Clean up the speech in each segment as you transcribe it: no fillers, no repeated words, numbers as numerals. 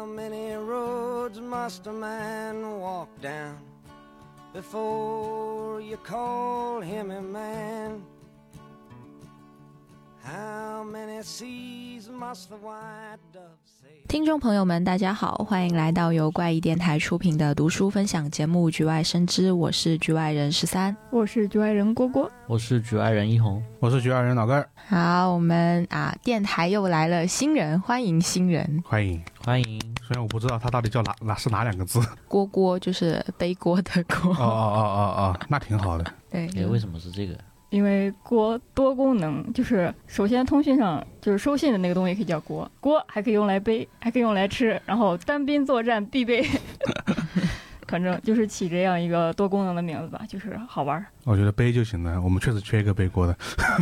many roads must a man walk down before you call him a man? How many seas must the white dove sail? 听众朋友们大家好，欢迎来到由怪异电台出品的读书分享节目局外生枝，我是局外人13， 我是局外人蝈蝈， 我是局外人一红， 我是局外人老根。 好，我们电台又来了新人，欢迎新人， 欢迎欢迎。 虽然我不知道他到底叫哪两个字。 蝈蝈就是背锅的锅。 哦，那挺好的。 对， 为什么是这个？ 因为锅多功能，就是首先通讯上就是收信的那个东西可以叫锅，锅还可以用来背，还可以用来吃，然后单兵作战必备。反正就是起这样一个多功能的名字吧，就是好玩。 我觉得背就行了，我们确实缺一个背锅的。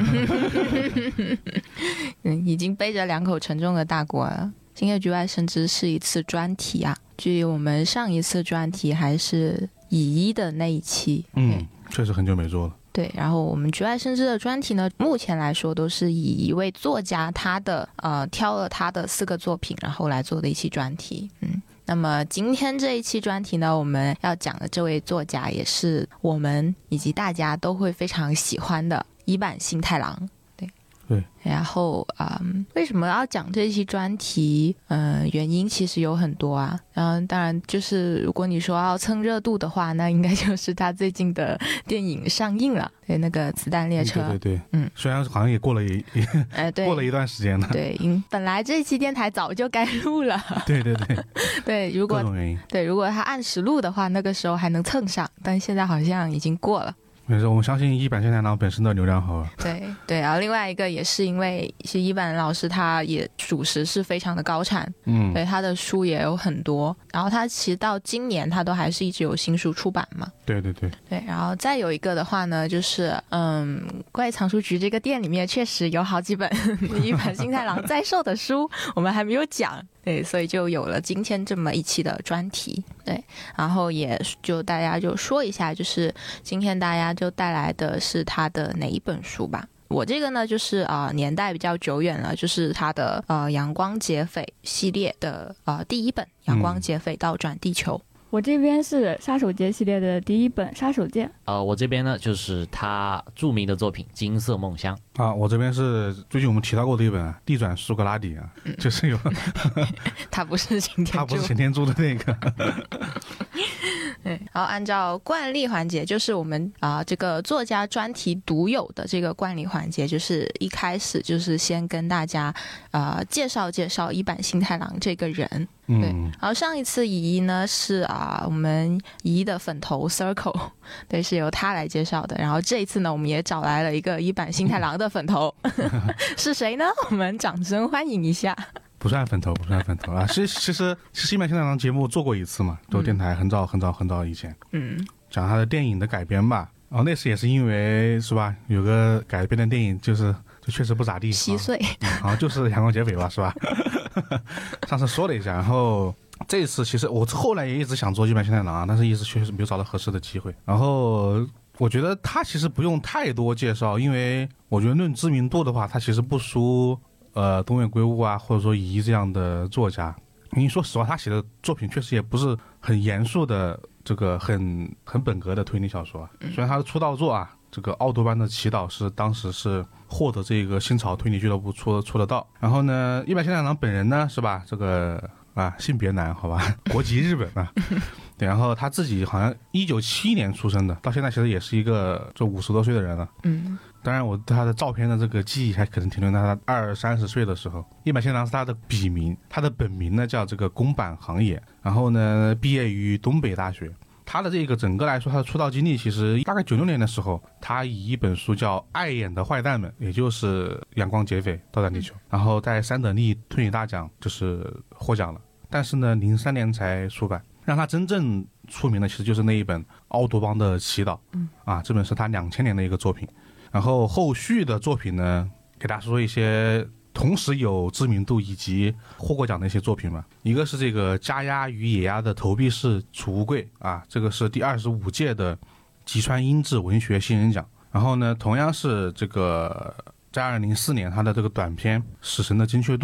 已经背着2口沉重的大锅了。今天局外生枝是一次专题啊，距离我们上一次专题还是乙一的那一期。 确实很久没做了。 对，然后我们局外生枝的专题呢，目前来说都是以一位作家他的挑了他的4个作品，然后来做的一期专题。那么今天这一期专题呢，我们要讲的这位作家也是我们以及大家都会非常喜欢的伊坂幸太郎。 对， 然后为什么要讲这一期专题？原因其实有很多啊。当然就是如果你说要蹭热度的话，那应该就是他最近的电影上映了，对，那个子弹列车。 对，虽然好像也过了过了一段时间了。 对，本来这期电台早就该录了。对，对，如果各种原因，对，如果他按时录的话，那个时候还能蹭上，但现在好像已经过了。 没事，我们相信伊坂幸太郎本身的流量好啊。 对，然后另外一个也是因为其实伊坂老师他也属实是非常的高产，对，他的书也有很多，然后他其实到今年他都还是一直有新书出版嘛。对，然后再有一个的话呢，就是怪异藏书局这个店里面确实有好几本伊坂幸太郎在售的书，我们还没有讲。对，所以就有了今天这么一期的专题。对，然后也就大家就说一下，就是今天大家就带来的是他的哪一本书吧。我这个呢就是年代比较久远了，就是他的阳光劫匪系列的第一本阳光劫匪倒转地球。 我这边是杀手界系列的第一本杀手界。 我这边呢就是他著名的作品金色梦乡。 我这边是最近我们提到过的一本地转苏格拉底啊，就是有他不是擎天柱的那个。 对，然后按照惯例环节，就是我们这个作家专题独有的这个惯例环节，就是一开始就是先跟大家介绍伊坂幸太郎这个人。对，然后上一次乙一呢是我们乙一的粉头 Circle， 对，是由他来介绍的。然后这一次呢，我们也找来了一个伊坂幸太郎的粉头，是谁呢？我们掌声欢迎一下。 不算粉头啊！其实伊坂幸太郎节目做过一次嘛，做电台很早以前，讲他的电影的改编吧。然后那次也是因为是吧，有个改编的电影就确实不咋地， 稀碎， 好像就是阳光劫匪吧，是吧？上次说了一下，然后这一次其实我后来也一直想做伊坂幸太郎，但是一直确实没有找到合适的机会。然后我觉得他其实不用太多介绍，因为我觉得论知名度的话，他其实不输东野圭吾啊，或者说乙一这样的作家。因为说实话，他写的作品确实也不是很严肃的这个很本格的推理小说。虽然他的出道作这个奥多班的祈祷是当时是获得这个新潮推理俱乐部出的道。然后呢，伊坂幸太郎本人呢是吧，这个性别男好吧，国籍日本啊。对，然后他自己好像1971年出生的，到现在其实也是一个就50多岁的人了。当然我对他的照片的这个记忆还可能停留在他20-30岁的时候。伊坂幸太郎是他的笔名，他的本名呢叫这个宫坂航野，然后呢毕业于东北大学。他的这个整个来说，他的出道经历其实大概96年的时候，他以一本书叫《碍眼的坏蛋们》，也就是阳光劫匪倒转地球，然后在三得利推理大奖就是获奖了。但是呢03年才出版。让他真正出名的其实就是那一本奥多邦的祈祷。这本是他2000年的一个作品。然后后续的作品呢，给大家说一些同时有知名度以及获过奖的一些作品嘛。一个是这个加鸭与野鸭的投币式储物柜这个是第25届的吉川英治文学新人奖。然后呢，同样是这个在2004年他的这个短篇《死神的精确度》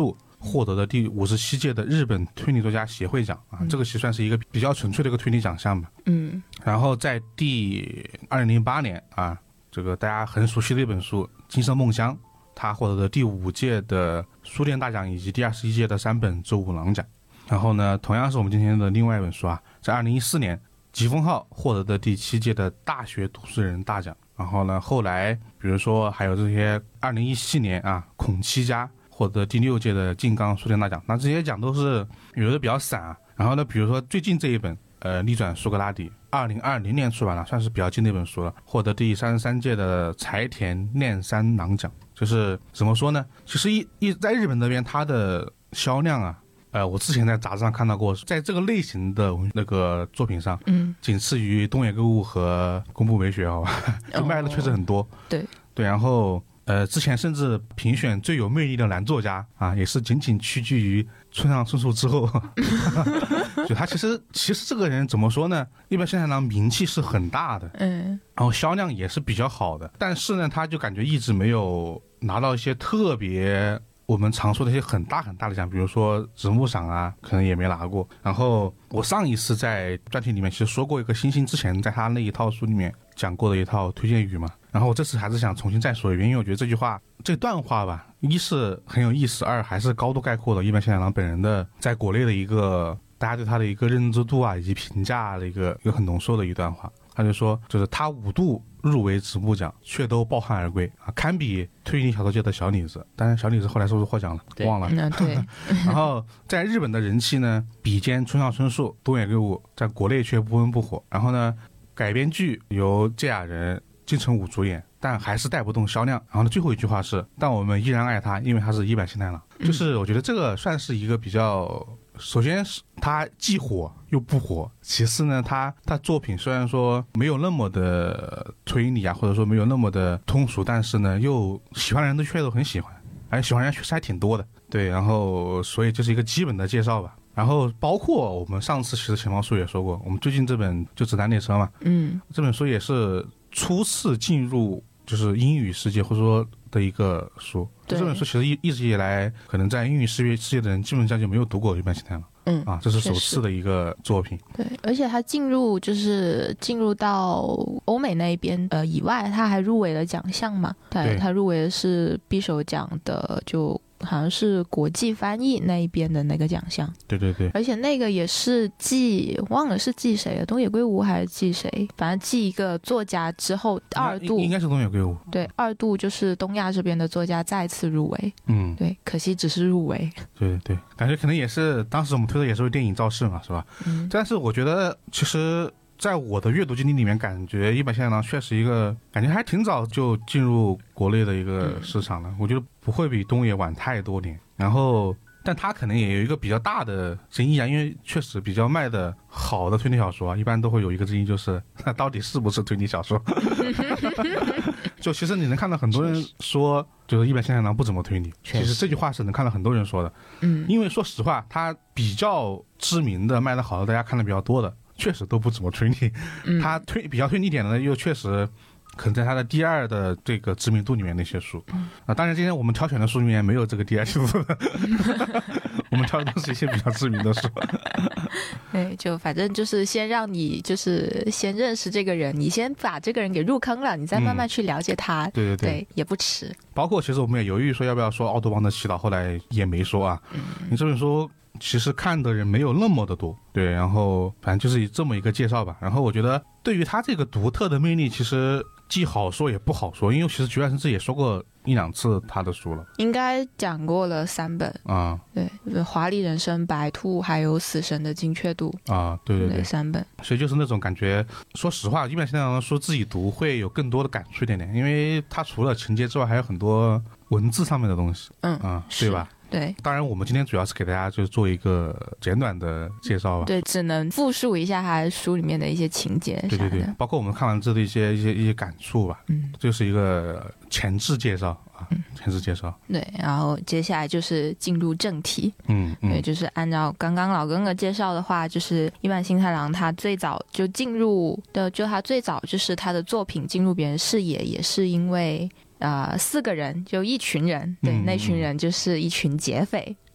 获得的第57届的日本推理作家协会奖啊，这个其实算是一个比较纯粹的一个推理奖项吧。然后在第2008年啊，这个大家很熟悉的一本书《金色梦乡》，他获得的第5届的书店大奖以及第21届的3本周五郎奖。然后呢，同样是我们今天的另外一本书啊，在2014年吉峰浩获得的第7届的大学读书人大奖。然后呢，后来比如说还有这些2017年啊，孔七家获得第6届的静冈书店大奖。那这些奖都是有的比较散啊。然后呢，比如说最近这一本逆转苏格拉底，2020年出版了，算是比较近的一本书了，获得第33届的柴田炼三郎奖。就是怎么说呢，其实在日本那边它的销量啊，我之前在杂志上看到过，在这个类型的那个作品上，仅次于东野圭吾和宫部美雪，好吧，就卖的确实很多。 对， 然后之前甚至评选最有魅力的男作家啊，也是仅仅屈居于村上春树之后。就他其实这个人怎么说呢？一般现在呢，名气是很大的，然后销量也是比较好的，但是呢，他就感觉一直没有拿到一些特别我们常说的一些很大很大的奖，比如说直木赏啊，可能也没拿过。然后我上一次在专题里面其实说过一个星星之前在他那一套书里面讲过的一套推荐语嘛，然后我这次还是想重新再说一遍，因为我觉得这段话吧，一是很有意思，二还是高度概括了一般现在郎本人的在国内的一个大家对他的一个认知度啊以及评价的一个很浓缩的一段话。他就说，就是他5度入围直木奖，却都抱憾而归啊，堪比推理小说界的小李子。当然，小李子后来是不是获奖了？忘了。 对。 然后在日本的人气呢，比肩村上春树、东野圭吾，在国内却不温不火。然后呢，改编剧由芥雅人、金城武主演，但还是带不动销量。然后呢，最后一句话是：但我们依然爱他，因为他是一坂幸太郎。就是我觉得这个算是一个比较。首先是他既火又不火，其次呢，他作品虽然说没有那么的推理啊，或者说没有那么的通俗，但是呢，又喜欢的人都确实很喜欢，而且喜欢人确实还挺多的。对，然后所以这是一个基本的介绍吧。然后包括我们上次其实前方书也说过，我们最近这本就子弹列车嘛，这本书也是初次进入就是英语世界或者说的一个书。这本书其实一直以来可能在英语世界的人基本上就没有读过一般幸太郎，这是首次的一个作品。 对，而且他进入到欧美那边以外，他还入围了奖项嘛。对，他入围的是匕首奖的，就好像是国际翻译那一边的那个奖项。 对， 而且那个也是忘了是记谁了，东野圭吾还是记谁，反正记一个作家之后二度应该是东野圭吾。 对，二度就是东亚这边的作家再次入围。对，可惜只是入围。 对，感觉可能也是当时我们推的也是为电影造势嘛，是吧？但是我觉得其实在我的阅读经历里面，感觉一坂幸太郎确实一个感觉还挺早就进入国内的一个市场了，我觉得不会比东野晚太多年。然后但他可能也有一个比较大的争议啊，因为确实比较卖的好的推理小说啊，一般都会有一个争议，就是那到底是不是推理小说？就其实你能看到很多人说，就是一坂幸太郎不怎么推理，其实这句话是能看到很多人说的。因为说实话，他比较知名的卖的好的，大家看的比较多的，确实都不怎么推理。他比较推理点的又确实可能在他的第2的这个知名度里面那些书当然今天我们挑选的书里面没有这个第2系数的，我们挑的都是一些比较知名的书。 对，就反正就是先让你就是先认识这个人，你先把这个人给入坑了，你再慢慢去了解他。对，也不迟。包括其实我们也犹豫说要不要说奥多邦的祈祷，后来也没说啊。你这本书其实看的人没有那么的多，对，然后反正就是这么一个介绍吧。然后我觉得对于他这个独特的魅力，其实既好说也不好说，因为其实菊外生之也说过1-2次他的书了， 应该讲过了3本啊。对，华丽人生、白兔还有死神的精确度啊。对 3本。所以就是那种感觉，说实话一般现在的书自己读会有更多的感触一点点，因为它除了情节之外还有很多文字上面的东西。对吧？ 对， 当然我们今天主要是给大家就是做一个简短的介绍吧。 对，只能复述一下他书里面的一些情节。 对，包括我们看完这的一些感触吧。就是一个前置介绍啊，前置介绍。对， 然后接下来就是进入正题。对，就是按照刚刚老哥哥介绍的话，就是一坂幸太郎他最早就进入的，就他最早就是他的作品进入别人视野，也是因为4个人就一群人，对，那群人就是一群劫匪。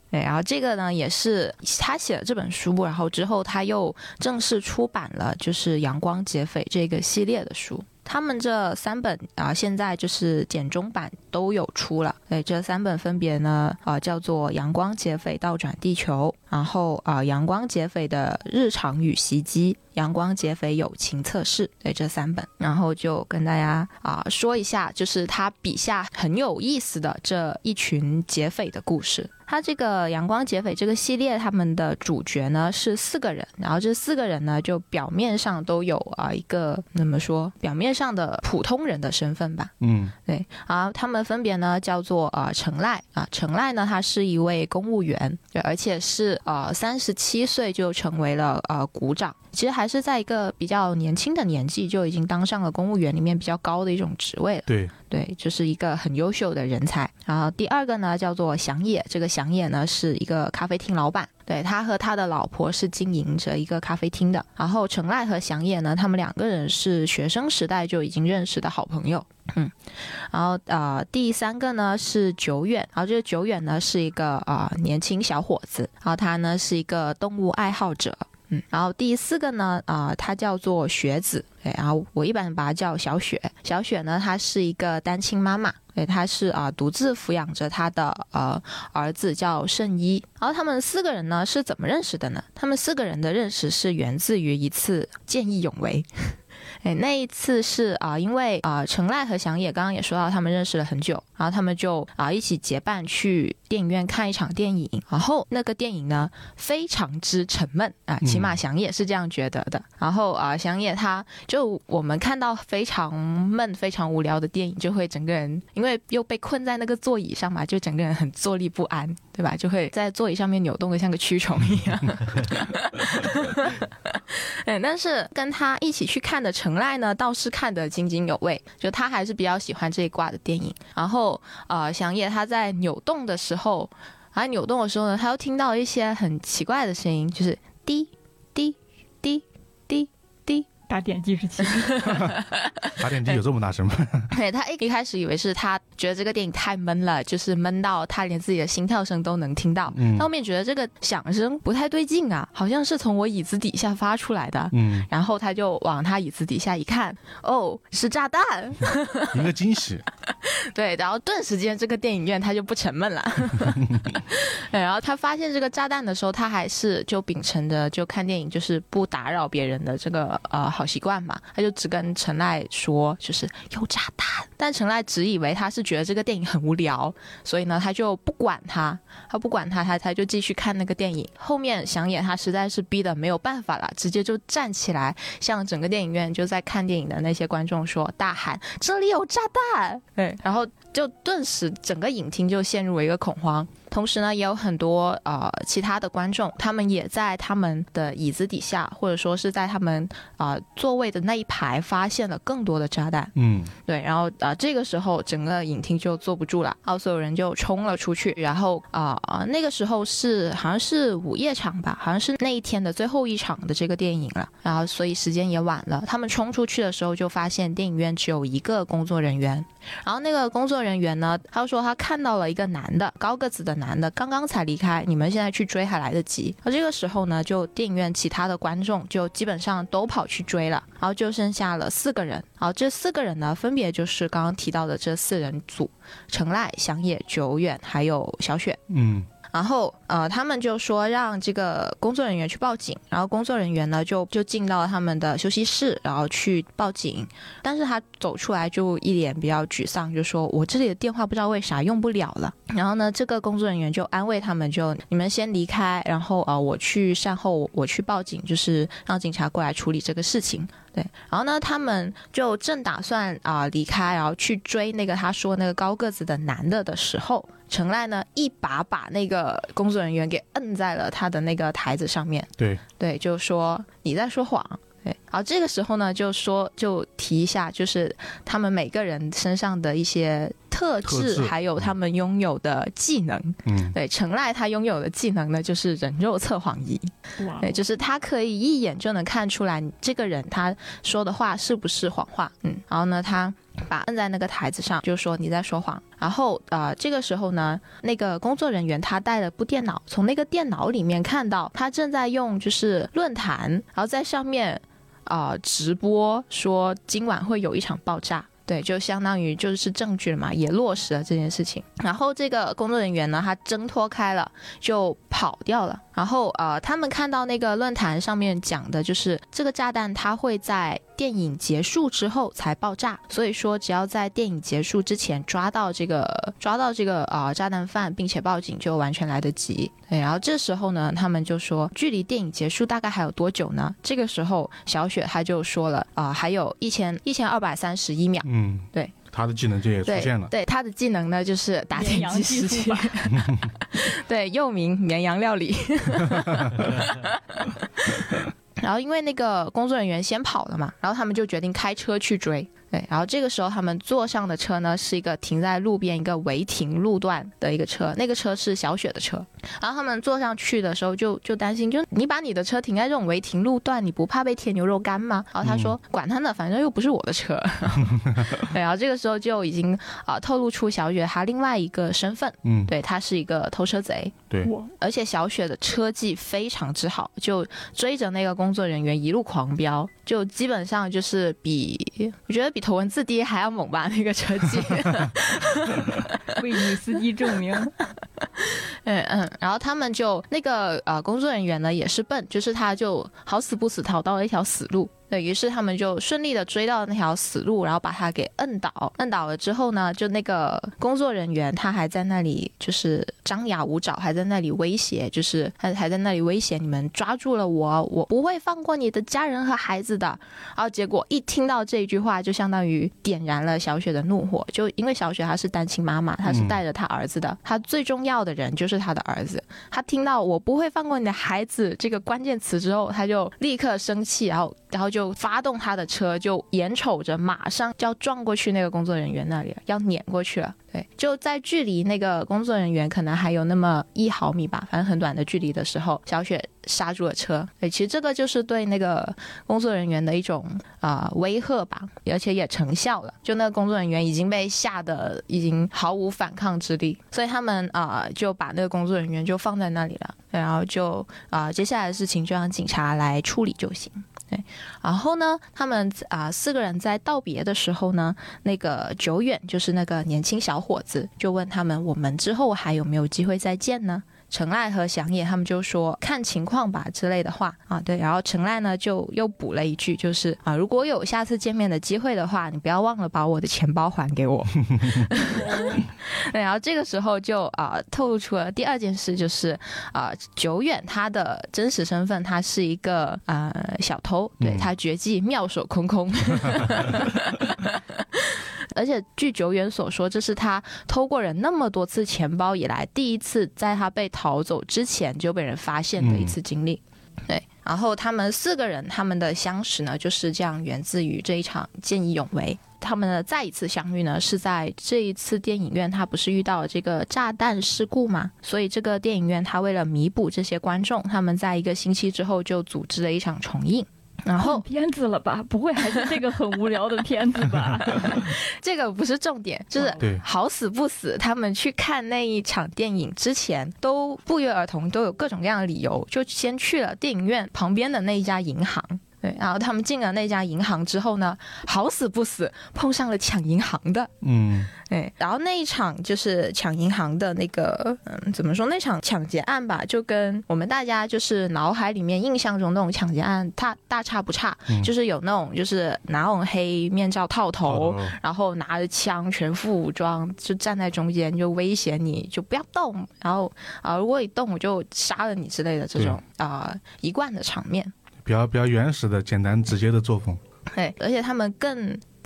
对，然后这个呢也是他写了这本书，然后之后他又正式出版了就是阳光劫匪这个系列的书。他们这3本现在就是简中版都有出了。对，这3本分别呢叫做阳光劫匪倒转地球，然后阳光劫匪的日常与袭击，阳光劫匪友情测试。对，这3本，然后就跟大家说一下就是他笔下很有意思的这一群劫匪的故事。他这个阳光劫匪这个系列，他们的主角呢是4个人，然后这4个人呢就表面上都有一个怎么说，表面上的普通人的身份吧。对，他们分别呢叫做程赖程赖呢他是一位公务员，对，而且是37岁就成为了股长，其实还是在一个比较年轻的年纪就已经当上了公务员里面比较高的一种职位了。对，就是一个很优秀的人才。然后第2个呢叫做祥野，这个祥野呢是一个咖啡厅老板，对，他和他的老婆是经营着一个咖啡厅的。然后程赖和祥野呢，他们2个人是学生时代就已经认识的好朋友。然后第3个呢是久远，然后这个久远呢是一个年轻小伙子，然后他呢是一个动物爱好者。然后第4个呢他叫做雪子，对，然后我一般把他叫小雪。小雪呢她是一个单亲妈妈，对，她是独自抚养着她的儿子叫圣一。然后他们4个人呢是怎么认识的呢？他们4个人的认识是源自于一次见义勇为。那一次是因为程赖和祥野刚刚也说到他们认识了很久，然后他们就一起结伴去电影院看一场电影，然后那个电影呢非常之沉闷起码祥野是这样觉得的。然后祥野他就我们看到非常闷非常无聊的电影，就会整个人因为又被困在那个座椅上嘛，就整个人很坐立不安，对吧？就会在座椅上面扭动的像个蛆虫一样。但是跟他一起去看的程赖呢倒是看得津津有味，就他还是比较喜欢这一挂的电影。然后祥野他在扭动的时候呢，他又听到一些很奇怪的声音，就是滴滴滴滴滴， 打点计时器。 打点机有这么大声吗？ 对，他一开始以为是他觉得这个电影太闷了，就是闷到他连自己的心跳声都能听到。后面觉得这个响声不太对劲好像是从我椅子底下发出来的。然后他就往他椅子底下一看，是炸弹。 一个惊喜。 对，然后顿时间这个电影院他就不沉闷了。对，然后他发现这个炸弹的时候，他还是就秉承着就看电影就是不打扰别人的这个好习惯嘛，他就只跟程赖说就是有炸弹，但程赖只以为他是觉得这个电影很无聊，所以呢他就不管他就继续看那个电影。后面祥野他实在是逼得没有办法了，直接就站起来向整个电影院就在看电影的那些观众说，大喊这里有炸弹。对，然后就顿时整个影厅就陷入了一个恐慌。同时呢也有很多其他的观众，他们也在他们的椅子底下或者说是在他们座位的那一排发现了更多的炸弹。对，然后这个时候整个影厅就坐不住了，然后所有人就冲了出去。然后那个时候是好像是午夜场吧，好像是那一天的最后一场的这个电影了，然后所以时间也晚了。他们冲出去的时候就发现电影院只有一个工作人员，然后那个工作人员呢他说他看到了一个男的，高个子的男的刚刚才离开，你们现在去追还来得及。而这个时候呢就电影院其他的观众就基本上都跑去追了，然后就剩下了4个人。然后这4个人呢分别就是刚刚提到的这4人组，程赖、祥野、久远还有小雪。然后他们就说让这个工作人员去报警，然后工作人员呢就进到他们的休息室，然后去报警。但是他走出来就一脸比较沮丧，就说我这里的电话不知道为啥用不了了。然后呢这个工作人员就安慰他们，就你们先离开，然后我去善后，我去报警，就是让警察过来处理这个事情。对，然后呢他们就正打算离开，然后去追那个他说那个高个子的男的时候，程赖呢一把那个工作人员给摁在了他的那个台子上面。对，就说你在说谎。对，然后这个时候呢就提一下就是他们每个人身上的一些特质还有他们拥有的技能。对，成濑他拥有的技能呢就是人肉测谎仪。对，就是他可以一眼就能看出来这个人他说的话是不是谎话。然后呢他把摁在那个台子上，就说你在说谎。然后这个时候呢，那个工作人员他带了部电脑，从那个电脑里面看到他正在用就是论坛，然后在上面直播说今晚会有一场爆炸。对，就相当于就是证据了嘛，也落实了这件事情。然后这个工作人员呢，他挣脱开了，就跑掉了。然后他们看到那个论坛上面讲的就是这个炸弹它会在电影结束之后才爆炸，所以说只要在电影结束之前抓到这个炸弹犯，并且报警就完全来得及。对，然后这时候呢，他们就说距离电影结束大概还有多久呢？这个时候小雪她就说了还有1231秒。对。 他的技能就也出现了。 对，他的技能呢就是打点计时器。对，又名绵羊料理。然后因为那个工作人员先跑了嘛，然后他们就决定开车去追。对，然后这个时候他们坐上的车呢是一个停在路边一个违停路段的一个车，那个车是小雪的车。然后他们坐上去的时候就担心，就你把你的车停在这种违停路段，你不怕被贴牛肉干吗？然后他说管他呢，反正又不是我的车。对，然后这个时候就已经透露出小雪她另外一个身份。对，她是一个偷车贼。 对， 而且小雪的车技非常之好，就追着那个工作人员一路狂飙，就基本上就是我觉得比头文字 D 还要猛吧，那个车技。 为女司机证明。 然后他们就那个工作人员呢也是笨，就是他就好死不死逃到了一条死路。对，于是他们就顺利的追到那条死路，然后把他给摁倒了之后呢，就那个工作人员他还在那里就是张牙舞爪，还在那里威胁，就是还在那里威胁你们抓住了我不会放过你的家人和孩子的。然后结果一听到这一句话，就相当于点燃了小雪的怒火，就因为小雪她是单亲妈妈，她是带着她儿子的，她最重要的人就是她的儿子。她听到我不会放过你的孩子这个关键词之后，她就立刻生气，然后就发动他的车，就眼瞅着马上就要撞过去那个工作人员那里，要碾过去了。对，就在距离那个工作人员可能还有那么1毫米吧，反正很短的距离的时候，小雪刹住了车。对，其实这个就是对那个工作人员的一种威吓吧，而且也成效了。就那个工作人员已经被吓得已经毫无反抗之力，所以他们就把那个工作人员就放在那里了。对，然后就接下来的事情就让警察来处理就行。对，然后呢，他们4个人在道别的时候呢，那个久远就是那个年轻小伙子就问他们，我们之后还有没有机会再见呢？成濑和祥野他们就说看情况吧之类的话对，然后成濑呢就又补了一句，就是如果有下次见面的机会的话，你不要忘了把我的钱包还给我。对，然后这个时候就透露出了第二件事，就是久远他的真实身份，他是一个小偷。对，他绝技妙手空空。而且据久远所说，这是他偷过人那么多次钱包以来第一次在他被逃走之前就被人发现的一次经历。对，然后他们4个人他们的相识呢就是这样源自于这一场见义勇为。他们的再一次相遇呢是在这一次电影院，他不是遇到了这个炸弹事故吗？所以这个电影院他为了弥补这些观众，他们在1个星期之后就组织了一场重映。然后片子了吧？不会还是这个很无聊的片子吧？ 这个不是重点，就是好死不死他们去看那一场电影之前都不约而同都有各种各样的理由，就先去了电影院旁边的那一家银行。对，然后他们进了那家银行之后呢，好死不死碰上了抢银行的。对，然后那一场就是抢银行的那个怎么说，那场抢劫案吧，就跟我们大家就是脑海里面印象中那种抢劫案它大差不差。就是有那种就是拿那种黑面罩套头，然后拿着枪全副武装就站在中间就威胁你就不要动，然后如果你动我就杀了你之类的这种一贯的场面， 比较原始的简单直接的作风。 对，而且他们更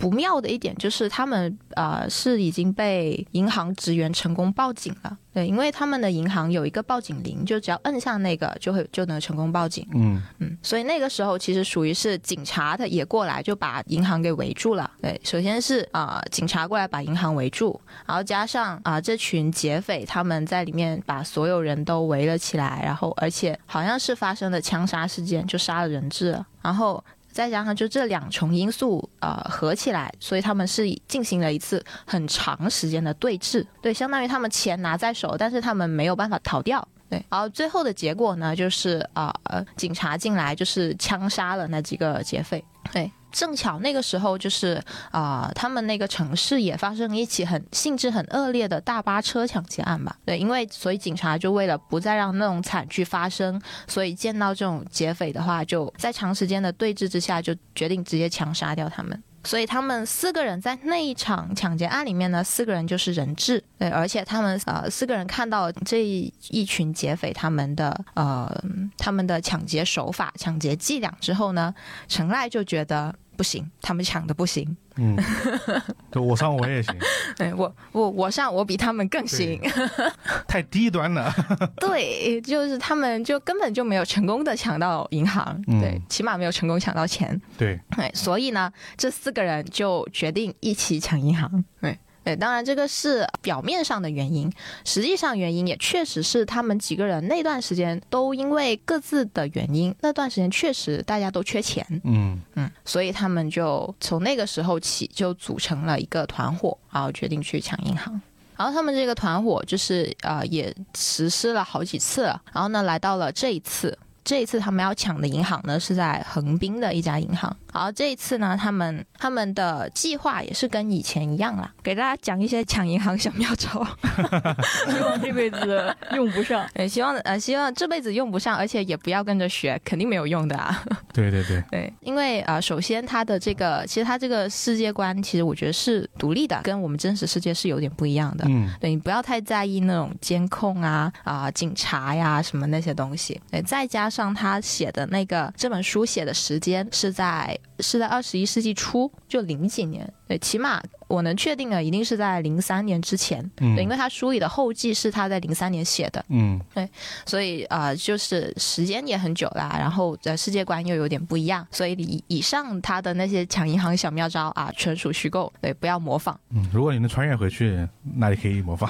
不妙的一点就是他们是已经被银行职员成功报警了。对，因为他们的银行有一个报警铃，就只要摁下那个就能成功报警。所以那个时候其实属于是警察他也过来就把银行给围住了。对，首先是警察过来把银行围住，然后加上这群劫匪他们在里面把所有人都围了起来，然后而且好像是发生了枪杀事件，就杀了人质了，然后再加上就这两重因素合起来，所以他们是进行了一次很长时间的对峙。对，相当于他们钱拿在手，但是他们没有办法逃掉。对，然后最后的结果呢，就是警察进来就是枪杀了那几个劫匪。对，正巧那个时候就是他们那个城市也发生一起性质很恶劣的大巴车抢劫案吧。对，所以警察就为了不再让那种惨剧发生，所以见到这种劫匪的话，就在长时间的对峙之下就决定直接枪杀掉他们。所以他们4个人在那一场抢劫案里面呢，4个人就是人质。对，而且他们4个人看到这一群劫匪他们的抢劫手法、抢劫伎俩之后呢，陈赖就觉得不行，他们抢的不行。 就我上我也行。 对，我上我比他们更行。 太低端了。 对，就是他们就根本就没有成功的抢到银行。对，起码没有成功抢到钱。 对， 所以呢，这4个人就决定一起抢银行。对，当然这个是表面上的原因，实际上原因也确实是他们几个人那段时间都因为各自的原因，那段时间确实大家都缺钱。所以他们就从那个时候起就组成了一个团伙，然后决定去抢银行。然后他们这个团伙就是也实施了好几次了，然后呢来到了这一次他们要抢的银行呢是在横滨的一家银行。然后这一次呢他们的计划也是跟以前一样啦，给大家讲一些抢银行小妙招。 希望这辈子用不上。 希望这辈子用不上，而且也不要跟着学，肯定没有用的啊。对，因为首先其实它这个世界观其实我觉得是独立的，跟我们真实世界是有点不一样的。对，你不要太在意那种监控警察呀什么那些东西。对，再加上他写的这本书写的时间是在21世纪初，就00几年。对，起码我能确定的一定是在03年之前。对，因为他书里的后记是他在03年写的。对，所以就是时间也很久啦，然后世界观又有点不一样，所以以上他的那些抢银行小妙招纯属虚构。对，不要模仿。 如果你能穿越回去，那也可以模仿。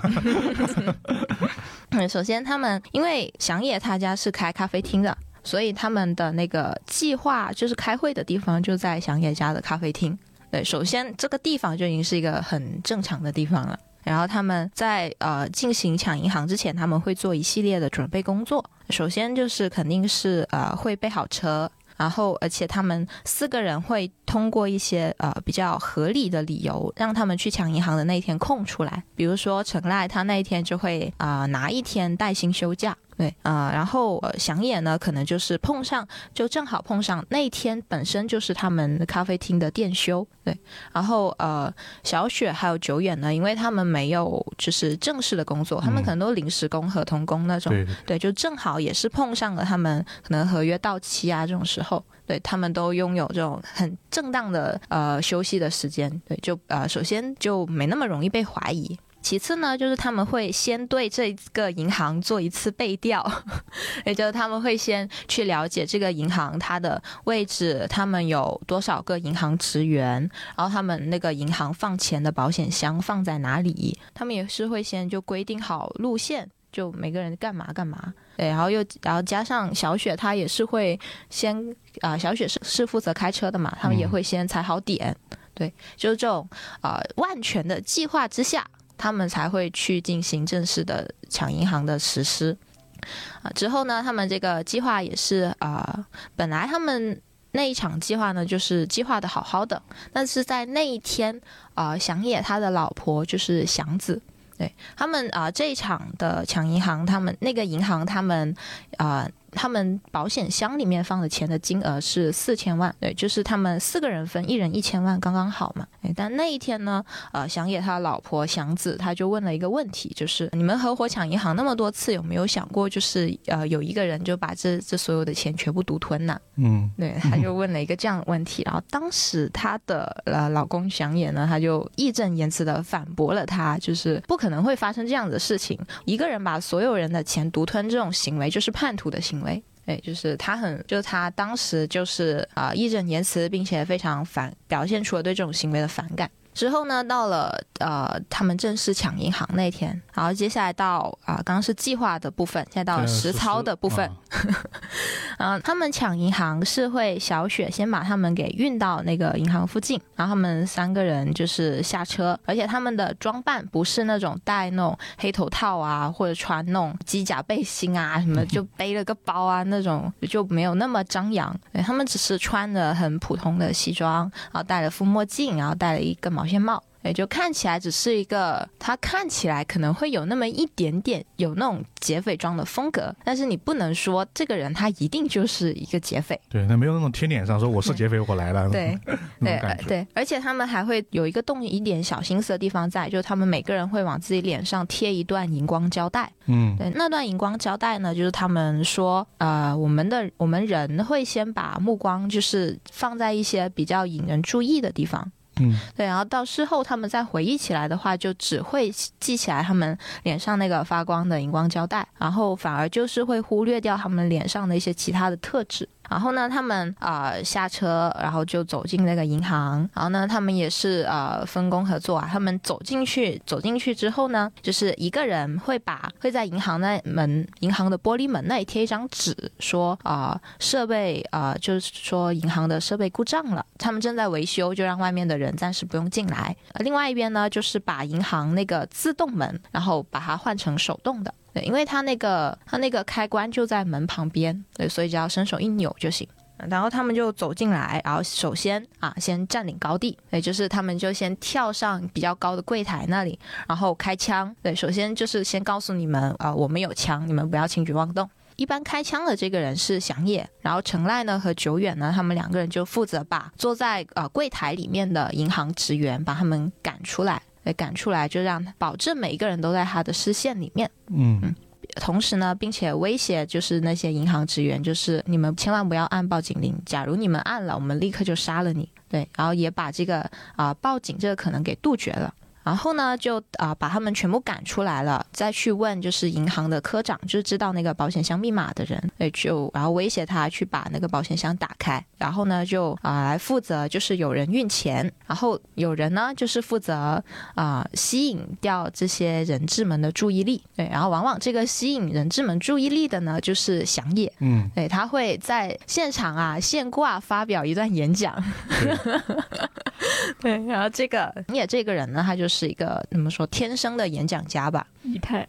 首先他们因为祥野他家是开咖啡厅的，所以他们的那个计划就是开会的地方就在祥野家的咖啡厅。对，首先这个地方就已经是一个很正常的地方了。然后他们在进行抢银行之前，他们会做一系列的准备工作。首先就是肯定是会备好车，然后而且他们4个人会通过一些比较合理的理由让他们去抢银行的那一天空出来。比如说陈赖他那一天就会拿1天带薪休假。对然后祥野呢可能就是正好碰上那一天本身就是他们咖啡厅的店休。对，然后小雪还有久远呢，因为他们没有就是正式的工作，他们可能都临时工、合同工那种。对，就正好也是碰上了他们可能合约到期这种时候。对，他们都拥有这种很正当的休息的时间。对，就首先就没那么容易被怀疑。其次呢，就是他们会先对这个银行做一次背调，也就是他们会先去了解这个银行它的位置，他们有多少个银行职员，然后他们那个银行放钱的保险箱放在哪里，他们也是会先就规定好路线，就每个人干嘛干嘛。对，然后加上小雪她也是会先小雪是负责开车的嘛，他们也会先踩好点。对，就是这种万全的计划之下，他们才会去进行正式的抢银行的实施。之后呢，他们这个计划也是本来他们那一场计划呢就是计划的好好的，但是在那一天祥野他的老婆就是祥子，对他们这一场的抢银行，他们那个银行他们他们保险箱里面放的钱的金额是4000万，对，就是他们4个人分1人1000万刚刚好嘛。但那一天呢，祥野他老婆祥子他就问了一个问题，就是你们合伙抢银行那么多次，有没有想过就是有一个人就把这所有的钱全部独吞呢？对，他就问了一个这样的问题，然后当时他的老公祥野呢，他就义正言辞的反驳了他，就是不可能会发生这样的事情，一个人把所有人的钱独吞这种行为就是叛徒的行为。就是他当时就是义正言辞，并且非常表现出了对这种行为的反感。之后呢，到了他们正式抢银行那天，然后接下来到刚刚是计划的部分，现在到了实操的部分。他们抢银行是会小雪先把他们给运到那个银行附近，然后他们3个人就是下车，而且他们的装扮不是那种戴那种黑头套啊，或者穿那种机甲背心啊什么，就背了个包啊那种，就没有那么张扬。他们只是穿着很普通的西装，然后戴了副墨镜，然后戴了一个毛线帽。就看起来只是一个，他看起来可能会有那么一点点有那种劫匪装的风格，但是你不能说这个人他一定就是一个劫匪。 对，那没有那种贴脸上说我是劫匪我来了。 对对，而且他们还会有一个动一点小心思的地方在，就是他们每个人会往自己脸上贴一段荧光胶带。对，那段荧光胶带呢，就是他们说我们人会先把目光就是放在一些比较引人注意的地方。对，然后到事后他们再回忆起来的话，就只会记起来他们脸上那个发光的荧光胶带，然后反而就是会忽略掉他们脸上的一些其他的特质。然后呢，他们下车，然后就走进那个银行。然后呢，他们也是分工合作啊。他们走进去之后呢，就是一个人会在银行的玻璃门那里贴一张纸，说设备就是说银行的设备故障了，他们正在维修，就让外面的人暂时不用进来。另外一边呢，就是把银行那个自动门，然后把它换成手动的。对，因为它那个开关就在门旁边，对，所以只要伸手一扭就行。然后他们就走进来，然后首先先占领高地，对，就是他们就先跳上比较高的柜台那里，然后开枪。对，首先就是先告诉你们我们有枪，你们不要轻举妄动。一般开枪的这个人是祥野，然后成濑呢和久远呢，他们2个人就负责把坐在柜台里面的银行职员把他们赶出来，就让保证每一个人都在他的视线里面。同时呢，并且威胁就是那些银行职员，就是你们千万不要按报警铃，假如你们按了，我们立刻就杀了你。对，然后也把这个报警这个可能给杜绝了。然后呢，就把他们全部赶出来了，再去问就是银行的科长，就是知道那个保险箱密码的人，然后威胁他去把那个保险箱打开。然后呢，就来负责就是有人运钱，然后有人呢就是负责吸引掉这些人质们的注意力。对，然后往往这个吸引人质们注意力的呢，就是祥野。对，他会在现场现挂发表一段演讲。对，然后这个人呢，他就是一个怎么说天生的演讲家吧， 仪态。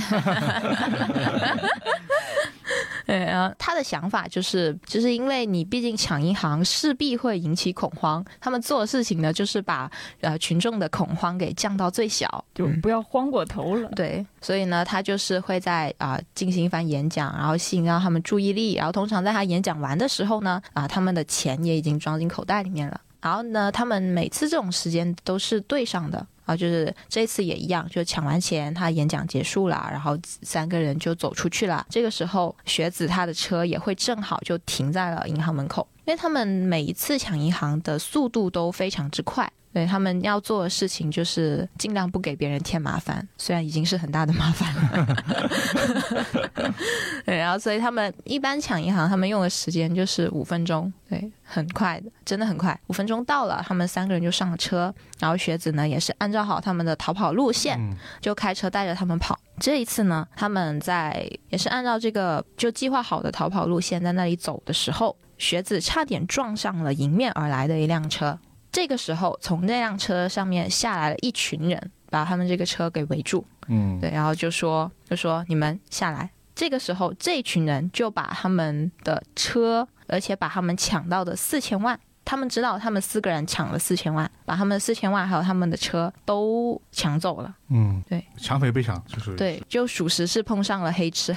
对，然后他的想法就是因为你毕竟抢银行势必会引起恐慌，他们做的事情呢就是把群众的恐慌给降到最小， 就不要慌过头了。 对，所以呢他就是会在进行一番演讲，然后吸引到他们注意力，然后通常在他演讲完的时候呢他们的钱也已经装进口袋里面了。然后呢，他们每次这种时间都是对上的就是这次也一样，就抢完钱，他演讲结束了，然后3个人就走出去了。这个时候，雪子他的车也会正好就停在了银行门口，因为他们每一次抢银行的速度都非常之快。对，他们要做的事情就是尽量不给别人添麻烦，虽然已经是很大的麻烦了。对，然后所以他们一般抢银行，他们用的时间就是5分钟，对，很快的，真的很快。5分钟到了，他们3个人就上了车，然后雪子呢也是按照好他们的逃跑路线，就开车带着他们跑。这一次呢，他们也是按照这个就计划好的逃跑路线在那里走的时候，雪子差点撞上了迎面而来的一辆车。这个时候，从那辆车上面下来了一群人，把他们这个车给围住。对，然后就说你们下来。这个时候，这群人就把他们的车，而且把他们抢到的4000万，他们知道他们4个人抢了4000万，把他们4000万还有他们的车都抢走了。对， 抢匪被抢就是对，就属实是碰上了黑吃黑。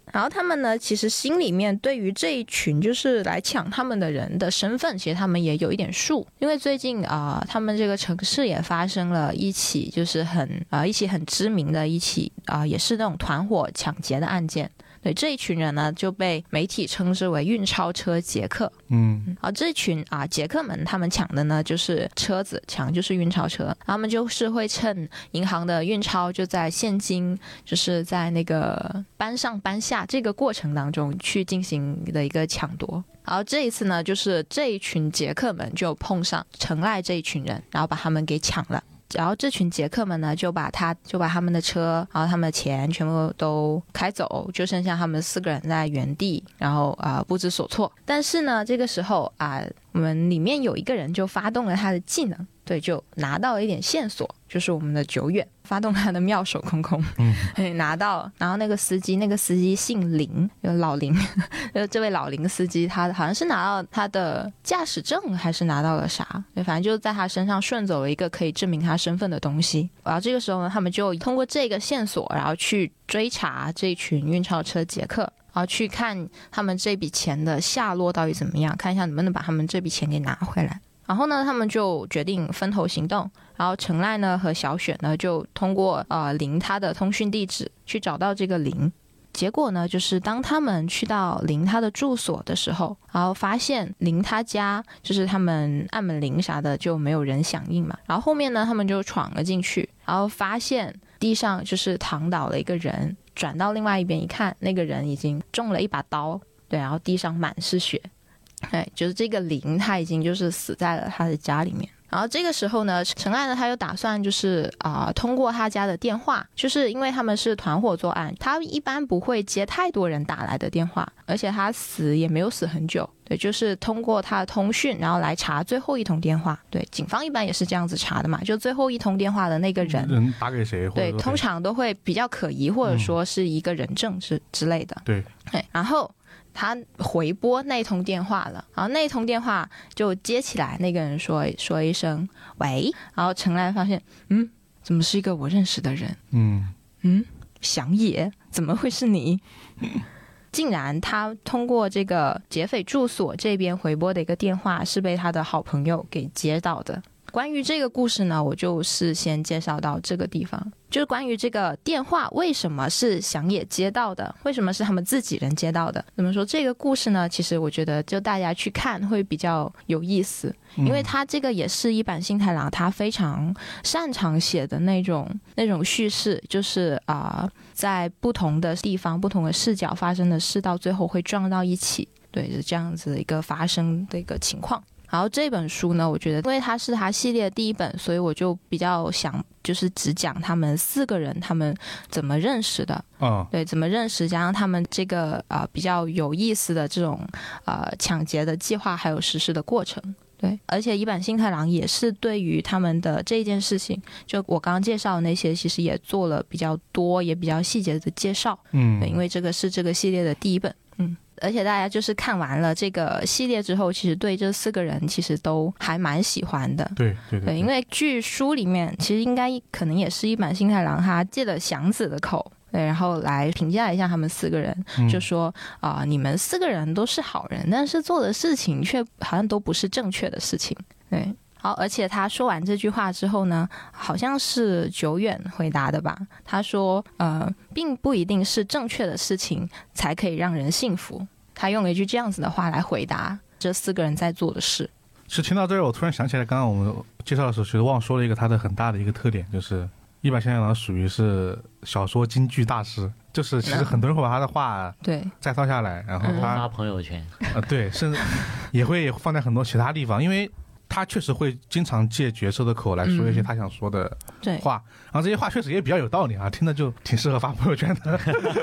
然后他们呢，其实心里面对于这一群就是来抢他们的人的身份，其实他们也有一点数。因为最近他们这个城市也发生了一起就是一起很知名的一起也是那种团伙抢劫的案件。对，这一群人呢就被媒体称之为运钞车劫客。这群劫客们他们抢的呢就是车子，抢就是运钞车，他们就是会趁银行的运钞就在现金就是在那个搬上搬下这个过程当中去进行的一个抢夺。然后这一次呢，就是这一群劫客们就碰上城赖这一群人，然后把他们给抢了。然后这群劫客们呢就把他们的车然后他们的钱全部都开走，就剩下他们4个人在原地，然后不知所措。但是呢这个时候我们里面有一个人就发动了他的技能，对，就拿到了一点线索，就是我们的久远发动他的妙手空空，拿到，然后那个司机姓林，老林，这位老林司机他好像是拿到他的驾驶证还是拿到了啥，对，反正就在他身上顺走了一个可以证明他身份的东西。然后这个时候呢，他们就通过这个线索，然后去追查这群运钞车劫客。然后去看他们这笔钱的下落到底怎么样，看一下能不能把他们这笔钱给拿回来。然后呢他们就决定分头行动，然后陈赖呢和小雪呢就通过林他的通讯地址去找到这个林。结果呢就是当他们去到林他的住所的时候，然后发现林他家就是他们按门铃啥的就没有人响应嘛，然后后面呢他们就闯了进去，然后发现地上就是躺倒了一个人，转到另外一边一看，那个人已经中了一把刀，对，然后地上满是血，就是这个林他已经就是死在了他的家里面。然后这个时候呢，陈赖呢他又打算就是通过他家的电话，就是因为他们是团伙作案，他一般不会接太多人打来的电话，而且他死也没有死很久，对，就是通过他的通讯然后来查最后一通电话。对，警方一般也是这样子查的嘛，就最后一通电话的那个人打给谁， 对，通常都会比较可疑，或者说是一个人证之类的。 对， 然后他回拨那通电话了，然后那通电话就接起来，那个人说一声喂，然后陈赖发现怎么是一个我认识的人，祥野，怎么会是你？竟然他通过这个劫匪住所这边回拨的一个电话是被他的好朋友给接到的。关于这个故事呢，我就是先介绍到这个地方，就是关于这个电话为什么是祥野接到的，为什么是他们自己人接到的。怎么说这个故事呢，其实我觉得就大家去看会比较有意思，因为他这个也是一坂幸太郎他非常擅长写的那种叙事，就是在不同的地方不同的视角发生的事到最后会撞到一起，对，是这样子的一个发生的一个情况。然后这本书呢，我觉得因为它是他系列的第一本，所以我就比较想就是只讲他们4个人他们怎么认识的，对，怎么认识，加上他们这个比较有意思的这种抢劫的计划还有实施的过程。对，而且一坂幸太郎也是对于他们的这件事情，就我刚刚介绍的那些其实也做了比较多也比较细节的介绍，对，因为这个是这个系列的第一本。而且大家就是看完了这个系列之后，其实对这4个人其实都还蛮喜欢的。 对， 因为据书里面其实应该可能也是一坂幸太郎他借了祥子的口，对，然后来评价一下他们4个人，就说你们4个人都是好人，但是做的事情却好像都不是正确的事情。对，好，而且他说完这句话之后呢，好像是久远回答的吧，他说并不一定是正确的事情才可以让人幸福，他用了一句这样子的话来回答这4个人在做的事。 是听到这儿我突然想起来，刚刚我们介绍的时候其实忘说了一个他的很大的一个特点，就是一坂幸太郎属于是小说金句大师，就是其实很多人会把他的话对再抄下来，然后他发朋友圈对，甚至也会放在很多其他地方，因为他确实会经常借角色的口来说一些他想说的话，然后这些话确实也比较有道理啊，听着就挺适合发朋友圈的。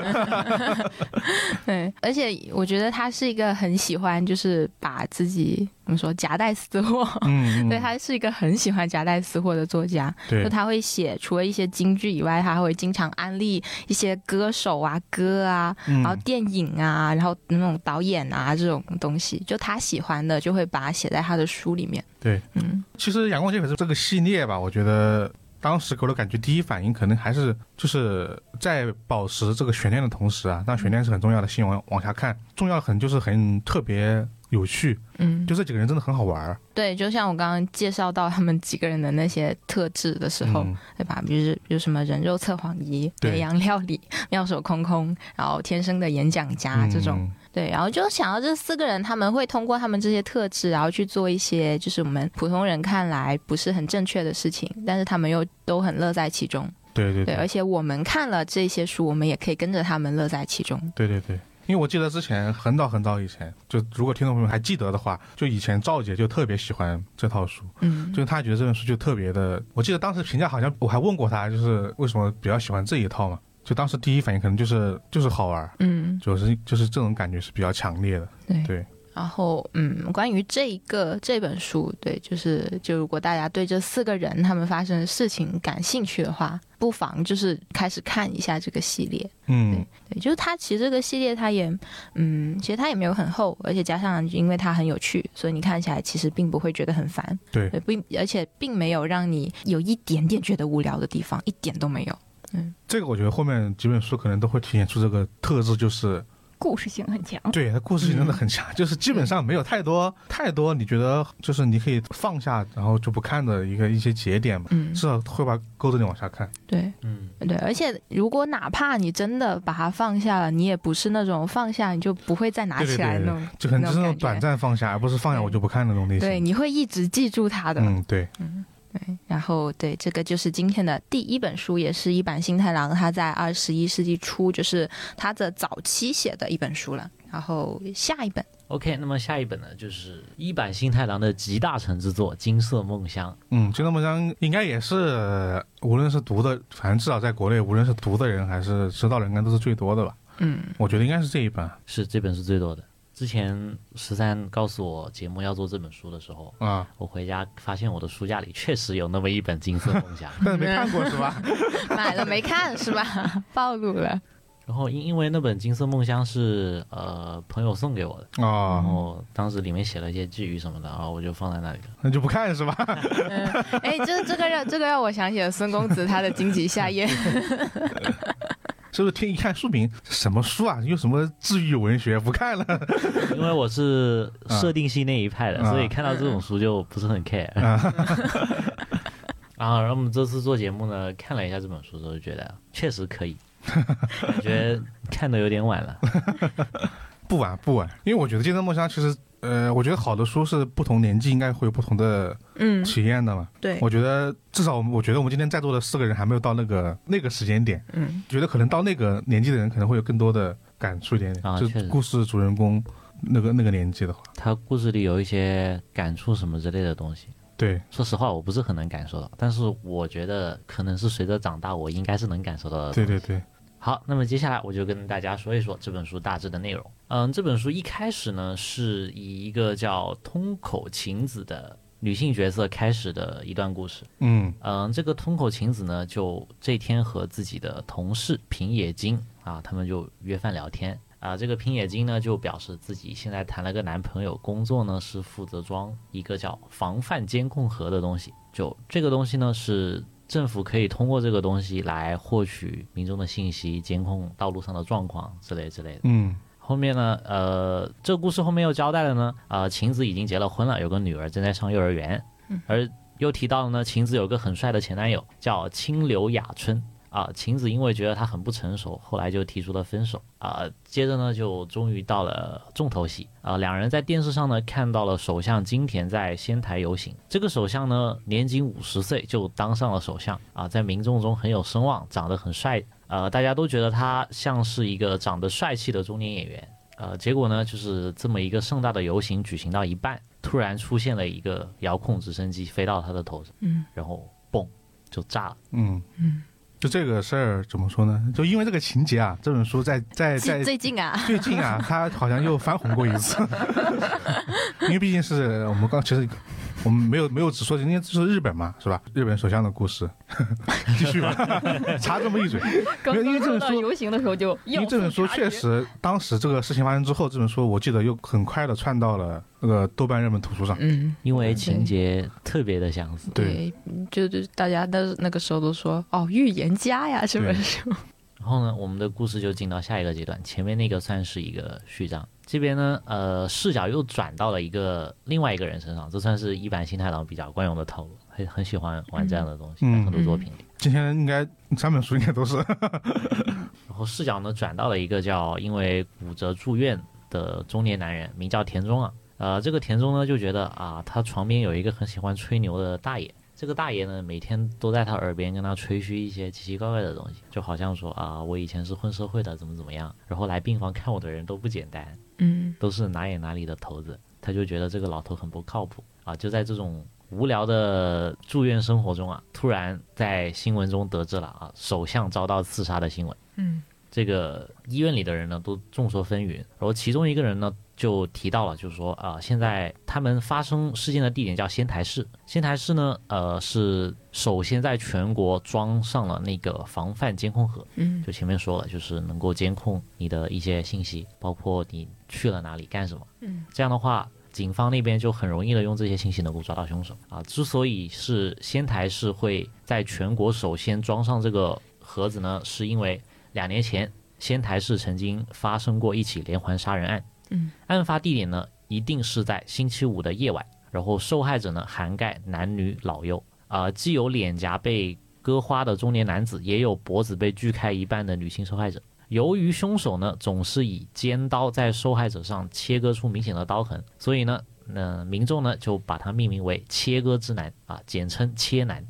对，而且我觉得他是一个很喜欢就是把自己怎么说夹带私货，对，他是一个很喜欢夹带私货的作家。 对， 就他会写除了一些金句以外，他会经常安利一些歌手啊、歌啊，然后电影啊，然后那种导演啊这种东西，就他喜欢的就会把它写在他的书里面。 对，其实阳光劫匪这个系列吧，我觉得当时给我的感觉第一反应可能还是就是在保持这个悬念的同时啊，但悬念是很重要的，吸引往下看，重要的很就是很特别有趣，就这几个人真的很好玩。 对，就像我刚刚介绍到他们几个人的那些特质的时候，对吧？比如什么人肉测谎仪、北洋料理、妙手空空，然后天生的演讲家这种。对，然后就想到这4个人，他们会通过他们这些特质，然后去做一些就是我们普通人看来不是很正确的事情，但是他们又都很乐在其中。 对， 而且我们看了这些书，我们也可以跟着他们乐在其中。 对，因为我记得之前很早以前，就如果听众朋友还记得的话，就以前赵姐就特别喜欢这套书，就她觉得这本书就特别的，我记得当时评价好像我还问过她，就是为什么比较喜欢这一套嘛。就当时第一反应可能就是好玩，就是这种感觉是比较强烈的，对。 然后关于这本书，对，就如果大家对这4个人他们发生的事情感兴趣的话，不妨就是开始看一下这个系列。对，就是它其实这个系列它也其实它也没有很厚，而且加上因为它很有趣，所以你看起来其实并不会觉得很烦。 对， 而且并没有让你有一点点觉得无聊的地方，一点都没有。 这个我觉得后面几本书可能都会体现出这个特质，就是故事性很强。 对，它故事性真的很强，就是基本上没有太多你觉得就是你可以放下然后就不看的一些节点嘛，至少会把勾着你往下看。 对，对，而且如果哪怕你真的把它放下了，你也不是那种放下你就不会再拿起来那种， 就可能就是那种短暂放下，而不是放下我就不看那种类型。 对，你会一直记住它的。 对。 对，然后对，这个就是今天的第一本书，也是一坂新太郎他在21世纪初就是他的早期写的一本书了。然后下一本 OK， 那么下一本呢就是一坂新太郎的集大成之作《金色梦乡》。 金色梦乡应该也是无论是读的，反正至少在国内无论是读的人还是知道的人应该都是最多的吧。我觉得应该是这一本， 是这本是最多的。之前13告诉我节目要做这本书的时候我回家发现我的书架里确实有那么一本《金色梦乡》 但是没看过是吧？ 买了没看是吧？暴露了。 然后因为那本《金色梦乡》是朋友送给我的然后当时里面写了一些寄语什么的然后我就放在那里了。 那就不看是吧？ 这个让我想起了孙公子他的荆棘夏夜。 是不是一看书名什么书啊？有什么治愈文学？不看了。 因为我是设定系那一派的，所以看到这种书就不是很 care。然后我们这次做节目呢，看了一下这本书之后，就觉得确实可以，感觉看的有点晚了。 不晚，因为我觉得《金色梦乡》其实我觉得好的书是不同年纪应该会有不同的体验的嘛。 对， 我觉得至少我觉得我们今天在座的4个人还没有到那个时间点。觉得可能到那个年纪的人可能会有更多的感触一点点就故事主人公那个年纪的话，他故事里有一些感触什么之类的东西。 对， 说实话我不是很能感受到，但是我觉得可能是随着长大我应该是能感受到的。 对。 好，那么接下来我就跟大家说一说这本书大致的内容。这本书一开始呢是以一个叫通口晴子的女性角色开始的一段故事。这个通口晴子呢就这天和自己的同事平野金他们就约饭聊天这个平野金呢就表示自己现在谈了个男朋友，工作呢是负责装一个叫防范监控盒的东西，就这个东西呢是政府可以通过这个东西来获取民众的信息，监控道路上的状况之类的。后面呢这个故事后面又交代了呢晴子已经结了婚了，有个女儿正在上幼儿园。而又提到了呢晴子有个很帅的前男友叫清流雅春晴子因为觉得他很不成熟，后来就提出了分手接着呢就终于到了重头戏两人在电视上呢看到了首相金田在仙台游行。这个首相呢年仅50岁就当上了首相在民众中很有声望，长得很帅大家都觉得他像是一个长得帅气的中年演员结果呢就是这么一个盛大的游行举行到一半，突然出现了一个遥控直升机飞到他的头上然后嘣就炸了。就这个事儿怎么说呢？就因为这个情节这本书在最近它好像又翻红过一次。因为毕竟是我们其实我们没有只说今天这是日本嘛，是吧？日本首相的故事，继续吧，插这么一嘴。 刚因为这本书游行的时候就因为这本书确实，当时这个事情发生之后，这本书我记得又很快的窜到了那个豆瓣热门图书上。 因为情节特别的相似。 对，就大家的那个时候都说哦，预言家呀这本书。 然后呢，我们的故事就进到下一个阶段，前面那个算是一个序章，这边呢，视角又转到了另外一个人身上，这算是一版新太郎比较惯用的套路，很喜欢玩这样的东西，在很多作品里。 今天应该3本书应该都是。 然后视角呢转到了一个叫因为骨折住院的中年男人，名叫田中啊。这个田中呢就觉得啊，他床边有一个很喜欢吹牛的大爷。这个大爷呢，每天都在他耳边跟他吹嘘一些奇奇怪怪的东西，就好像说啊，我以前是混社会的，怎么样，然后来病房看我的人都不简单，都是哪眼哪里的头子，他就觉得这个老头很不靠谱啊。就在这种无聊的住院生活中啊，突然在新闻中得知了啊，首相遭到刺杀的新闻。这个医院里的人呢都众说纷纭，然后其中一个人呢就提到了，就是说现在他们发生事件的地点叫仙台市。仙台市呢是首先在全国装上了那个防范监控盒，就前面说了，就是能够监控你的一些信息，包括你去了哪里干什么。这样的话警方那边就很容易的用这些信息能够抓到凶手啊。之所以是仙台市会在全国首先装上这个盒子呢，是因为2年前仙台市曾经发生过一起连环杀人案。案发地点呢一定是在星期五的夜晚，然后受害者呢涵盖男女老幼既有脸颊被割花的中年男子，也有脖子被锯开一半的女性受害者。由于凶手呢总是以尖刀在受害者上切割出明显的刀痕，所以呢民众呢就把它命名为切割之男简称切男。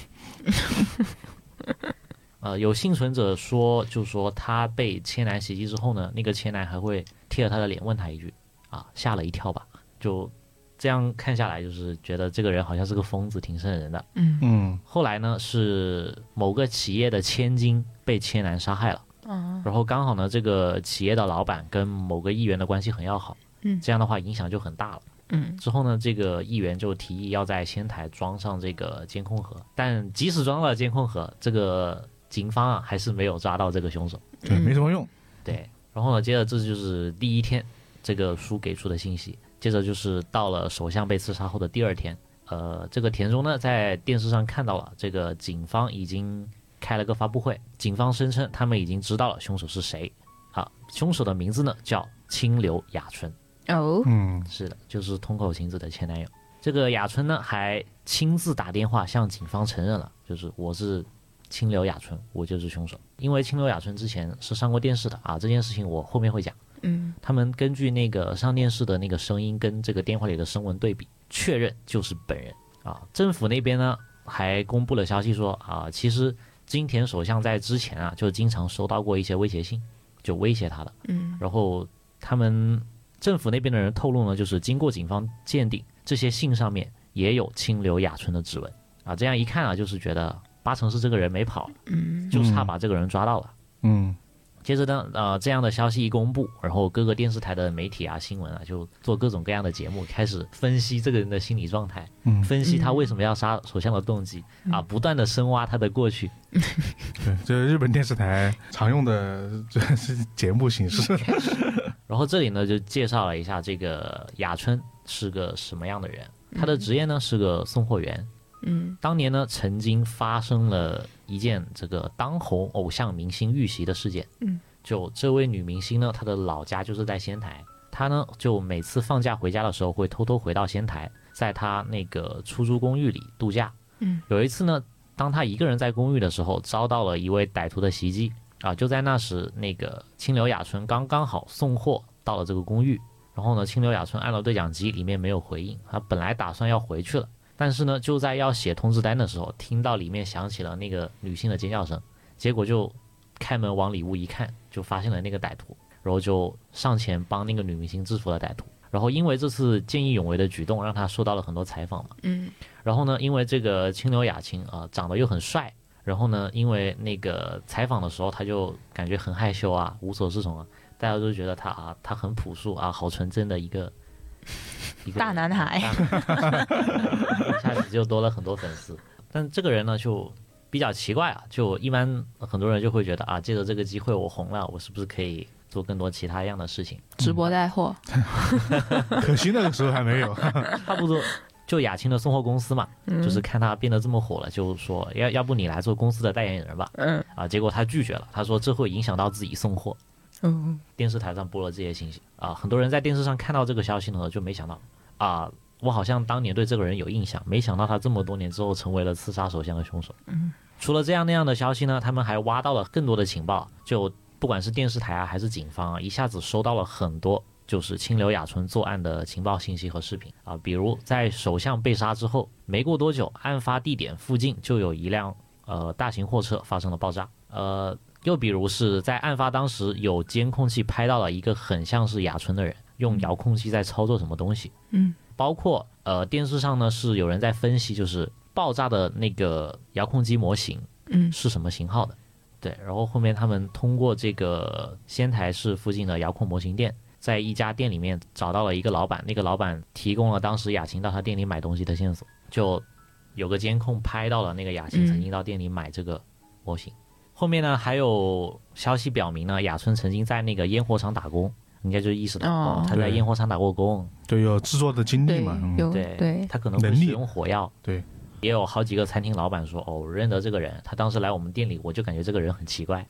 有幸存者说，就说他被切男袭击之后呢，那个切男还会贴着他的脸问他一句吓了一跳吧。就这样看下来，就是觉得这个人好像是个疯子，挺瘆人的。后来呢是某个企业的千金被切男杀害了。然后刚好呢这个企业的老板跟某个议员的关系很要好，这样的话影响就很大了。之后呢这个议员就提议要在仙台装上这个监控盒，但即使装了监控盒，这个警方还是没有抓到这个凶手。 对，没什么用。 对，然后呢接着这就是第一天这个书给出的信息，接着就是到了首相被刺杀后的第2天。这个田中呢在电视上看到了这个警方已经开了个发布会，警方声称他们已经知道了凶手是谁。凶手的名字呢叫清流雅春。是的，就是通口晴子的前男友。这个雅春呢还亲自打电话向警方承认了，就是我是清流雅春，我就是凶手。因为清流雅春之前是上过电视的这件事情我后面会讲。他们根据那个上电视的那个声音跟这个电话里的声纹对比，确认就是本人政府那边呢还公布了消息说其实金田首相在之前就经常收到过一些威胁信，就威胁他的。然后他们政府那边的人透露呢，就是经过警方鉴定，这些信上面也有清流雅春的指纹这样一看就是觉得8成是这个人没跑，就差把这个人抓到了。接着呢这样的消息一公布，然后各个电视台的媒体新闻就做各种各样的节目，开始分析这个人的心理状态，分析他为什么要杀首相的动机不断的深挖他的过去。 对，这是日本电视台常用的这是节目形式。 然后这里呢就介绍了一下这个雅春是个什么样的人。他的职业呢是个送货员。当年呢曾经发生了一件这个当红偶像明星遇袭的事件。就这位女明星呢，她的老家就是在仙台，她呢就每次放假回家的时候会偷偷回到仙台，在她那个出租公寓里度假。有一次呢，当她一个人在公寓的时候，遭到了一位歹徒的袭击就在那时，那个清流雅春刚刚好送货到了这个公寓，然后呢清流雅春按了对讲机，里面没有回应，她本来打算要回去了，但是呢就在要写通知单的时候，听到里面响起了那个女性的尖叫声，结果就开门往里屋一看，就发现了那个歹徒，然后就上前帮那个女明星制服了歹徒。然后因为这次见义勇为的举动，让他受到了很多采访嘛。然后呢因为这个清流雅青长得又很帅，然后呢因为那个采访的时候他就感觉很害羞无所适从大家都觉得他很朴素好纯真的一个一个大男孩， 一下子就多了很多粉丝。但这个人呢就比较奇怪啊，就一般很多人就会觉得啊，借着这个机会我红了，我是不是可以做更多其他样的事情， 直播带货。 可惜那个时候还没有。 差不多。就雅青的送货公司嘛，就是看他变得这么火了，就说要不你来做公司的代言人吧。结果他拒绝了，他说这会影响到自己送货。电视台上播了这些信息啊，很多人在电视上看到这个消息呢，就没想到啊，我好像当年对这个人有印象，没想到他这么多年之后成为了刺杀首相的凶手。除了这样那样的消息呢，他们还挖到了更多的情报，就不管是电视台啊还是警方啊，一下子收到了很多就是清流雅纯作案的情报信息和视频啊，比如在首相被杀之后没过多久，案发地点附近就有一辆大型货车发生了爆炸。又比如是在案发当时有监控器拍到了一个很像是雅纯的人用遥控器在操作什么东西。包括电视上呢是有人在分析就是爆炸的那个遥控机模型是什么型号的。对，然后后面他们通过这个仙台市附近的遥控模型店，在一家店里面找到了一个老板，那个老板提供了当时雅琴到他店里买东西的线索，就有个监控拍到了那个雅琴曾经到店里买这个模型。后面呢还有消息表明呢，雅春曾经在那个烟火厂打工，应该就意识到他在烟火厂打过工， 对，有制作的经历嘛。 对， 他可能会使用火药。 对， 也有好几个餐厅老板说我认得这个人，他当时来我们店里我就感觉这个人很奇怪。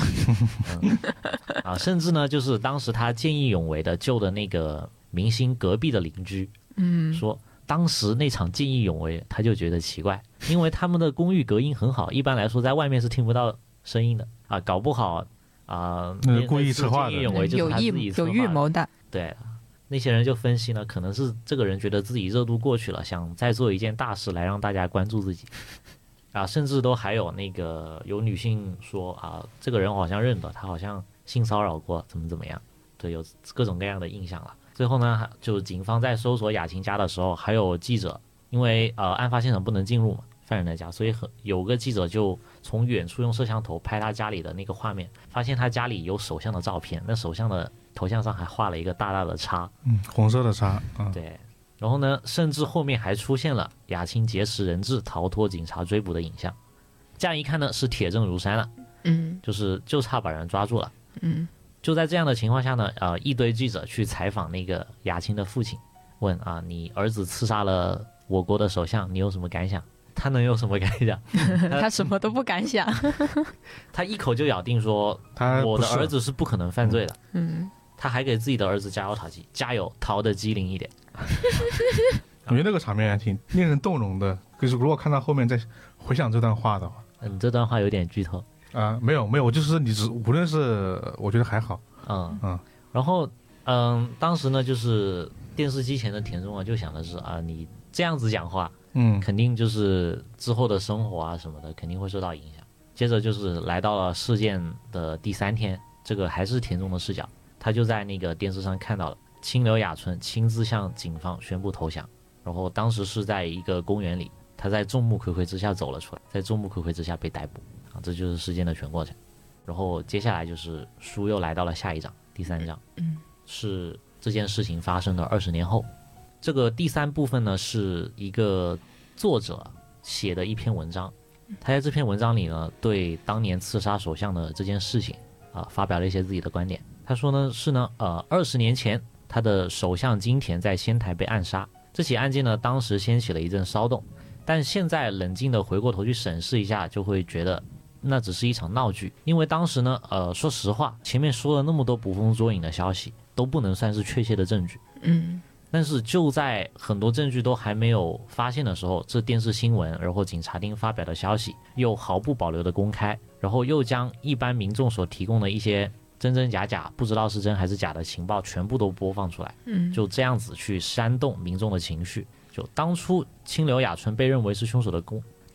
甚至呢就是当时他见义勇为的救的那个明星隔壁的邻居说当时那场见义勇为他就觉得奇怪，因为他们的公寓隔音很好，一般来说在外面是听不到声音的啊，搞不好故意策划的， 有预谋的。 对，那些人就分析呢，可能是这个人觉得自己热度过去了，想再做一件大事来让大家关注自己甚至都还有有女性说这个人我好像认得，他好像性骚扰过怎么样，对，有各种各样的印象了。最后呢，就警方在搜索雅琴家的时候，还有记者，因为案发现场不能进入嘛，犯人的家，所以有个记者就从远处用摄像头拍他家里的那个画面，发现他家里有首相的照片，那首相的头像上还画了一个大大的叉， 红色的叉。 对，然后呢，甚至后面还出现了雅青劫持人质逃脱警察追捕的影像，这样一看呢是铁证如山了，就差把人抓住了。就在这样的情况下呢，一堆记者去采访那个雅青的父亲，问你儿子刺杀了我国的首相，你有什么感想？他能有什么感想？ 他什么都不敢想。 他一口就咬定说我的儿子是不可能犯罪的。他还给自己的儿子加油打气，加油，逃得机灵一点。 我觉得那个场面还挺令人动容的，就是如果看到后面再回想这段话的话， 这段话有点剧透没有，我就是无论是我觉得还好。 然后当时呢，就是电视机前的田中就想的是你这样子讲话，肯定就是之后的生活什么的肯定会受到影响。接着就是来到了事件的第3天，这个还是田中的视角，他就在那个电视上看到了清流雅纯亲自向警方宣布投降，然后当时是在一个公园里，他在众目睽睽之下走了出来，在众目睽睽之下被逮捕这就是事件的全过程。然后接下来就是书又来到了下一章，第3章，是这件事情发生的20年后。这个第3部分呢，是一个作者写的一篇文章，他在这篇文章里呢，对当年刺杀首相的这件事情发表了一些自己的观点。他说呢，20年前他的首相金田在仙台被暗杀，这起案件呢，当时掀起了一阵骚动，但现在冷静的回过头去审视一下，就会觉得那只是一场闹剧。因为当时呢说实话，前面说了那么多捕风捉影的消息，都不能算是确切的证据。但是就在很多证据都还没有发现的时候，这电视新闻然后警察厅发表的消息又毫不保留的公开，然后又将一般民众所提供的一些真真假假不知道是真还是假的情报全部都播放出来，就这样子去煽动民众的情绪。就当初清流雅纯被认为是凶手的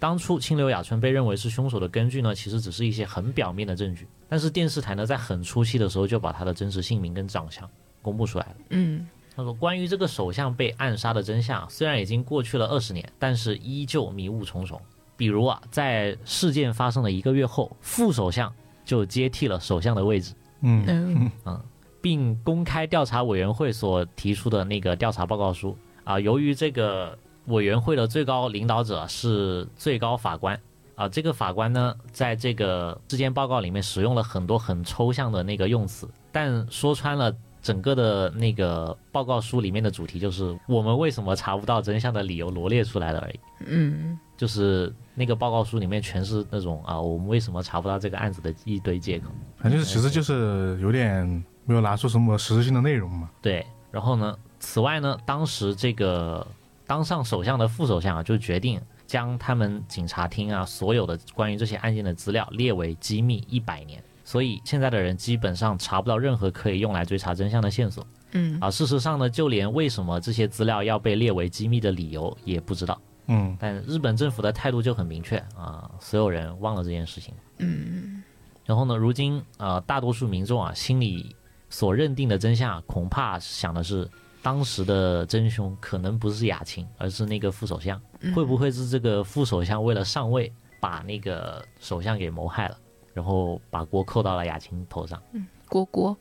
根据呢，其实只是一些很表面的证据，但是电视台呢在很初期的时候就把他的真实姓名跟长相公布出来了。他说关于这个首相被暗杀的真相，虽然已经过去了20年，但是依旧迷雾重重。比如在事件发生的1个月后，副首相就接替了首相的位置，并公开调查委员会所提出的那个调查报告书由于这个委员会的最高领导者是最高法官这个法官呢，在这个事件报告里面使用了很多很抽象的那个用词，但说穿了整个的那个报告书里面的主题就是我们为什么查不到真相的理由罗列出来的而已。就是那个报告书里面全是那种我们为什么查不到这个案子的一堆借口， 反正其实就是有点没有拿出什么实质性的内容嘛。 对，然后呢，此外呢，当时这个当上首相的副首相就决定将他们警察厅所有的关于这些案件的资料列为机密100年，所以现在的人基本上查不到任何可以用来追查真相的线索。事实上呢，就连为什么这些资料要被列为机密的理由也不知道。但日本政府的态度就很明确所有人忘了这件事情。然后呢，如今大多数民众心里所认定的真相恐怕想的是当时的真凶可能不是雅琴，而是那个副首相。会不会是这个副首相为了上位把那个首相给谋害了，然后把锅扣到了雅琴头上？ 锅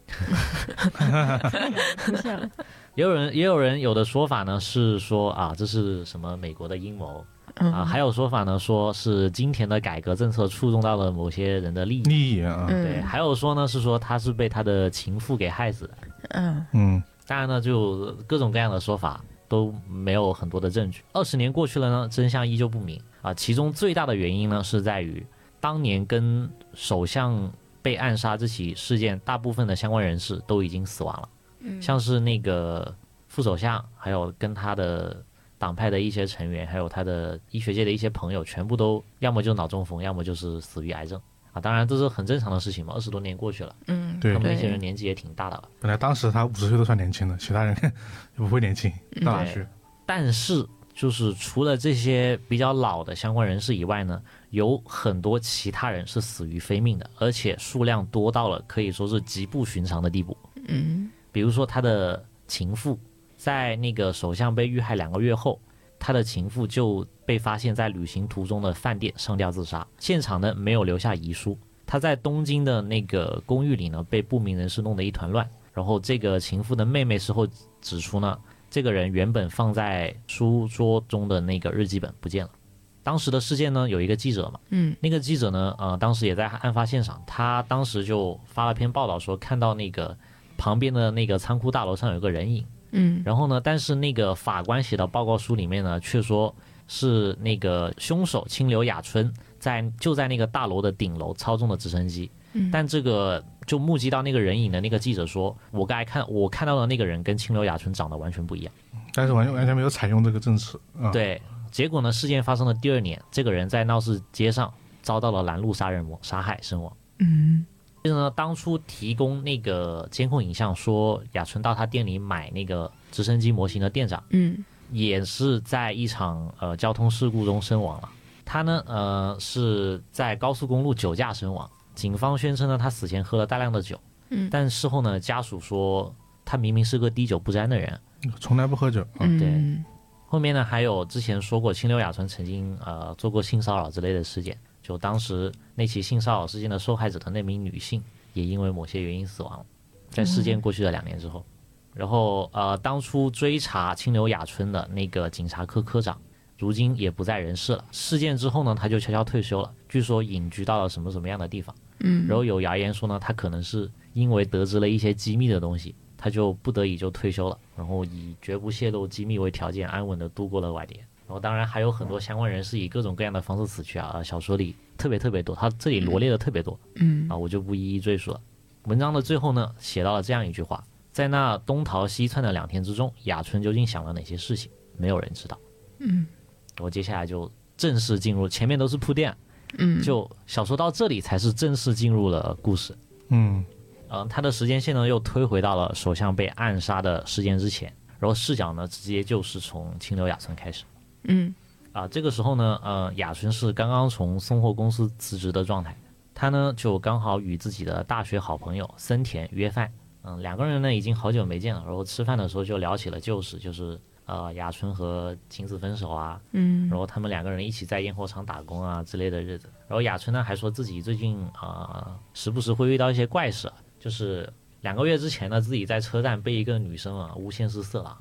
也有人有的说法呢是说这是什么美国的阴谋还有说法呢说是金田的改革政策触动到了某些人的利益对，还有说呢是说他是被他的情妇给害死的。当然呢，就各种各样的说法都没有很多的证据。20年过去了呢，真相依旧不明其中最大的原因呢是在于当年跟首相被暗杀这起事件大部分的相关人士都已经死亡了。像是那个副首相还有跟他的党派的一些成员还有他的医学界的一些朋友全部都要么就脑中风要么就是死于癌症当然这是很正常的事情嘛，20多年过去了。 对， 他们那些人年纪也挺大的了。 本来当时他50岁都算年轻的，其他人也不会年轻到哪去。 但是就是除了这些比较老的相关人士以外呢，有很多其他人是死于非命的，而且数量多到了可以说是极不寻常的地步。比如说他的情妇，在那个首相被遇害2个月后，他的情妇就被发现在旅行途中的饭店上吊自杀，现场呢没有留下遗书。他在东京的那个公寓里呢被不明人士弄得一团乱，然后这个情妇的妹妹事后指出呢，这个人原本放在书桌中的那个日记本不见了。当时的事件呢有一个记者嘛，那个记者呢当时也在案发现场，他当时就发了篇报道说看到那个旁边的那个仓库大楼上有个人影。然后呢，但是那个法官写的报告书里面呢却说是那个凶手清流雅春就在那个大楼的顶楼操纵的直升机。但这个就目击到那个人影的那个记者说，我看到的那个人跟清流雅春长得完全不一样， 但是完全没有采用这个证词。 对，结果呢，事件发生的第2年，这个人在闹市街上遭到了拦路杀人魔杀害身亡。接着呢，当初提供那个监控影像说雅纯到他店里买那个直升机模型的店长，也是在一场交通事故中身亡了。他呢是在高速公路酒驾身亡。警方宣称呢，他死前喝了大量的酒，但事后呢，家属说他明明是个滴酒不沾的人， 从来不喝酒。 对。后面呢，还有之前说过清流雅纯曾经做过性骚扰之类的事件，就当时那起性骚扰事件的受害者的那名女性也因为某些原因死亡了，在事件过去的2年之后。然后当初追查清流雅纯的那个警察科科长如今也不在人世了。事件之后呢，他就悄悄退休了，据说隐居到了什么什么样的地方。然后有谣言说呢，他可能是因为得知了一些机密的东西，他就不得已就退休了，然后以绝不泄露机密为条件，安稳的度过了晚年。然后当然还有很多相关人士以各种各样的方式死去小说里特别多，他这里罗列的特别多，我就不一一赘述了。文章的最后呢，写到了这样一句话：在那东逃西窜的2天之中，雅春究竟想了哪些事情，没有人知道。我接下来就正式进入，前面都是铺垫，就小说到这里才是正式进入了故事。他的时间线呢又推回到了首相被暗杀的事件之前，然后视角呢直接就是从清流雅春开始。这个时候呢，雅春是刚刚从送货公司辞职的状态，他呢就刚好与自己的大学好朋友森田约饭。2个人呢已经好久没见了，然后吃饭的时候就聊起了旧事，就是雅春和晴子分手啊，然后他们2个人一起在烟火厂打工啊之类的日子。然后雅春呢还说自己最近时不时会遇到一些怪事，就是2个月之前呢自己在车站被一个女生诬陷是色狼，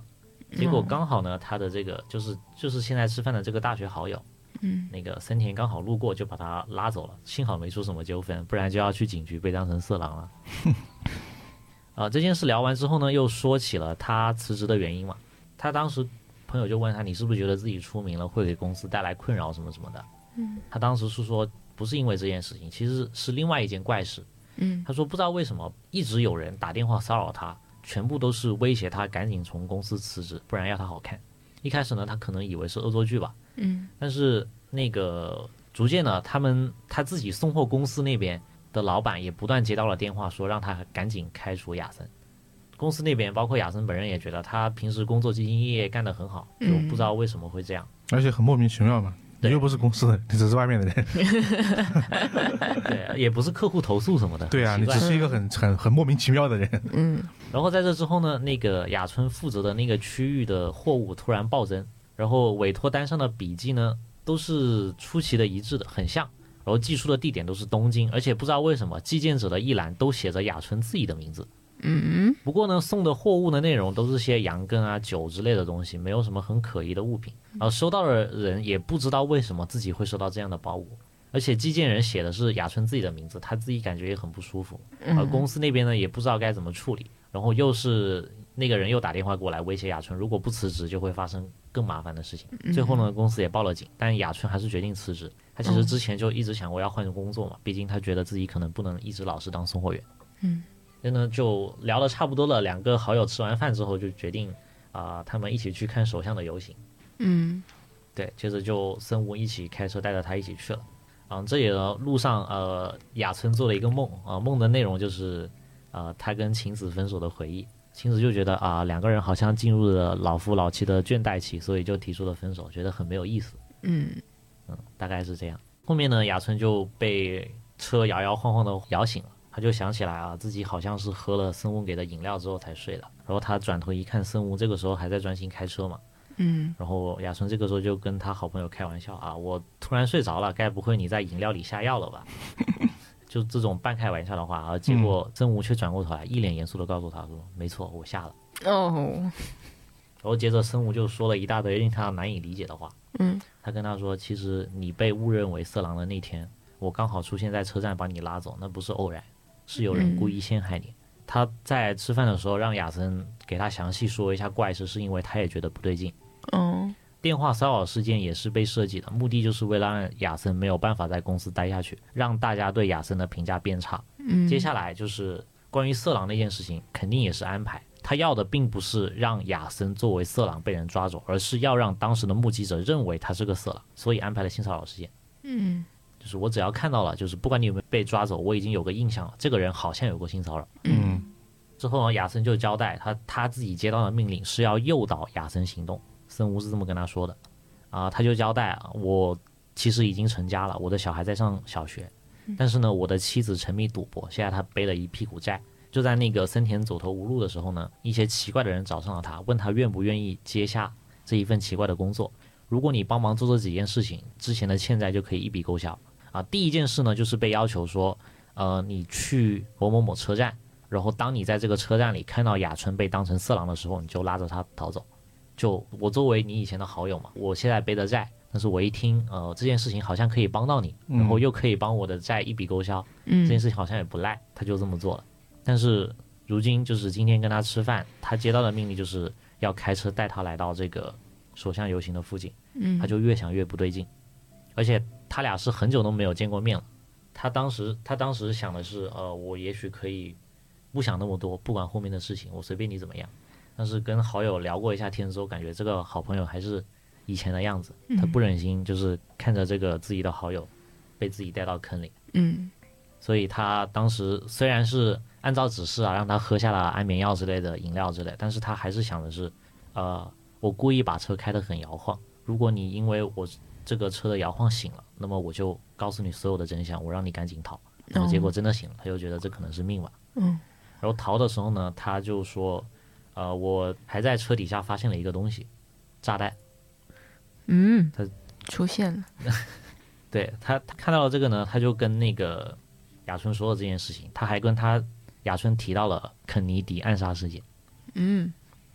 结果刚好呢，他的这个就是现在吃饭的这个大学好友，那个森田刚好路过，就把他拉走了，幸好没出什么纠纷，不然就要去警局被当成色狼了。这件事聊完之后呢，又说起了他辞职的原因嘛。他当时朋友就问他，你是不是觉得自己出名了会给公司带来困扰什么什么的？他当时是说不是因为这件事情，其实是另外一件怪事。他说不知道为什么一直有人打电话骚扰他，全部都是威胁他赶紧从公司辞职，不然要他好看。一开始呢，他可能以为是恶作剧吧，但是那个逐渐呢，他自己送货公司那边的老板也不断接到了电话，说让他赶紧开除亚森。公司那边包括亚森本人也觉得他平时工作兢兢业业干得很好，就不知道为什么会这样， 而且很莫名其妙嘛。你又不是公司的，你只是外面的人。 对，也不是客户投诉什么的。 对啊，你只是一个很莫名其妙的人。 然后在这之后呢，那个雅村负责的那个区域的货物突然暴增，然后委托单上的笔记呢都是出奇的一致的，很像。然后寄出的地点都是东京，而且不知道为什么寄件者的一栏都写着雅村自己的名字。不过呢，送的货物的内容都是些羊羹啊、酒之类的东西，没有什么很可疑的物品。然后收到的人也不知道为什么自己会收到这样的包裹，而且寄件人写的是雅村自己的名字，他自己感觉也很不舒服。而公司那边呢也不知道该怎么处理，然后又是那个人又打电话过来威胁雅村，如果不辞职就会发生更麻烦的事情。最后呢，公司也报了警，但雅村还是决定辞职。他其实之前就一直想过要换工作嘛，毕竟他觉得自己可能不能一直老是当送货员。所以呢，就聊得差不多了。两个好友吃完饭之后就决定他们一起去看首相的游行。对，接着就森无一起开车带着他一起去了。这也呢路上雅村做了一个梦梦的内容就是他跟晴子分手的回忆。晴子就觉得两个人好像进入了老夫老妻的倦怠期，所以就提出了分手，觉得很没有意思。大概是这样。后面呢，雅村就被车摇摇晃晃的摇醒了。他就想起来自己好像是喝了森无给的饮料之后才睡的。然后他转头一看，森无这个时候还在专心开车嘛。然后雅村这个时候就跟他好朋友开玩笑我突然睡着了，该不会你在饮料里下药了吧？就这种半开玩笑的话结果森无却转过头来，一脸严肃的告诉他说：“没错，我下了。”然后接着森无就说了一大堆令他难以理解的话。他跟他说：“其实你被误认为色狼的那天，我刚好出现在车站把你拉走，那不是偶然。是有人故意陷害你。他在吃饭的时候让亚森给他详细说一下怪事，是因为他也觉得不对劲。电话骚扰事件也是被设计的，目的就是为了让亚森没有办法在公司待下去，让大家对亚森的评价变差。接下来就是关于色狼那件事情，肯定也是安排。他要的并不是让亚森作为色狼被人抓走，而是要让当时的目击者认为他是个色狼，所以安排了性骚扰事件。就是我只要看到了，就是不管你有没有被抓走，我已经有个印象了，这个人好像有过性骚扰。之后呢，亚森就交代他自己接到的命令是要诱导亚森行动，森无是这么跟他说的。他就交代我其实已经成家了，我的小孩在上小学，但是呢，我的妻子沉迷赌博，现在他背了一屁股债。就在那个森田走投无路的时候呢，一些奇怪的人找上了他，问他愿不愿意接下这一份奇怪的工作。如果你帮忙做这几件事情，之前的欠债就可以一笔勾销。第一件事呢，就是被要求说，你去某某某车站，然后当你在这个车站里看到雅春被当成色狼的时候，你就拉着他逃走。就我作为你以前的好友嘛，我现在背的债，但是我一听，这件事情好像可以帮到你，然后又可以帮我的债一笔勾销，这件事情好像也不赖，他就这么做了。但是如今就是今天跟他吃饭，他接到的命令就是要开车带他来到这个首相游行的附近，他就越想越不对劲，而且他俩是很久都没有见过面了。他当时想的是，我也许可以不想那么多，不管后面的事情，我随便你怎么样。但是跟好友聊过一下天之后，感觉这个好朋友还是以前的样子，他不忍心就是看着这个自己的好友被自己带到坑里。所以他当时虽然是按照指示让他喝下了安眠药之类的饮料之类，但是他还是想的是，我故意把车开得很摇晃，如果你因为我这个车的摇晃醒了，那么我就告诉你所有的真相，我让你赶紧逃。然后结果真的醒了，他就觉得这可能是命吧。然后逃的时候呢，他就说，我还在车底下发现了一个东西，炸弹。他出现了。 对，他看到了这个呢，他就跟那个雅春说了这件事情，他还跟雅春提到了肯尼迪暗杀事件。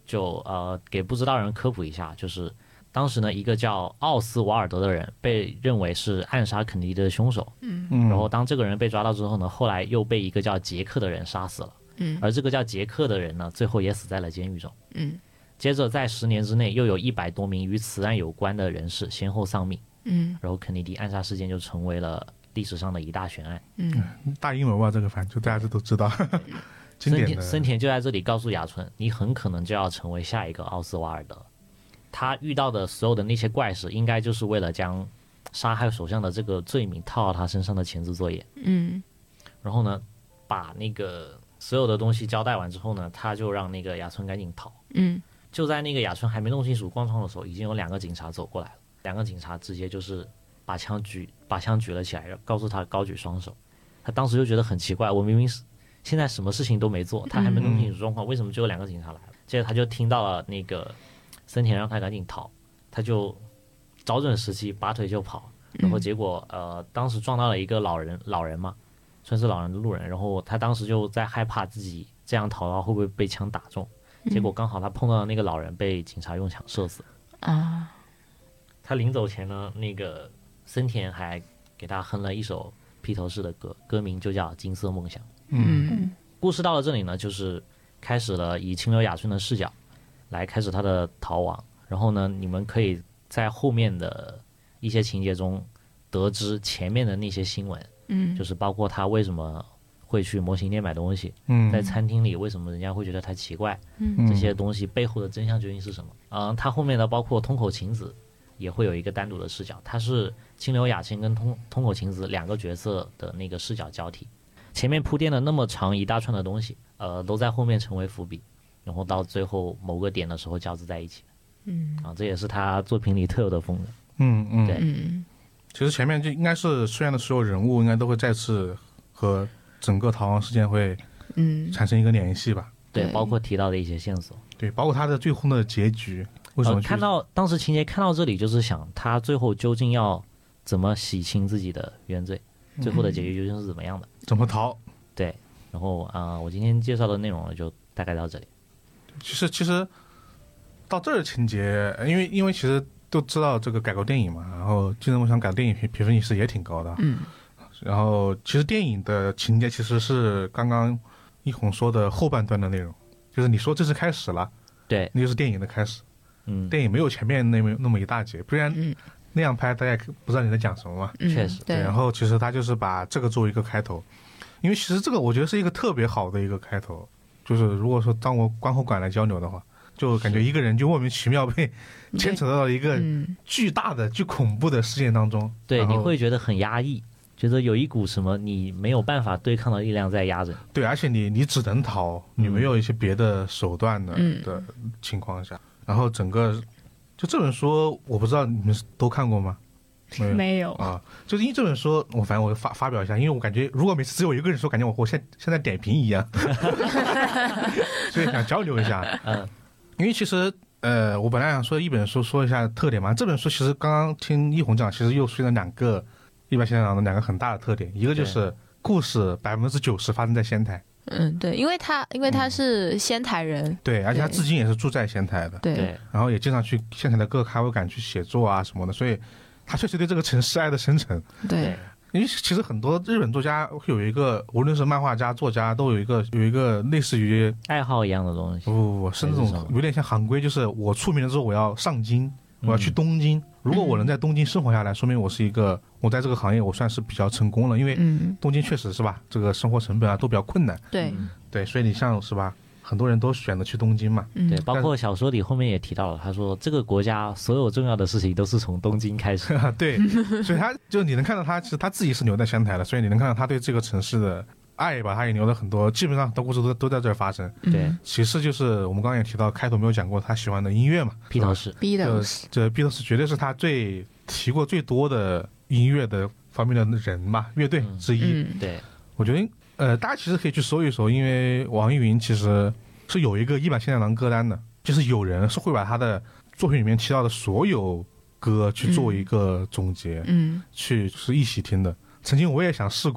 就给不知道人科普一下，就是当时呢一个叫奥斯瓦尔德的人被认为是暗杀肯尼迪的凶手，然后当这个人被抓到之后呢，后来又被一个叫杰克的人杀死了，而这个叫杰克的人呢，最后也死在了监狱中，接着在10年之内又有100多名与此案有关的人士先后丧命，然后肯尼迪暗杀事件就成为了历史上的一大悬案， 大阴谋啊，这个反正就大家都知道。经典的森田就在这里告诉雅纯，你很可能就要成为下一个奥斯瓦尔德。他遇到的所有的那些怪事，应该就是为了将杀害首相的这个罪名套到他身上的前置作业。然后呢，把那个所有的东西交代完之后呢，他就让那个雅纯赶紧逃。就在那个雅纯还没弄清楚状况的时候，已经有2个警察走过来了。2个警察直接就是把枪举了起来，告诉他高举双手。他当时就觉得很奇怪，我明明是现在什么事情都没做，他还没弄清楚状况，为什么就有2个警察来了？接着他就听到了那个森田让他赶紧逃，他就找准时机拔腿就跑，然后结果当时撞到了一个老人嘛，算是老人的路人，然后他当时就在害怕自己这样逃到会不会被枪打中，结果刚好他碰到的那个老人被警察用枪射死啊。他临走前呢，那个森田还给他哼了一首披头士的歌，歌名就叫《金色梦想》。故事到了这里呢，就是开始了以清流雅春的视角来开始他的逃亡，然后呢，你们可以在后面的一些情节中得知前面的那些新闻，就是包括他为什么会去模型店买东西，在餐厅里为什么人家会觉得他奇怪，这些东西背后的真相究竟是什么？他后面的包括通口晴子也会有一个单独的视角，他是清流雅青跟通口晴子2个角色的那个视角交替。前面铺垫了那么长一大串的东西，都在后面成为伏笔，然后到最后某个点的时候交织在一起。这也是他作品里特有的风格。对。 其实前面就应该是出现的所有人物，应该都会再次和整个逃亡事件会产生一个联系吧。 对，包括提到的一些线索。 对，包括他的最后的结局。为什么看到当时情节看到这里，就是想他最后究竟要怎么洗清自己的原罪，最后的结局究竟是怎么样的？ 怎么逃？ 对，然后我今天介绍的内容就大概到这里。 其实到这儿情节，因为其实都知道这个改过电影嘛，然后《金色梦想》改电影评分其实也挺高的。然后其实电影的情节其实是刚刚一红说的后半段的内容，就是你说这是开始了， 对， 那就是电影的开始。电影没有前面那么一大截，不然那样拍大家不知道你在讲什么嘛。 确实。 对，然后其实他就是把这个作为一个开头，因为其实这个我觉得是一个特别好的一个开头，就是如果说当我观后感来交流的话，就感觉一个人就莫名其妙被牵扯到了一个巨大的、巨恐怖的事件当中。 对，你会觉得很压抑，觉得有一股什么你没有办法对抗的力量在压着你。 对，而且你只能逃，你没有一些别的手段的情况下，然后整个就这本书，我不知道你们都看过吗？ 没有啊，就是因为这本书，反正我发表一下，因为我感觉如果每次只有一个人说，感觉我现在点评一样，所以想交流一下。因为其实我本来想说一本书说一下特点嘛，这本书其实刚刚听一红讲，其实又出现了2个一般现在的2个很大的特点，一个就是故事90%发生在仙台。 对，因为他是仙台人， 对，而且他至今也是住在仙台的， 对， 然后也经常去仙台的各个咖啡馆去写作啊什么的，所以他确实对这个城市爱的深沉。 对， 因为其实很多日本作家会有一个，无论是漫画家、作家，都有一个类似于爱好一样的东西。 不，是那种有点像行规，就是我出名了之后，我要上京，我要去东京。如果我能在东京生活下来，说明我在这个行业我算是比较成功了，因为东京确实是吧，这个生活成本啊都比较困难。对，所以你像是吧，很多人都选择去东京嘛。 对，包括小说里后面也提到了，他说这个国家所有重要的事情都是从东京开始。 对，所以你能看到他其实他自己是留在仙台的，所以你能看到他对这个城市的爱吧，他也留了很多，基本上的故事都在这儿发生。 对， 其次就是我们刚刚也提到，开头没有讲过他喜欢的音乐嘛， 披头士， 这披头士绝对是他提过最多的音乐的方面的人吧，乐队之一。 对， 我觉得大家其实可以去搜一搜，因为网易云其实是有一个一版仙太郎歌单的，就是有人是会把他的作品里面提到的所有歌去做一个总结，去是一起听的。曾经我也想试过，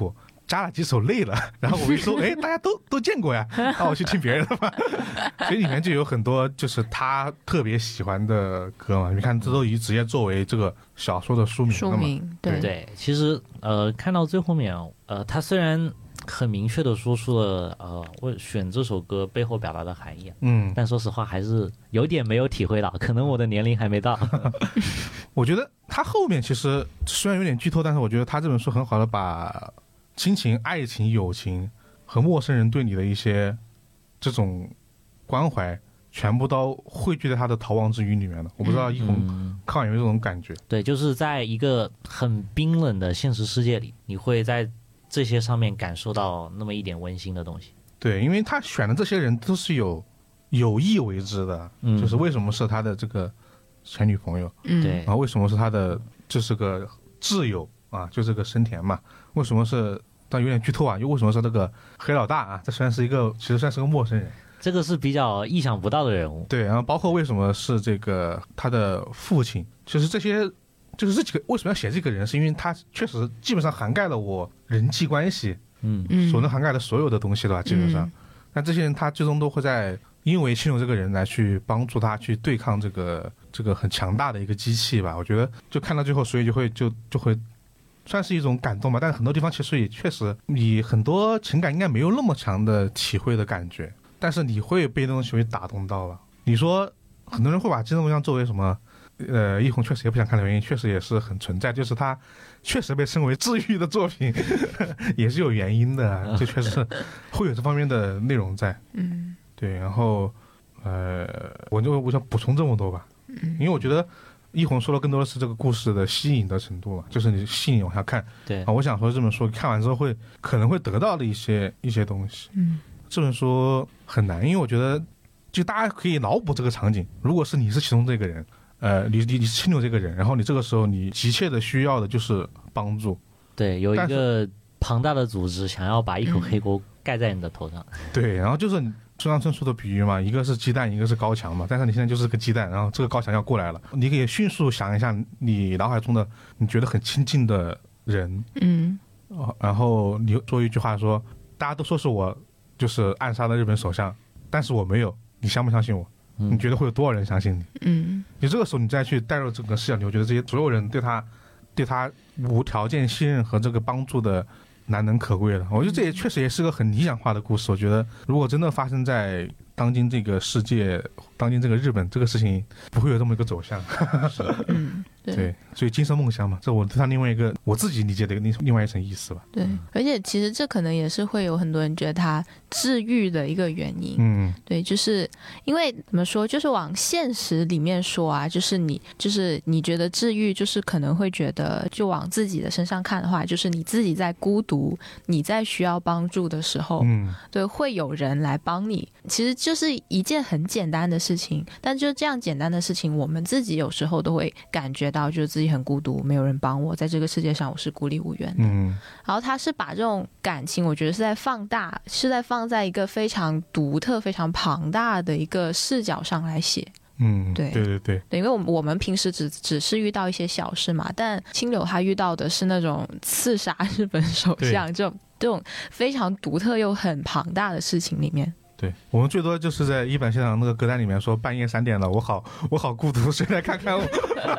加了几首累了，然后我一说，哎，大家都见过呀，那我去听别人的吧。所以里面就有很多就是他特别喜欢的歌嘛。你看，这都以直接作为这个小说的书名了嘛。 对，其实看到最后面他虽然很明确的说出了我选这首歌背后表达的含义，但说实话还是有点没有体会到，可能我的年龄还没到。 我觉得他后面其实虽然有点剧透，但是我觉得他这本书很好的把亲情、爱情、友情和陌生人对你的一些这种关怀全部都汇聚在他的逃亡之旅里面了。我不知道一红看完有没有这种感觉。 对，就是在一个很冰冷的现实世界里，你会在这些上面感受到那么一点温馨的东西。 对，因为他选的这些人都是有意为之的，就是为什么是他的这个前女朋友， 对， 然后为什么是他的就是个挚友啊，就这个生田嘛，为什么是但有点剧透啊，又为什么是那个黑老大啊？这其实算是个陌生人， 这个是比较意想不到的人物。 对，然后包括为什么是这个他的父亲，就是这些，就是这几个为什么要写这个人，是因为他确实基本上涵盖了我人际关系，所能涵盖的所有的东西了吧，基本上。但这些人他最终都会在因为亲友这个人来去帮助他去对抗这个很强大的一个机器吧。我觉得就看到最后，所以就会算是一种感动吧，但是很多地方其实也确实你很多情感应该没有那么强的体会的感觉，但是你会被那东西会打动到了。你说很多人会把金木像作为什么一红确实也不想看的原因，确实也是很存在，就是它确实被称为治愈的作品也是有原因的，就确实是会有这方面的内容在。对，然后我想补充这么多吧，因为我觉得一红说的更多的是这个故事的吸引的程度嘛，就是你吸引往下看。 对我想说这本书看完之后可能会得到的一些东西。这本书很难，因为我觉得就大家可以脑补这个场景，如果是你是其中这个人，你是亲友这个人，然后你这个时候你急切的需要的就是帮助。 对，有一个庞大的组织想要把一口黑锅盖在你的头上。 对，然后就是村上春树的比喻嘛，一个是鸡蛋，一个是高墙嘛，但是你现在就是个鸡蛋，然后这个高墙要过来了，你可以迅速想一下你脑海中的你觉得很亲近的人，然后你说一句话说，大家都说是我就是暗杀了日本首相，但是我没有，你相不相信我？你觉得会有多少人相信你？你这个时候你再去带入整个视角，你会觉得这些所有人对他无条件信任和这个帮助的难能可贵的。我觉得这也确实也是个很理想化的故事。我觉得如果真的发生在当今这个世界，当今这个日本，这个事情不会有这么一个走向。对，所以精神梦想嘛，这我对他另外一个我自己理解的另外一层意思吧。 对，而且其实这可能也是会有很多人觉得他治愈的一个原因。对，就是因为怎么说，就是往现实里面说啊，就是你觉得治愈，就是可能会觉得就往自己的身上看的话，就是你自己在孤独，你在需要帮助的时候，对，会有人来帮你。其实就是一件很简单的事情，但就这样简单的事情，我们自己有时候都会感觉到就是自己很孤独，没有人帮我，在这个世界上我是孤立无援的。然后他是把这种感情我觉得是在放大，是在放在一个非常独特非常庞大的一个视角上来写。对，因为我们平时只是遇到一些小事嘛，但清流他遇到的是那种刺杀日本首相这种非常独特又很庞大的事情里面。 对，我们最多就是在一版现场那个歌单里面说半夜3点了，我好孤独，谁来看看我？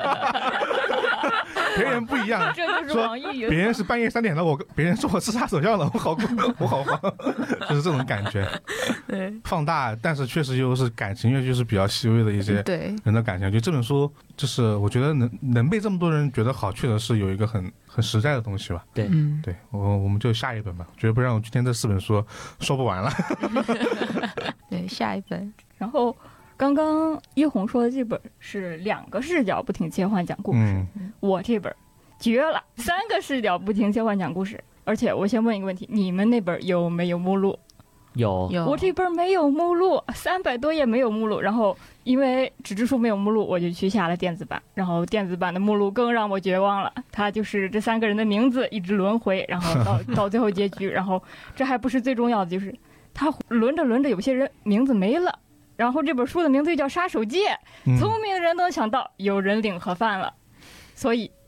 别人不一样， 这就是网易云。 别人是半夜3点了，别人说我刺杀首相了，我好慌，就是这种感觉。 对， 放大，但是确实又是感情，就是比较细微的一些人的感情。就这本书，就是我觉得能被这么多人觉得好，确实是有一个很实在的东西吧。 对， 对，我们就下一本吧，绝对不然我今天这4本书说不完了。 对，下一本。 然后刚刚一红说的这本是2个视角不停切换讲故事，我这本绝了，3个视角不停切换讲故事。而且我先问一个问题，你们那本有没有目录？ 有， 我这本没有目录，300多页没有目录。然后因为纸质书没有目录，我就去下了电子版，然后电子版的目录更让我绝望了，它就是这3个人的名字一直轮回，然后到最后结局。然后这还不是最重要的，就是他轮着有些人名字没了，然后这本书的名字就叫杀手界，聪明人都想到有人领盒饭了，所以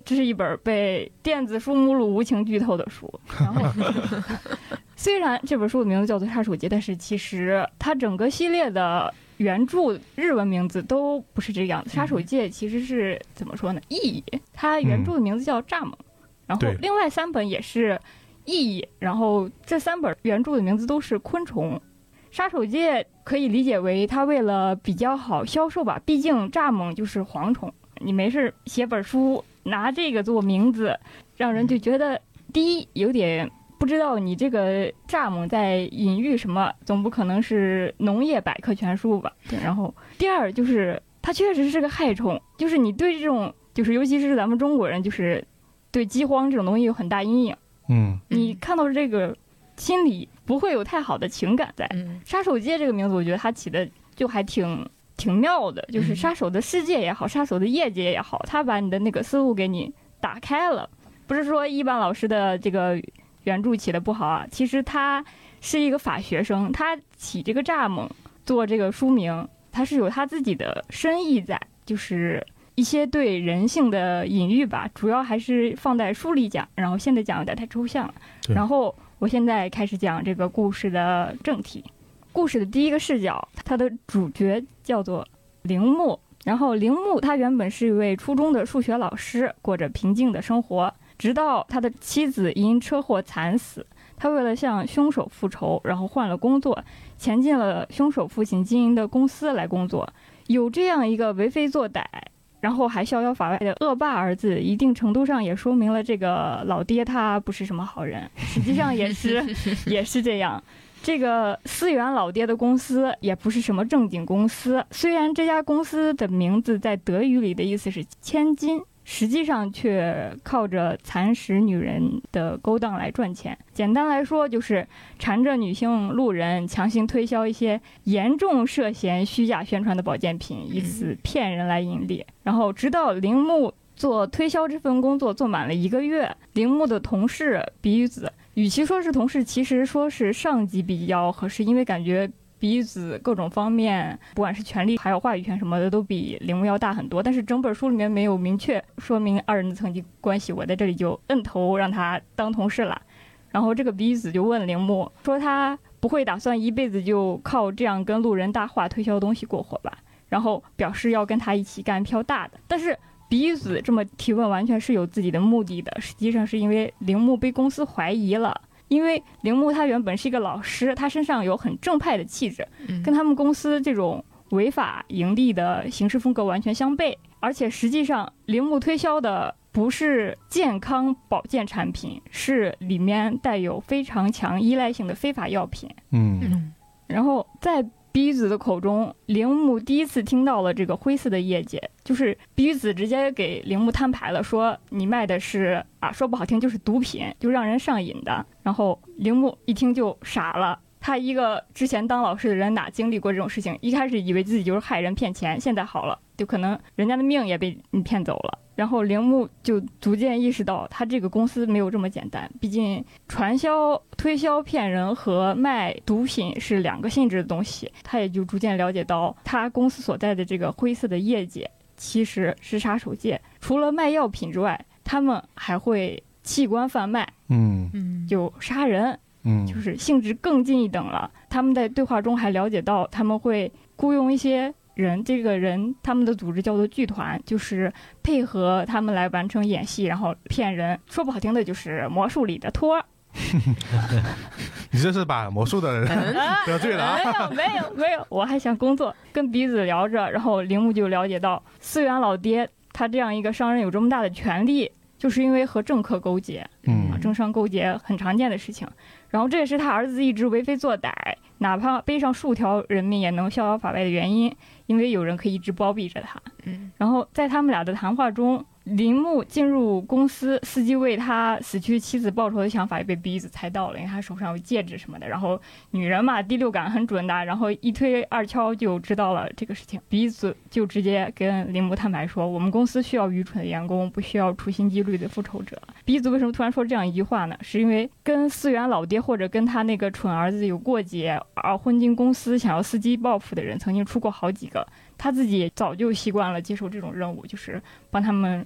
这是一本被电子书目录无情剧透的书。然后虽然这本书的名字叫做《杀手界》，但是其实它整个系列的原著日文名字都不是这个样子。杀手界其实是怎么说呢？意义，它原著的名字叫蚱蜢，然后另外3本也是意义，然后这3本原著的名字都是昆虫。杀手界可以理解为它为了比较好销售吧，毕竟蚱蜢就是蝗虫，你没事写本书拿这个做名字，让人就觉得第一有点不知道你这个蚱蜢在隐喻什么，总不可能是农业百科全书吧？对。然后第二就是它确实是个害虫，就是你对这种，就是尤其是咱们中国人，就是对饥荒这种东西有很大阴影。你看到这个心里不会有太好的情感在。杀手界这个名字，我觉得它起的就还挺妙的，就是杀手的世界也好，杀手的业界也好，它把你的那个思路给你打开了。不是说一般老师的这个原著起的不好啊，其实他是一个法学生，他起这个蚱蜢做这个书名，他是有他自己的深意在，就是一些对人性的隐喻吧，主要还是放在书里讲，然后现在讲有点太抽象了。然后我现在开始讲这个故事的正题。故事的第一个视角，它的主角叫做铃木，然后铃木他原本是一位初中的数学老师，过着平静的生活，直到他的妻子因车祸惨死，他为了向凶手复仇，然后换了工作，前进了凶手父亲经营的公司来工作。有这样一个为非作歹，然后还逍遥法外的恶霸儿子，一定程度上也说明了这个老爹他不是什么好人，实际上也是这样。这个思源老爹的公司也不是什么正经公司，虽然这家公司的名字在德语里的意思是千金，实际上却靠着蚕食女人的勾当来赚钱。简单来说，就是缠着女性路人，强行推销一些严重涉嫌虚假宣传的保健品，以此骗人来盈利。然后直到铃木做推销这份工作做满了1个月，铃木的同事比羽子，与其说是同事，其实说是上级比较合适，因为感觉比羽子各种方面，不管是权力还有话语权什么的，都比铃木要大很多。但是整本书里面没有明确说明2人的层级关系，我在这里就摁头让他当同事了。然后这个比羽子就问铃木说，他不会打算一辈子就靠这样跟路人搭话推销东西过活吧？然后表示要跟他一起干票大的。但是比羽子这么提问完全是有自己的目的的，实际上是因为铃木被公司怀疑了。因为铃木他原本是一个老师，他身上有很正派的气质，跟他们公司这种违法盈利的行事风格完全相悖。而且实际上铃木推销的不是健康保健产品，是里面带有非常强依赖性的非法药品。然后在比羽子的口中，铃木第一次听到了这个灰色的业界，就是比羽子直接给铃木摊牌了，说你卖的是说不好听就是毒品，就让人上瘾的。然后铃木一听就傻了，他一个之前当老师的人哪经历过这种事情，一开始以为自己就是害人骗钱，现在好了，就可能人家的命也被你骗走了。然后铃木就逐渐意识到他这个公司没有这么简单，毕竟传销、推销骗人和卖毒品是2个性质的东西。他也就逐渐了解到他公司所在的这个灰色的业界其实是杀手界，除了卖药品之外，他们还会器官贩卖，就杀人，就是性质更进一等了。他们在对话中还了解到他们会雇佣一些人，这个人他们的组织叫做剧团，就是配合他们来完成演戏，然后骗人，说不好听的就是魔术里的托。 你这是把魔术的人得罪了啊？ 没有，我还想工作。跟鼻子聊着，然后铃木就了解到思源老爹他这样一个商人有这么大的权利，就是因为和政客勾结，政商勾结很常见的事情。然后这也是他儿子一直为非作歹，哪怕背上数条人命也能逍遥法外的原因，因为有人可以一直包庇着他。然后在他们俩的谈话中，铃木进入公司，司机为他死去妻子报仇的想法也被鼻子猜到了，因为他手上有戒指什么的。然后女人嘛，第六感很准的，然后一推二敲就知道了这个事情。鼻子就直接跟铃木坦白说，我们公司需要愚蠢的员工，不需要处心积虑的复仇者。鼻子为什么突然说这样一句话呢？是因为跟思源老爹或者跟他那个蠢儿子有过节而混进公司想要伺机报复的人曾经出过好几个，他自己也早就习惯了接受这种任务，就是帮他们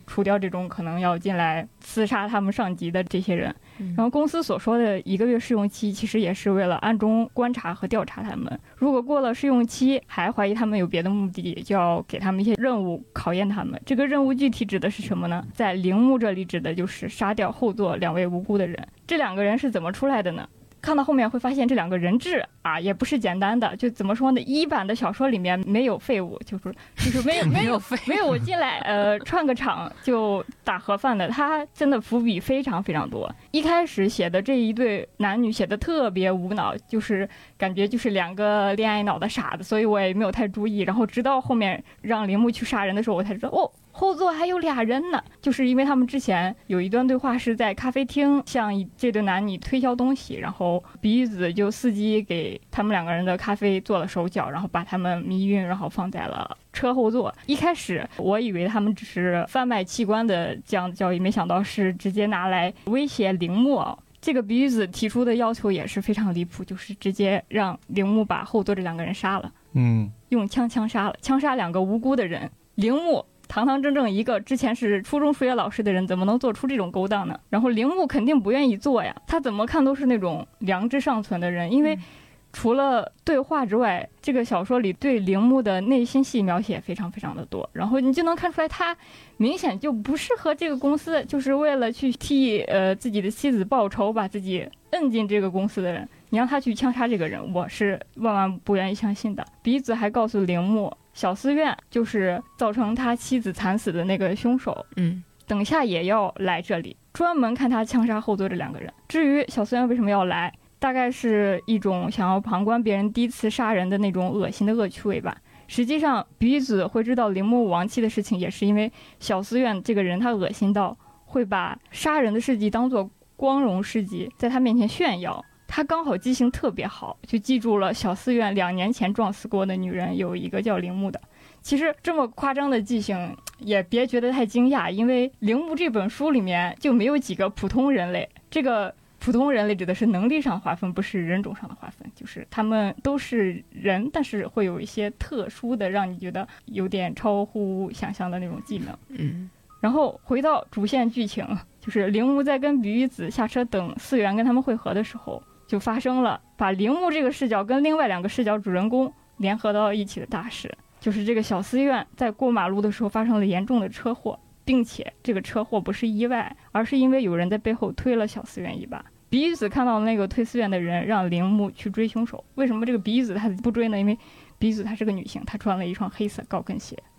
除掉这种可能要进来刺杀他们上级的这些人。然后公司所说的1个月试用期，其实也是为了暗中观察和调查他们。如果过了试用期还怀疑他们有别的目的，就要给他们一些任务考验他们。这个任务具体指的是什么呢？在铃木这里指的就是杀掉后座2位无辜的人。这2个人是怎么出来的呢？看到后面会发现这2个人质啊，也不是简单的，就怎么说呢？一版的小说里面没有废物，就是没有我进来串个场就打盒饭的，他真的伏笔非常非常多。一开始写的这一对男女写的特别无脑，就是感觉就是2个恋爱脑的傻子，所以我也没有太注意。然后直到后面让铃木去杀人的时候，我才知道哦，后座还有2人呢，就是因为他们之前有一段对话是在咖啡厅向这对男女推销东西，然后比喻子就伺机给他们2个人的咖啡做了手脚，然后把他们迷晕，然后放在了车后座。一开始我以为他们只是贩卖器官的这样的交易，没想到是直接拿来威胁铃木啊。这个比喻子提出的要求也是非常离谱，就是直接让铃木把后座这2个人杀了，用枪杀了，枪杀2个无辜的人。铃木堂堂正正一个之前是初中数学老师的人，怎么能做出这种勾当呢？然后铃木肯定不愿意做呀，他怎么看都是那种良知尚存的人，因为除了对话之外，这个小说里对铃木的内心戏描写非常非常的多，然后你就能看出来他明显就不适合这个公司，就是为了去替自己的妻子报仇，把自己摁进这个公司的人，你让他去枪杀这个人，我是万万不愿意相信的。鼻子还告诉铃木，小寺院就是造成他妻子惨死的那个凶手，等下也要来这里，专门看他枪杀后座这2个人。至于小寺院为什么要来，大概是一种想要旁观别人第一次杀人的那种恶心的恶趣味吧。实际上比子会知道铃木亡妻的事情，也是因为小寺院这个人他恶心到会把杀人的事迹当作光荣事迹在他面前炫耀。他刚好记性特别好，就记住了小寺院2年前撞死过的女人有一个叫铃木的。其实这么夸张的记性也别觉得太惊讶，因为铃木这本书里面就没有几个普通人类。这个普通人类指的是能力上划分，不是人种上的划分，就是他们都是人，但是会有一些特殊的让你觉得有点超乎想象的那种技能。然后回到主线剧情，就是铃木在跟比喻子下车等四原跟他们会合的时候，就发生了把铃木这个视角跟另外2个视角主人公联合到一起的大事，就是这个小寺院在过马路的时候发生了严重的车祸，并且这个车祸不是意外，而是因为有人在背后推了小寺院一把。比喻子看到那个推寺院的人，让铃木去追凶手。为什么这个比喻子他不追呢？因为比喻子她是个女性，她穿了一双黑色高跟鞋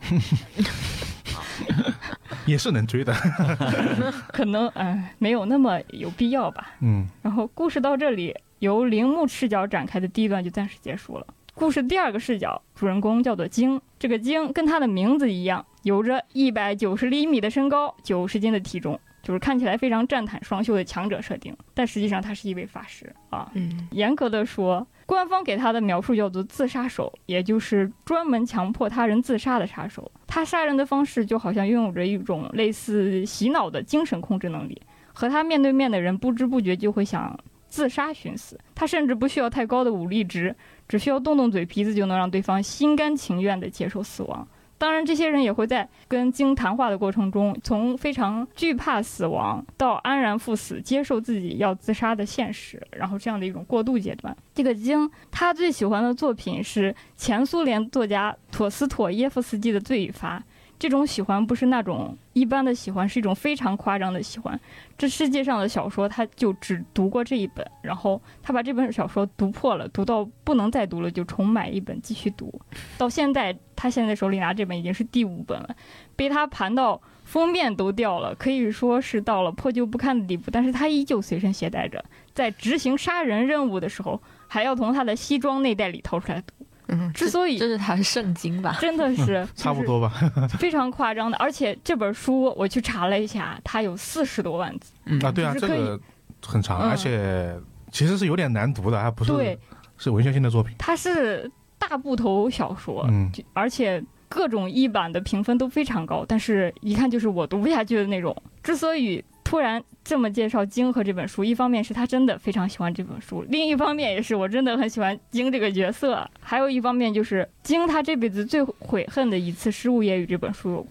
也是能追的可能没有那么有必要吧。然后故事到这里由铃木视角展开的第一段就暂时结束了。故事第2个视角主人公叫做京，这个京跟他的名字一样，有着190厘米的身高，90斤的体重，就是看起来非常战坦双修的强者设定，但实际上他是一位法师啊。严格的说，官方给他的描述叫做自杀手，也就是专门强迫他人自杀的杀手。他杀人的方式就好像拥有着一种类似洗脑的精神控制能力，和他面对面的人不知不觉就会想自杀寻死。他甚至不需要太高的武力值，只需要动动嘴皮子就能让对方心甘情愿地接受死亡。当然这些人也会在跟京谈话的过程中，从非常惧怕死亡到安然赴死，接受自己要自杀的现实，然后这样的一种过渡阶段。这个京他最喜欢的作品是前苏联作家陀思妥耶夫斯基的《罪与罚》。这种喜欢不是那种一般的喜欢，是一种非常夸张的喜欢。这世界上的小说他就只读过这一本，然后他把这本小说读破了，读到不能再读了就重买一本继续读。到现在他现在手里拿这本已经是第5本了，被他盘到封面都掉了，可以说是到了破旧不堪的地步，但是他依旧随身携带着，在执行杀人任务的时候还要从他的西装内袋里掏出来读。之所以这是他的圣经吧， 真的是差不多吧非常夸张的。而且这本书我去查了一下，它有40多万字对啊，这个很长，而且其实是有点难读的，还不是对，是文学性的作品， 它是大部头小说，而且各种译版的评分都非常高，但是一看就是我读不下去的那种。之所以突然这么介绍京和这本书，一方面是他真的非常喜欢这本书，另一方面也是我真的很喜欢京这个角色，还有一方面就是京他这辈子最悔恨的一次失误也与这本书有关。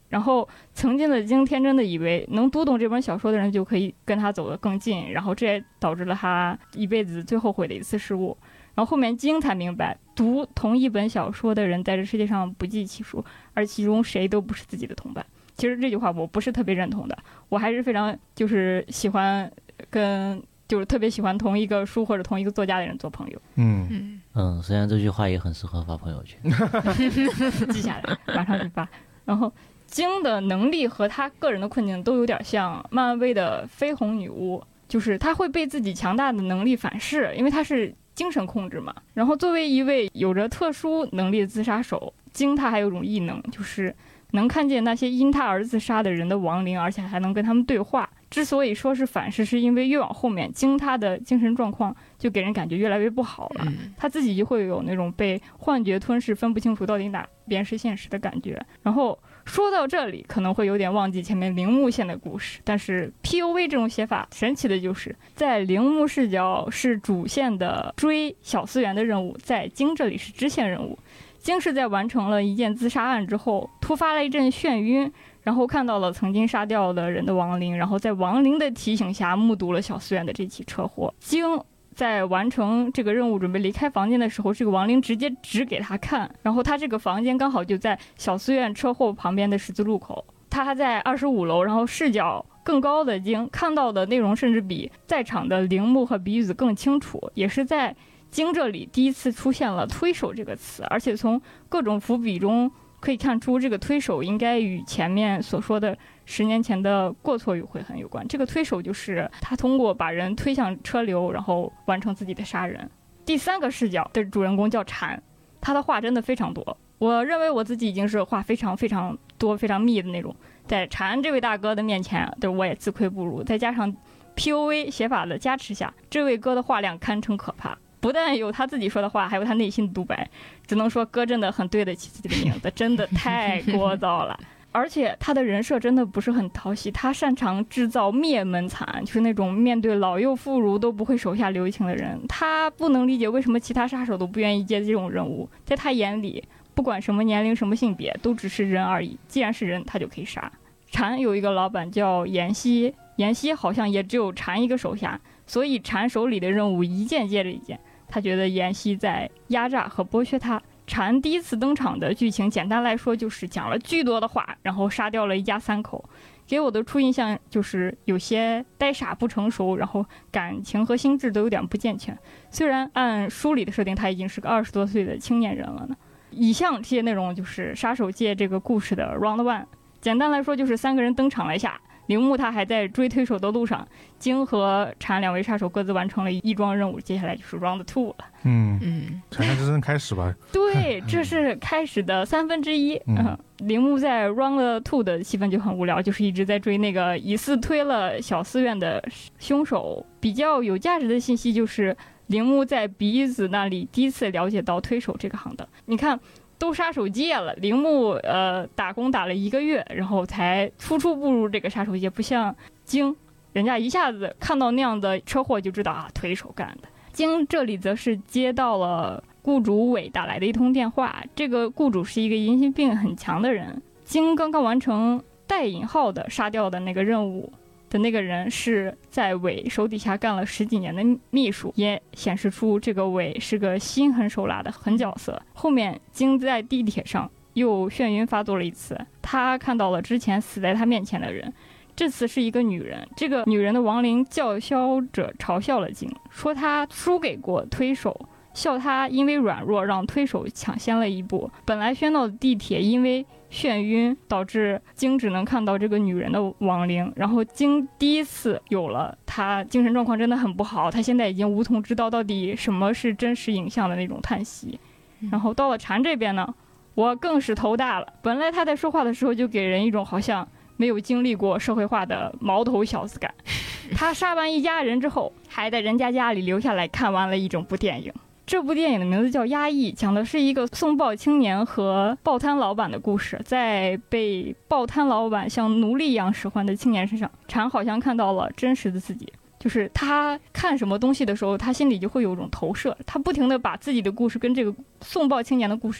然后曾经的京天真的以为能读懂这本小说的人就可以跟他走得更近，然后这也导致了他一辈子最后悔的一次失误。然后后面京才明白，读同一本小说的人在这世界上不计其数，而其中谁都不是自己的同伴。其实这句话我不是特别认同的，我还是非常就是喜欢就是特别喜欢同一个书或者同一个作家的人做朋友。 虽然这句话也很适合发朋友圈， 记下来马上去发。然后京的能力和他个人的困境都有点像漫威的绯红女巫，就是他会被自己强大的能力反噬，因为他是精神控制嘛。然后作为一位有着特殊能力的自杀手，京他还有一种异能，就是能看见那些因他而自杀的人的亡灵，而且还能跟他们对话。之所以说是反噬，是因为越往后面京他的精神状况就给人感觉越来越不好了，他自己就会有那种被幻觉吞噬，分不清楚到底哪边是现实的感觉。然后说到这里可能会有点忘记前面铃木线的故事，但是 POV 这种写法神奇的就是在铃木视角是主线的追小思源的任务，在京这里是支线任务。京是在完成了一件自杀案之后突发了一阵眩晕，然后看到了曾经杀掉的人的亡灵，然后在亡灵的提醒下目睹了小思源的这起车祸。京在完成这个任务准备离开房间的时候，这个亡灵直接指给他看，然后他这个房间刚好就在小思源车祸旁边的十字路口，他还在25楼，然后视角更高的京看到的内容甚至比在场的铃木和比羽子更清楚。也是在京这里第一次出现了推手这个词，而且从各种伏笔中可以看出这个推手应该与前面所说的10年前的过错与悔恨有关。这个推手就是他通过把人推向车流然后完成自己的杀人。第3个视角的主人公叫禅，他的话真的非常多，我认为我自己已经是话非常非常多非常密的那种，在禅这位大哥的面前对我也自愧不如，再加上 POV 写法的加持下，这位哥的话量堪称可怕，不但有他自己说的话，还有他内心的独白，只能说哥真的很对得起自己的名字，真的太聒噪了。而且他的人设真的不是很讨喜，他擅长制造灭门惨，就是那种面对老幼妇孺都不会手下留情的人。他不能理解为什么其他杀手都不愿意接这种任务，在他眼里不管什么年龄什么性别都只是人而已，既然是人他就可以杀。禅有一个老板叫妍希，妍希好像也只有禅一个手下，所以禅手里的任务一件接着一件，他觉得妍希在压榨和剥削他。禅第一次登场的剧情简单来说就是讲了巨多的话，然后杀掉了一家3口，给我的初印象就是有些呆傻不成熟，然后感情和心智都有点不健全，虽然按书里的设定他已经是个20多岁的青年人了呢。以上这些内容就是杀手界这个故事的 Round 1， 简单来说就是3个人登场了一下，铃木他还在追推手的路上，京和禅2位杀手各自完成了一桩任务，接下来就是 Round 2 了。 才看真正开始吧。 对，这是开始的1/3。铃木在 Round 2 的戏份就很无聊，就是一直在追那个疑似推了小寺院的凶手。比较有价值的信息就是铃木在比子那里第一次了解到推手这个行当。你看都杀手界了，铃木打工打了1个月，然后才初步入这个杀手界，不像京人家一下子看到那样的车祸就知道推手干的。京这里则是接到了雇主伟打来的一通电话，这个雇主是一个疑心病很强的人，京刚刚完成带引号的杀掉的那个任务的那个人是在伟手底下干了10几年的秘书，也显示出这个伟是个心狠手辣的狠角色。后面京在地铁上又眩晕发作了一次，他看到了之前死在他面前的人，这次是一个女人，这个女人的亡灵叫嚣着嘲笑了京，说她输给过推手，笑他因为软弱让推手抢先了一步。本来喧闹的地铁因为眩晕导致京只能看到这个女人的亡灵，然后京第一次有了他精神状况真的很不好，他现在已经无从知道到底什么是真实影像的那种叹息。然后到了禅这边呢，我更是头大了，本来他在说话的时候就给人一种好像没有经历过社会化的毛头小子感，他杀完一家人之后还在人家家里留下来看完了一整部电影。这部电影的名字叫《压抑》，讲的是一个送报青年和报摊老板的故事。在被报摊老板像奴隶一样使唤的青年身上，禅好像看到了真实的自己，就是他看什么东西的时候他心里就会有一种投射，他不停地把自己的故事跟这个送报青年的故事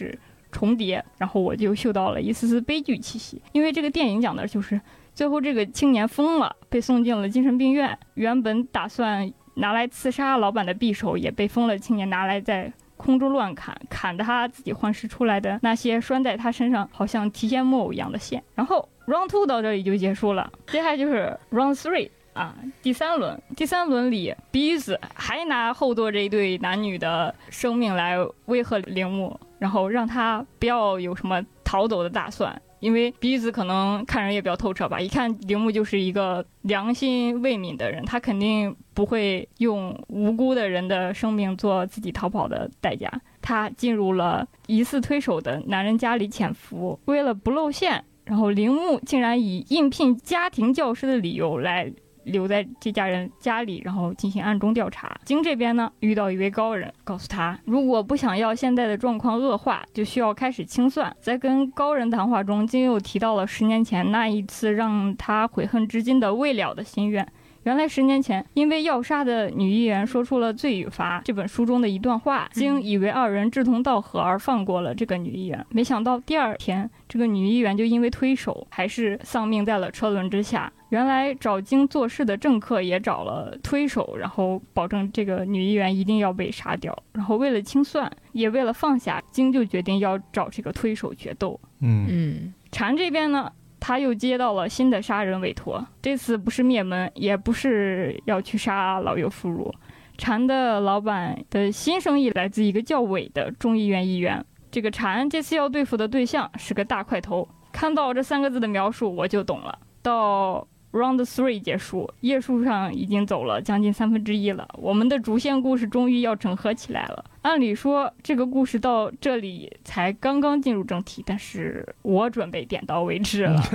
重叠，然后我就嗅到了一丝丝悲剧气息。因为这个电影讲的就是最后这个青年疯了，被送进了精神病院，原本打算拿来刺杀老板的匕首也被疯了青年拿来在空中乱砍的他自己幻视出来的那些拴在他身上好像提线木偶一样的线。然后 Round 2到这里就结束了，接下来就是 Round 3第三轮里比子还拿后座这一对男女的生命来威吓铃木，然后让他不要有什么逃走的打算，因为比子可能看人也比较透彻吧，一看铃木就是一个良心未泯的人，他肯定不会用无辜的人的生命做自己逃跑的代价。他进入了疑似推手的男人家里潜伏，为了不露馅，然后铃木竟然以应聘家庭教师的理由来留在这家人家里，然后进行暗中调查。京这边呢遇到一位高人，告诉他如果不想要现在的状况恶化，就需要开始清算。在跟高人谈话中，京又提到了10年前那一次让他悔恨至今的未了的心愿。原来10年前因为要杀的女议员说出了《罪与罚》这本书中的一段话，京以为二人志同道合而放过了这个女议员，没想到第二天这个女议员就因为推手还是丧命在了车轮之下。原来找京做事的政客也找了推手，然后保证这个女议员一定要被杀掉，然后为了清算也为了放下，京就决定要找这个推手决斗。禅这边呢他又接到了新的杀人委托，这次不是灭门，也不是要去杀老幼妇孺。禅的老板的新生意来自一个叫韦的众议院议员，这个禅这次要对付的对象是个大块头。看到这3个字的描述我就懂了。到Round 3结束，页数上已经走了将近1/3了，我们的主线故事终于要整合起来了。按理说这个故事到这里才刚刚进入正题，但是我准备点到为止了。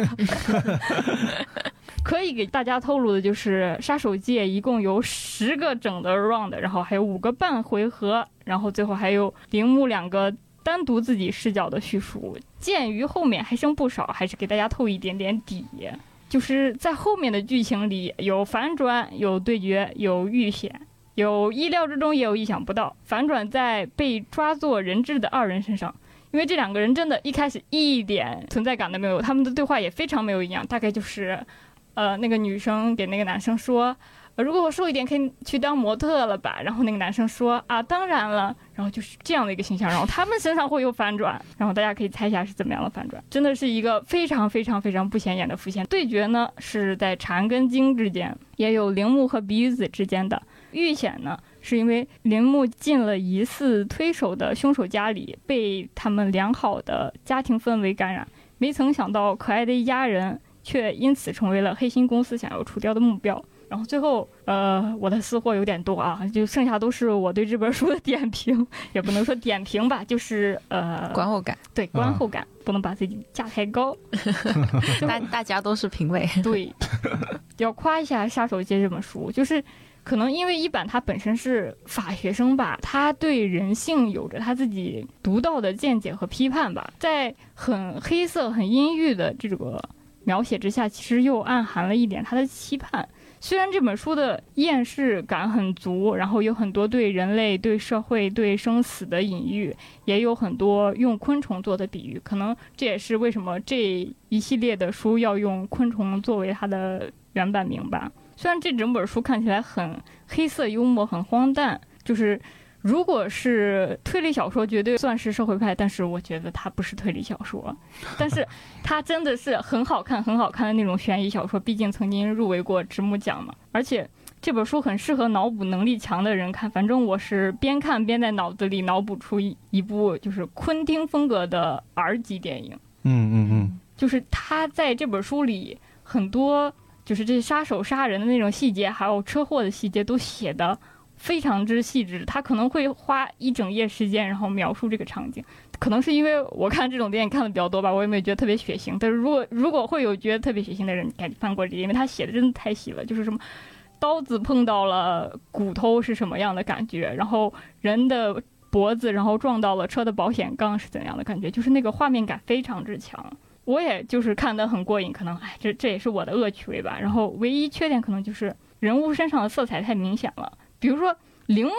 可以给大家透露的就是杀手界一共有10个整的 round， 然后还有5个半回合，然后最后还有铃木2个单独自己视角的叙述。鉴于后面还剩不少，还是给大家透一点点底，就是在后面的剧情里有反转，有对决，有遇险，有意料之中，也有意想不到。反转在被抓做人质的2人身上，因为这2个人真的一开始一点存在感都没有，他们的对话也非常没有营养。大概就是那个女生给那个男生说如果我瘦一点可以去当模特了吧，然后那个男生说当然了，然后就是这样的一个形象，然后他们身上会有反转，然后大家可以猜一下是怎么样的反转。真的是一个非常非常非常不显眼的伏线。对决呢是在禅跟京之间，也有铃木和比子之间的。遇险呢是因为铃木进了疑似推手的凶手家里，被他们良好的家庭氛围感染，没曾想到可爱的一家人却因此成为了黑心公司想要除掉的目标。然后最后我的私货有点多就剩下都是我对这本书的点评，也不能说点评吧，就是观后感。 对，观后感，不能把自己架太高。 大家都是评委。 对，要夸一下《杀手界》这本书，就是可能因为一版他本身是法学生吧，他对人性有着他自己独到的见解和批判吧，在很黑色很阴郁的这个描写之下，其实又暗含了一点他的期盼。虽然这本书的厌世感很足，然后有很多对人类、对社会、对生死的隐喻，也有很多用昆虫做的比喻，可能这也是为什么这一系列的书要用昆虫作为它的原版名吧。虽然这整本书看起来很黑色幽默，很荒诞，就是如果是推理小说绝对算是社会派，但是我觉得它不是推理小说，但是它真的是很好看很好看的那种悬疑小说，毕竟曾经入围过直木奖嘛。而且这本书很适合脑补能力强的人看，反正我是边看边在脑子里脑补出一部就是昆汀风格的 R 级电影。就是他在这本书里很多就是这杀手杀人的那种细节，还有车祸的细节都写的非常之细致，他可能会花一整夜时间然后描述这个场景。可能是因为我看这种电影看的比较多吧，我也没有觉得特别血腥，但是如果会有觉得特别血腥的人赶紧翻过这，因为他写的真的太细了，就是什么刀子碰到了骨头是什么样的感觉，然后人的脖子然后撞到了车的保险杠是怎样的感觉，就是那个画面感非常之强。我也就是看得很过瘾，可能这也是我的恶趣味吧。然后唯一缺点可能就是人物身上的色彩太明显了，比如说铃木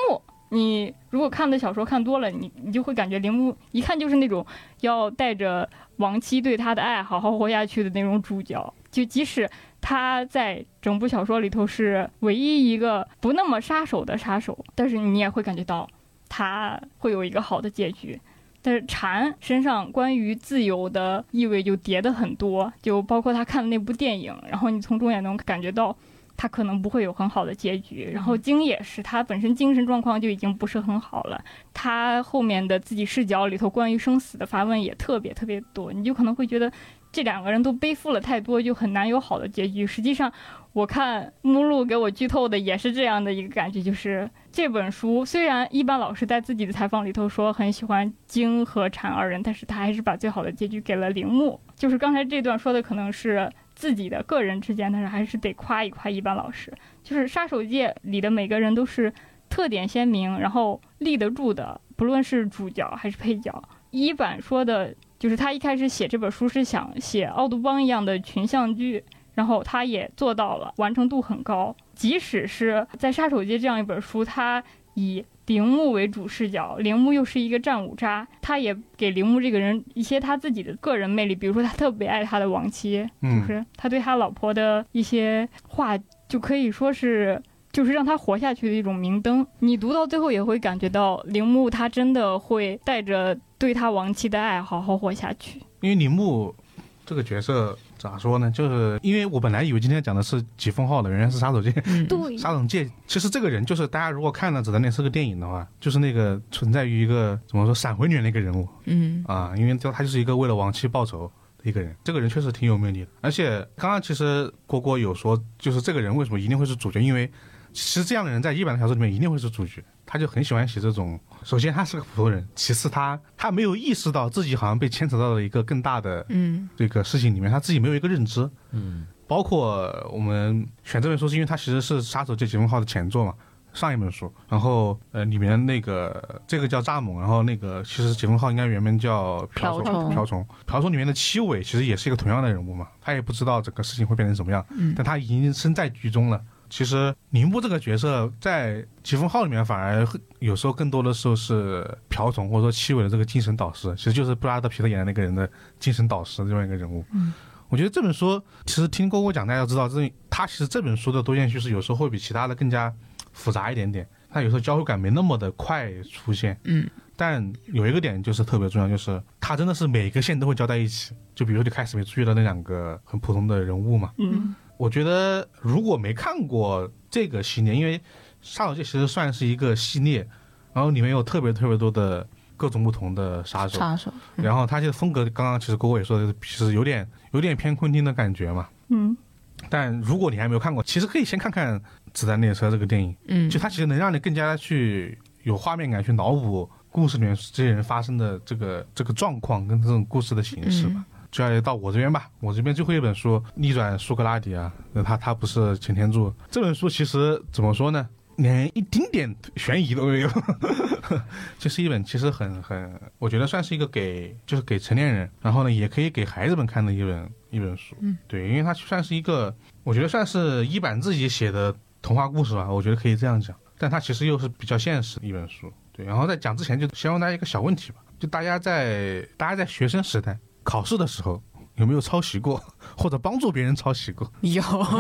你如果看的小说看多了，你就会感觉铃木一看就是那种要带着亡妻对他的爱好好活下去的那种主角，就即使他在整部小说里头是唯一一个不那么杀手的杀手，但是你也会感觉到他会有一个好的结局。但是禅身上关于自由的意味就叠得很多，就包括他看的那部电影，然后你从中也能感觉到他可能不会有很好的结局。然后京也是，他本身精神状况就已经不是很好了，他后面的自己视角里头关于生死的发问也特别特别多，你就可能会觉得这两个人都背负了太多，就很难有好的结局。实际上我看目录给我剧透的也是这样的一个感觉，就是这本书虽然一般老师在自己的采访里头说很喜欢京和禅二人，但是他还是把最好的结局给了铃木。就是刚才这段说的可能是自己的个人之间，但是还是得夸一夸一般老师，就是杀手界里的每个人都是特点鲜明，然后立得住的，不论是主角还是配角。一版说的就是他一开始写这本书是想写奥杜邦一样的群像剧，然后他也做到了，完成度很高。即使是在杀手界这样一本书，他以铃木为主视角，铃木又是一个战五渣，他也给铃木这个人一些他自己的个人魅力，比如说他特别爱他的亡妻，就是他对他老婆的一些话就可以说是就是让他活下去的一种明灯。你读到最后也会感觉到铃木他真的会带着对他亡妻的爱好好活下去。 因为铃木这个角色咋说呢，就是因为我本来以为今天讲的是疾风号的，原来是杀手界。 对， 杀手界其实这个人就是大家如果看了《子弹列车》这个电影的话，就是那个存在于一个怎么说闪回女人的一个人物。因为他就是一个为了亡妻报仇的一个人，这个人确实挺有魅力的。而且刚刚其实郭有说，就是这个人为什么一定会是主角，因为其实这样的人在一版的小说里面一定会是主角。他就很喜欢写这种，首先他是个普通人，其次他没有意识到自己好像被牵扯到了一个更大的这个事情里面，他自己没有一个认知。包括我们选这本书是因为它其实是杀手界疾风号的前作嘛，上一本书，然后里面那个这个叫蚱蜢，然后那个其实疾风号应该原名叫瓢虫里面的七尾其实也是一个同样的人物嘛，他也不知道整个事情会变成什么样，但他已经身在局中了。其实铃木这个角色在疾风号里面反而有时候更多的时候是瓢虫或者说七尾的这个精神导师，其实就是布拉德皮特演的那个人的精神导师这样一个人物。我觉得这本书其实听郭讲，大家要知道他其实这本书的多线叙事有时候会比其他的更加复杂一点点，他有时候交互感没那么的快出现。但有一个点就是特别重要，就是他真的是每个线都会交在一起，就比如说就开始没注意到那两个很普通的人物嘛。我觉得如果没看过这个系列，因为杀手界其实算是一个系列，然后里面有特别特别多的各种不同的杀手，然后他这个风格刚刚其实郭也说的其实有点偏昆汀的感觉嘛。但如果你还没有看过，其实可以先看看《子弹列车》这个电影。就它其实能让你更加去有画面感，去脑补故事里面这些人发生的这个状况跟这种故事的形式吧。就要到我这边吧，我这边最后一本书《逆转苏格拉底》啊，他不是擎天柱。这本书其实怎么说呢，连一丁点悬疑都没有。这是一本其实很我觉得算是一个给成年人，然后呢也可以给孩子们看的一本书。对，因为它算是一个，我觉得算是一版自己写的童话故事吧，我觉得可以这样讲。但它其实又是比较现实的一本书。对，然后在讲之前就先问大家一个小问题吧，就大家在学生时代考试的时候有没有抄袭过，或者帮助别人抄袭过？ 有。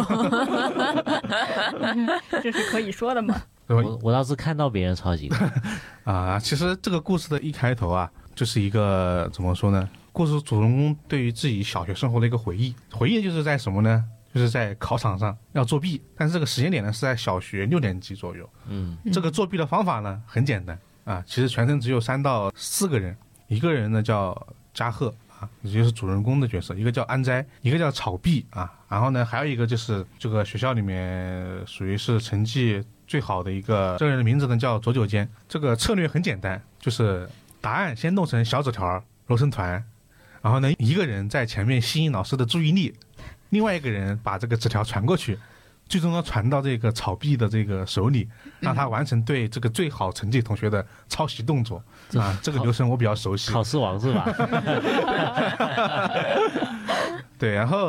这是可以说的吗？ 我倒是看到别人抄袭过。其实这个故事的一开头啊，就是一个怎么说呢？故事主人公对于自己小学生活的一个回忆就是在什么呢？就是在考场上要作弊，但是这个时间点呢是在小学6年级左右。这个作弊的方法呢很简单啊，其实全程只有3到4个人，一个人呢叫加贺啊，也就是主人公的角色，一个叫安斋，一个叫草壁啊，然后呢还有一个就是这个学校里面属于是成绩最好的一个，这个人的名字呢叫佐久间。这个策略很简单，就是答案先弄成小纸条揉成团，然后呢一个人在前面吸引老师的注意力，另外一个人把这个纸条传过去，最终要传到这个草壁的这个手里，让他完成对这个最好成绩同学的抄袭动作啊。这个流程我比较熟悉。 考试王是吧？ 对，然后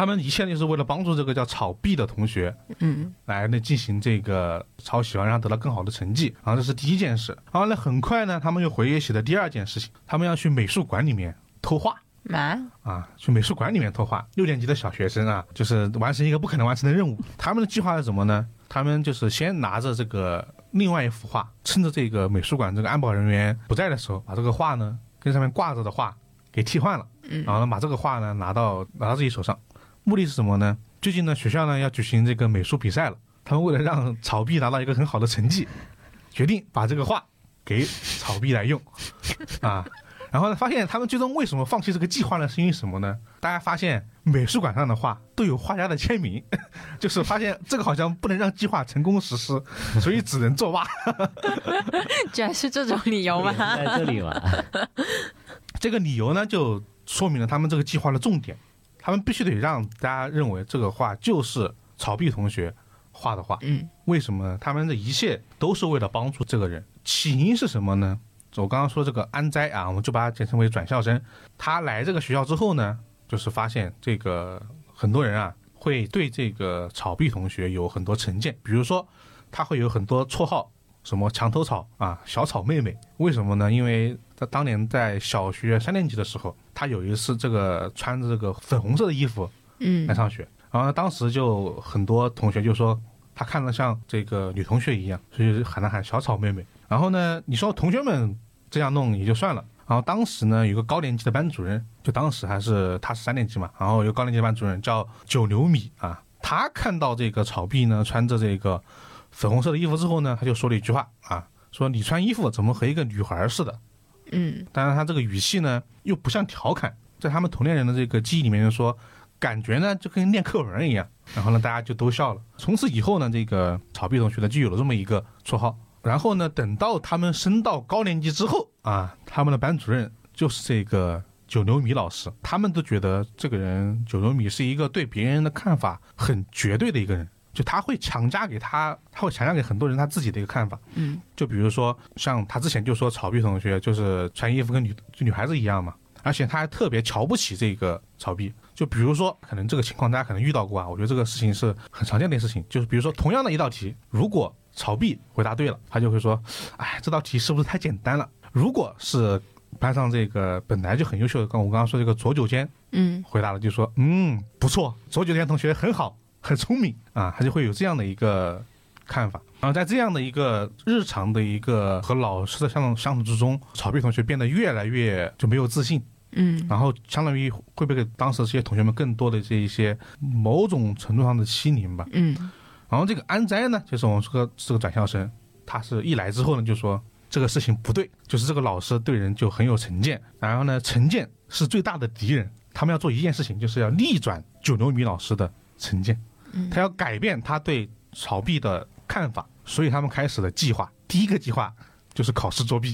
他们一切就是为了帮助这个叫草壁的同学，来进行这个抄袭，让他得到更好的成绩。然后这是第一件事。然后呢，很快呢，他们又回忆起了第二件事情，他们要去美术馆里面偷画。去美术馆里面偷画，6年级的小学生啊，就是完成一个不可能完成的任务。他们的计划是什么呢？他们就是先拿着这个另外一幅画，趁着这个美术馆这个安保人员不在的时候，把这个画呢跟上面挂着的画给替换了，然后呢把这个画呢拿到自己手上。目的是什么呢？最近呢学校呢要举行这个美术比赛了，他们为了让草壁拿到一个很好的成绩，决定把这个画给草壁来用啊。然后呢，发现他们最终为什么放弃这个计划呢？是因为什么呢？大家发现美术馆上的画都有画家的签名，就是发现这个好像不能让计划成功实施，所以只能作罢。 居然是这种理由吗？ 在这里嘛， 这个理由呢，就说明了他们这个计划的重点，他们必须得让大家认为这个画就是草壁同学画的画。为什么呢？他们的一切都是为了帮助这个人。起因是什么呢？我刚刚说这个安斋啊，我们就把它简称为转校生。他来这个学校之后呢，就是发现这个很多人啊会对这个草壁同学有很多成见，比如说他会有很多绰号，什么墙头草啊、小草妹妹。为什么呢？因为他当年在小学3年级的时候，他有一次这个穿着这个粉红色的衣服来上学，然后当时就很多同学就说他看了像这个女同学一样，所以喊他喊小草妹妹。然后呢，你说同学们这样弄也就算了，然后当时呢有个高年级的班主任，就当时他是3年级嘛，然后有个高年级的班主任叫九牛米啊，他看到这个草壁呢穿着这个粉红色的衣服之后呢，他就说了一句话啊，说你穿衣服怎么和一个女孩似的。当然他这个语气呢又不像调侃，在他们同龄人的这个记忆里面就说感觉呢就跟念课文一样。然后呢大家就都笑了。从此以后呢，这个草壁同学呢就有了这么一个绰号。然后呢，等到他们升到高年级之后啊，他们的班主任就是这个九牛米老师。他们都觉得这个人九牛米是一个对别人的看法很绝对的一个人，就他会强加给很多人他自己的一个看法。就比如说像他之前就说草壁同学就是穿衣服跟女孩子一样嘛，而且他还特别瞧不起这个草壁。就比如说可能这个情况大家可能遇到过啊，我觉得这个事情是很常见的事情，就是比如说同样的一道题，如果草壁回答对了，他就会说哎，这道题是不是太简单了。如果是班上这个本来就很优秀的，我刚刚说这个左九间回答了就说不错，左九间同学很好很聪明啊，他就会有这样的一个看法。然后在这样的一个日常的一个和老师的相处之中，草壁同学变得越来越就没有自信，然后相当于会被当时这些同学们更多的这一些某种程度上的欺凌吧。然后这个安斋呢，就是我们说这个转校生，他是一来之后呢就说这个事情不对，就是这个老师对人就很有成见，然后呢成见是最大的敌人，他们要做一件事情，就是要逆转九牛米老师的成见，他要改变他对草壁的看法，所以他们开始了计划。第一个计划就是考试作弊。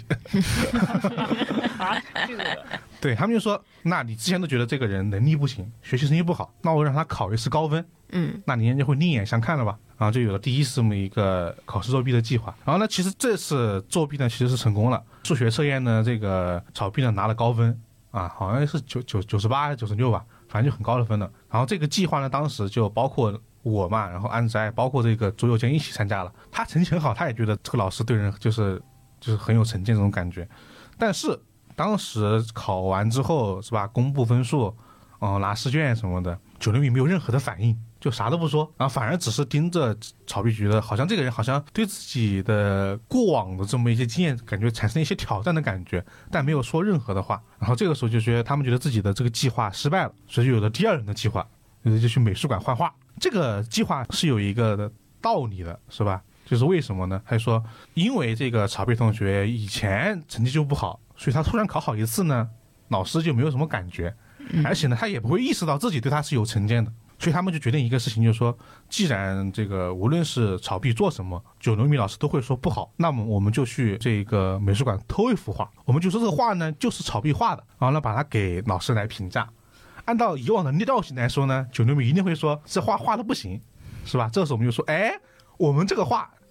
对，他们就说那你之前都觉得这个人能力不行，学习成绩不好，那我让他考一次高分，那你就会另眼相看了吧。然后就有了第一次这么一个考试作弊的计划。然后呢，其实这次作弊呢其实是成功了。数学测验呢，这个草壁呢拿了高分啊，好像是98、96吧，反正就很高的分了。然后这个计划呢，当时就包括我嘛，然后安斋，包括这个左右间一起参加了。他成绩很好，他也觉得这个老师对人就是很有成见这种感觉。但是当时考完之后是吧，公布分数，拿试卷什么的，九牛米没有任何的反应，就啥都不说，然后反而只是盯着草壁觉得好像这个人好像对自己的过往的这么一些经验感觉产生一些挑战的感觉，但没有说任何的话。然后这个时候就觉得他们觉得自己的这个计划失败了，所以就有了第二轮的计划，就去美术馆画画。这个计划是有一个的道理的，是吧？就是为什么呢？他说因为这个草壁同学以前成绩就不好，所以他突然考好一次呢，老师就没有什么感觉，而且呢他也不会意识到自己对他是有成见的。所以他们就决定一个事情，就是说既然这个无论是草壁做什么九牛米老师都会说不好，那么我们就去这个美术馆偷一幅画，我们就说这个画呢就是草壁画的，然后呢把它给老师来评价。按照以往的调性来说呢，九牛米一定会说这画画的不行，是吧？这时候我们就说我们这个画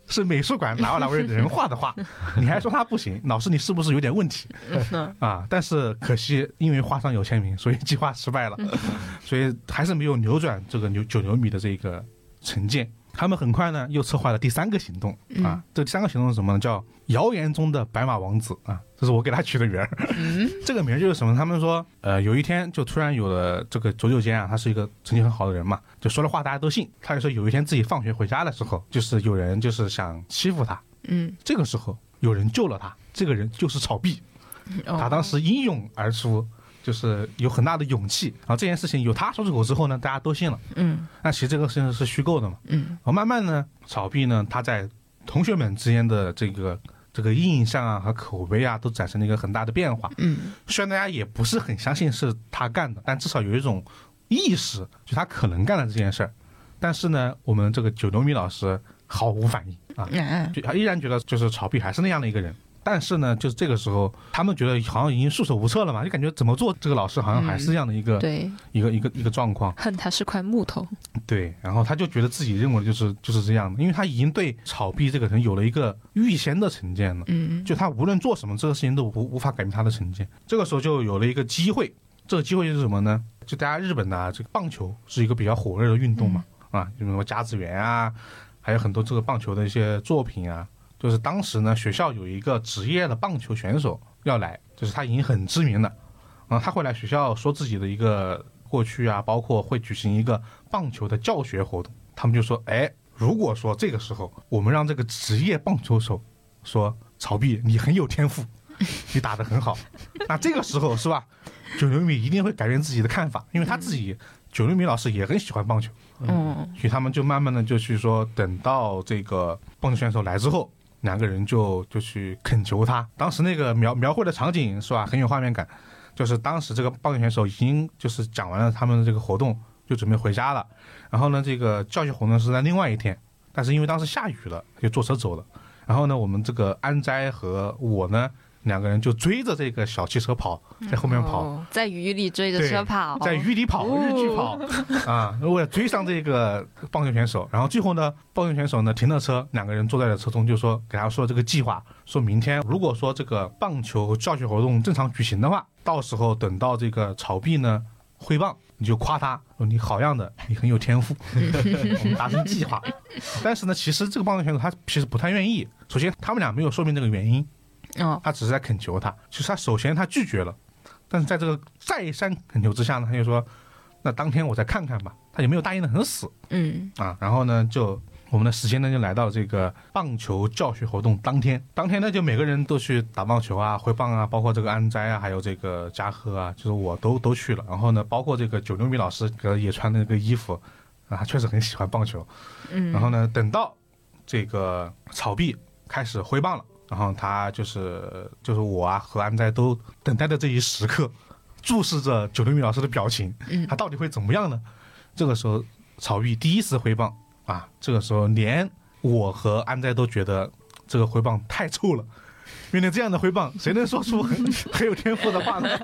是美术馆哪位人画的画，你还说他不行，老师你是不是有点问题啊？但是可惜因为画上有签名，所以计划失败了，所以还是没有扭转这个9牛米的这个成见。他们很快呢又策划了第3个行动啊，这第3个行动是什么呢？叫谣言中的白马王子啊，这是我给他取的名儿。这个名儿就是什么？他们说有一天就突然有了这个左九间啊，他是一个成绩很好的人嘛，就说的话大家都信。他就说有一天自己放学回家的时候，就是有人就是想欺负他，这个时候有人救了他，这个人就是草壁，他当时英勇而出，就是有很大的勇气，然后这件事情有他说出口之后呢，大家都信了。那其实这个事情是虚构的嘛。然后慢慢呢，草壁呢，他在同学们之间的这个印象啊和口碑啊，都产生了一个很大的变化。虽然大家也不是很相信是他干的，但至少有一种意识，就他可能干了这件事儿。但是呢，我们这个9牛米老师毫无反应啊，就他依然觉得就是草壁还是那样的一个人。但是呢，就是这个时候，他们觉得好像已经束手无策了嘛，就感觉怎么做这个老师好像还是这样的一个、一个状况， 恨他是块木头。 对，然后他就觉得自己认为就是这样的，因为他已经对草壁这个人有了一个预先的成见了，就他无论做什么，这个事情都无法改变他的成见。这个时候就有了一个机会，这个机会就是什么呢？就大家日本的这个棒球是一个比较火热的运动嘛，就什么甲子园啊，还有很多这个棒球的一些作品啊。就是当时呢，学校有一个职业的棒球选手要来，就是他已经很知名了，他会来学校说自己的一个过去啊，包括会举行一个棒球的教学活动。他们就说，如果说这个时候我们让这个职业棒球手说草壁你很有天赋，你打得很好，那这个时候是吧，9牛米一定会改变自己的看法，因为他自己9牛米老师也很喜欢棒球，所以他们就慢慢的就去说，等到这个棒球选手来之后。2个人就去恳求他，当时那个描绘的场景是吧，很有画面感。就是当时这个棒球选手已经就是讲完了他们的这个活动，就准备回家了。然后呢，这个教学活动是在另外一天，但是因为当时下雨了，就坐车走了。然后呢，我们这个安斋和我呢，2个人就追着这个小汽车跑，在后面跑， 在雨里追着车跑， 在雨里跑，日剧跑啊，为了追上这个棒球选手。然后最后呢，棒球选手呢停了车，2个人坐在了车中，就说给他说这个计划，说明天如果说这个棒球教学活动正常举行的话，到时候等到这个草壁呢挥棒，你就夸他说你好样的，你很有天赋，我们达成计划。但是呢，其实这个棒球选手他其实不太愿意。首先，他们俩没有说明这个原因。他只是在恳求他，其实他首先他拒绝了，但是在这个再三恳求之下呢，他就说那当天我再看看吧，他也没有答应的很死。然后呢，就我们的时间呢就来到这个棒球教学活动当天呢，就每个人都去打棒球啊，挥棒啊，包括这个安斋啊，还有这个嘉禾啊，就是我都去了。然后呢，包括这个9牛米老师也穿那个衣服啊，他确实很喜欢棒球。然后呢，等到这个草壁开始挥棒了。然后他就是我啊和安斋都等待的这一时刻，注视着9牛米老师的表情，他到底会怎么样呢？这个时候草壁第一次挥棒啊，这个时候连我和安斋都觉得这个挥棒太臭了，因为这样的挥棒谁能说出很有天赋的话呢？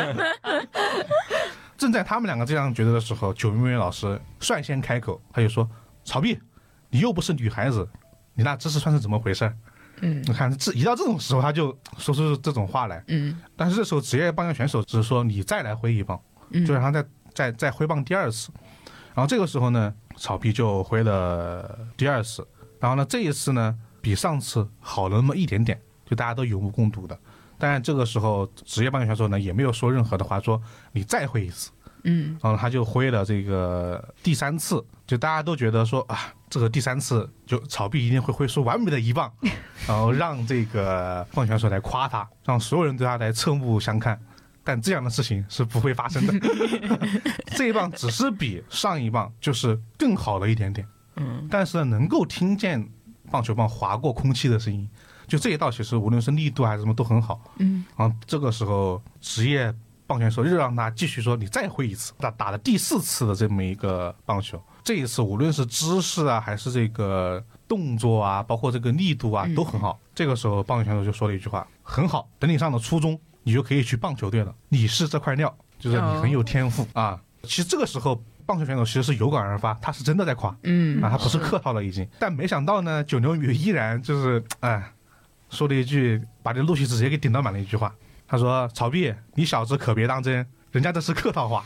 正在他们2个这样觉得的时候，9牛米老师率先开口，他就说：草壁，你又不是女孩子，你那姿势算是怎么回事？你看一到这种时候他就说出这种话来。但是这时候职业棒球选手只是说你再来挥一棒，就让他再挥棒第2次。然后这个时候呢，草壁就挥了第2次，然后呢这一次呢比上次好了那么一点点，就大家都有目共睹的。但这个时候职业棒球选手呢也没有说任何的话，说你再挥一次。然后他就挥了这个第3次，就大家都觉得说啊，这个第3次就草壁一定会挥出完美的一棒，然后让这个棒球选手来夸他，让所有人对他来侧目相看。但这样的事情是不会发生的。这一棒只是比上一棒就是更好了一点点，但是能够听见棒球棒划过空气的声音，就这一道其实无论是力度还是什么都很好。然后这个时候职业棒球选手又让他继续说你再挥一次，打了第4次的这么一个棒球。这一次无论是姿势啊还是这个动作啊，包括这个力度啊都很好。这个时候棒球选手就说了一句话，很好，等你上了初中你就可以去棒球队了，你是这块料，就是你很有天赋啊。其实这个时候棒棒球选手其实是有感而发，他是真的在夸，他不是客套了已经。但没想到呢，九牛米依然就是说了一句把这陆续直接给顶到满了一句话，他说：“曹碧，你小子可别当真，人家这是客套话。”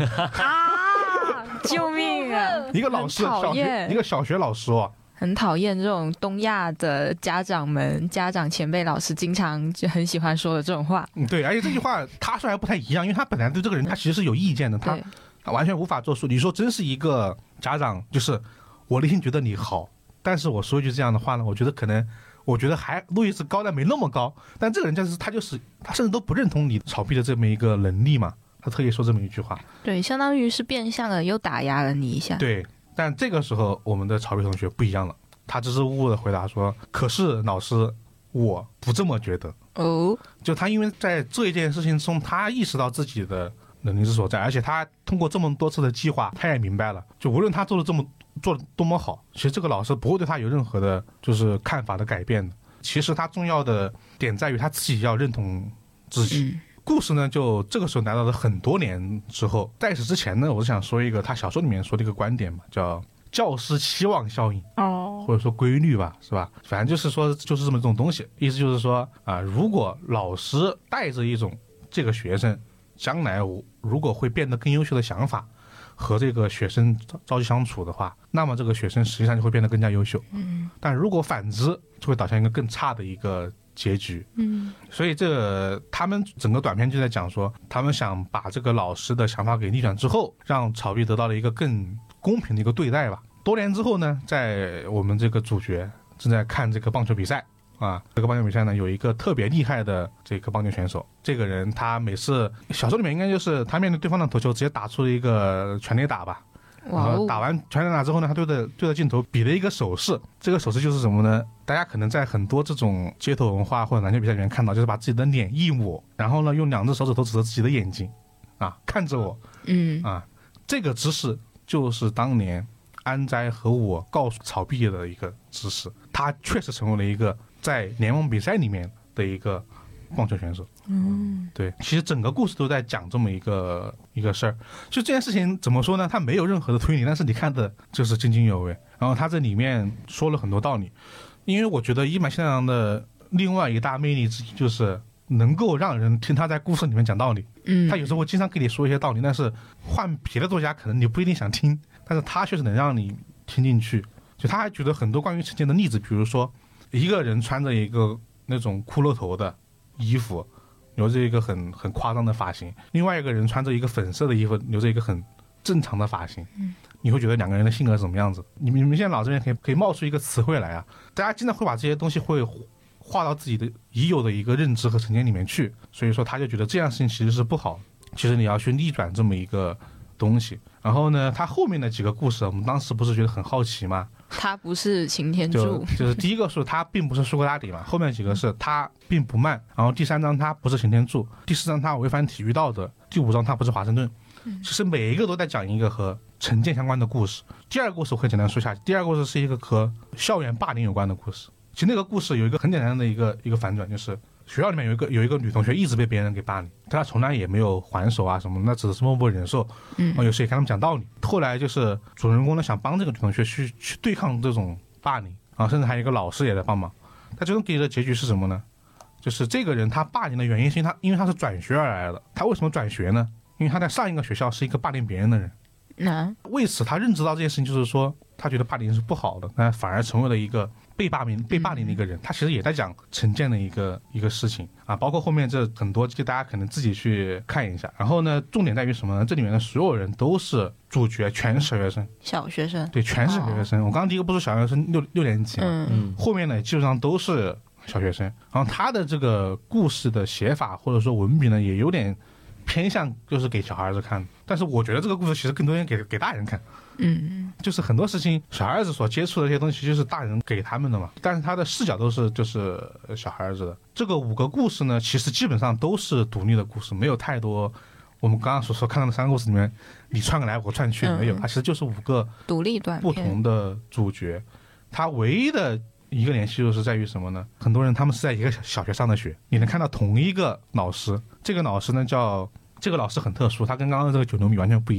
救命啊！ 一个老师，一个小学老师哦。 很讨厌这种东亚的家长们、家长前辈老师经常就很喜欢说的这种话。 对，而且这句话他说还不太一样，因为他本来对这个人他其实是有意见的，他完全无法做出。你说真是一个家长，就是我内心觉得你好，但是我说一句这样的话呢，我觉得还路易斯高，但没那么高。但这个人他甚至都不认同你曹丕的这么一个能力嘛，他特意说这么一句话。 对，相当于是变相的又打压了你一下。 对。但这个时候我们的曹丕同学不一样了，他支支吾吾的回答说：“可是老师，我不这么觉得。”就他因为在这一件事情中，他意识到自己的能力之所在，而且他通过这么多次的计划，他也明白了，就无论他做的多么好，其实这个老师不会对他有任何的就是看法的改变的。其实他重要的点在于他自己要认同自己。故事呢，就这个时候来到了很多年之后。在此之前呢，我是想说一个他小说里面说的一个观点嘛，叫教师期望效应，或者说规律吧，是吧？反正就是说，就是这么一种东西。意思就是说如果老师带着一种这个学生将来如果会变得更优秀的想法和这个学生朝夕相处的话，那么这个学生实际上就会变得更加优秀。但如果反之，就会导向一个更差的一个结局。所以他们整个短片就在讲说，他们想把这个老师的想法给逆转之后，让曹丕得到了一个更公平的一个对待吧。多年之后呢，在我们这个主角正在看这个棒球比赛这个棒球比赛呢，有一个特别厉害的这个棒球选手。这个人他每次小说里面应该就是他面对对方的投球直接打出了一个全垒打吧。然后打完全垒打之后呢，他对着镜头比了一个手势。这个手势就是什么呢？大家可能在很多这种街头文化或者篮球比赛里面看到，就是把自己的脸一抹，然后呢用2只手指头指着自己的眼睛看着我。这个姿势就是当年安斋和我告诉曹丕的一个姿势。他确实成为了一个在联盟比赛里面的一个棒球选手。对，其实整个故事都在讲这么一个事儿。就这件事情怎么说呢？他没有任何的推理，但是你看的就是津津有味。然后他这里面说了很多道理，因为我觉得伊坂幸太郎的另外一大魅力之一就是能够让人听他在故事里面讲道理。他有时候会经常跟你说一些道理，但是换别的作家可能你不一定想听，但是他确实能让你听进去。就他还举了很多关于陈建的例子，比如说一个人穿着一个那种骷髅头的衣服，留着一个很夸张的发型，另外一个人穿着一个粉色的衣服，留着一个很正常的发型。你会觉得两个人的性格是什么样子？你们现在脑子里面可以冒出一个词汇来大家经常会把这些东西会画到自己的已有的一个认知和成见里面去，所以说他就觉得这样事情其实是不好，其实你要去逆转这么一个东西。然后呢，他后面的几个故事我们当时不是觉得很好奇吗？ 他不是擎天柱， 就是第一个是他并不是苏格拉底嘛，后面几个是他并不慢，然后第3章他不是擎天柱，第4章他违反体育道德，第5章他不是华盛顿。其实每一个都在讲一个和成见相关的故事。第二个故事我可以简单说下去，第二个故事是一个和校园霸凌有关的故事。其实那个故事有一个很简单的一个反转，就是学校里面有一个女同学一直被别人给霸凌，但她从来也没有还手什么，那只是默默忍受。有时也跟他们讲道理。后来就是主人公呢想帮这个女同学去对抗这种霸凌，甚至还有一个老师也在帮忙。他最终给的结局是什么呢？就是这个人他霸凌的原因是因为他是转学而来的。他为什么转学呢？因为他在上一个学校是一个霸凌别人的人。为此他认知到这件事情，就是说他觉得霸凌是不好的，但反而成为了一个被霸凌的一个人。他其实也在讲成见的一个事情包括后面这很多就大家可能自己去看一下。然后呢，重点在于什么呢？这里面的所有人都是主角，全是小学生。对，全是小学生。我刚刚第一个不是小学生六年级嘛，后面呢基本上都是小学生。然后他的这个故事的写法或者说文笔呢，也有点偏向就是给小孩子看，但是我觉得这个故事其实更多人给大人看。就是很多事情小孩子所接触的一些东西就是大人给他们的嘛，但是他的视角都是就是小孩子的。这个5个故事呢，其实基本上都是独立的故事，没有太多我们刚刚所看到的3个故事里面你串个来我串去，没有，它其实就是5个独立短片不同的主角。它唯一的一个联系就是在于什么呢？很多人他们是在一个小学上的学，你能看到同一个老师。这个老师呢这个老师很特殊，他跟刚刚这个9牛米完全不一样。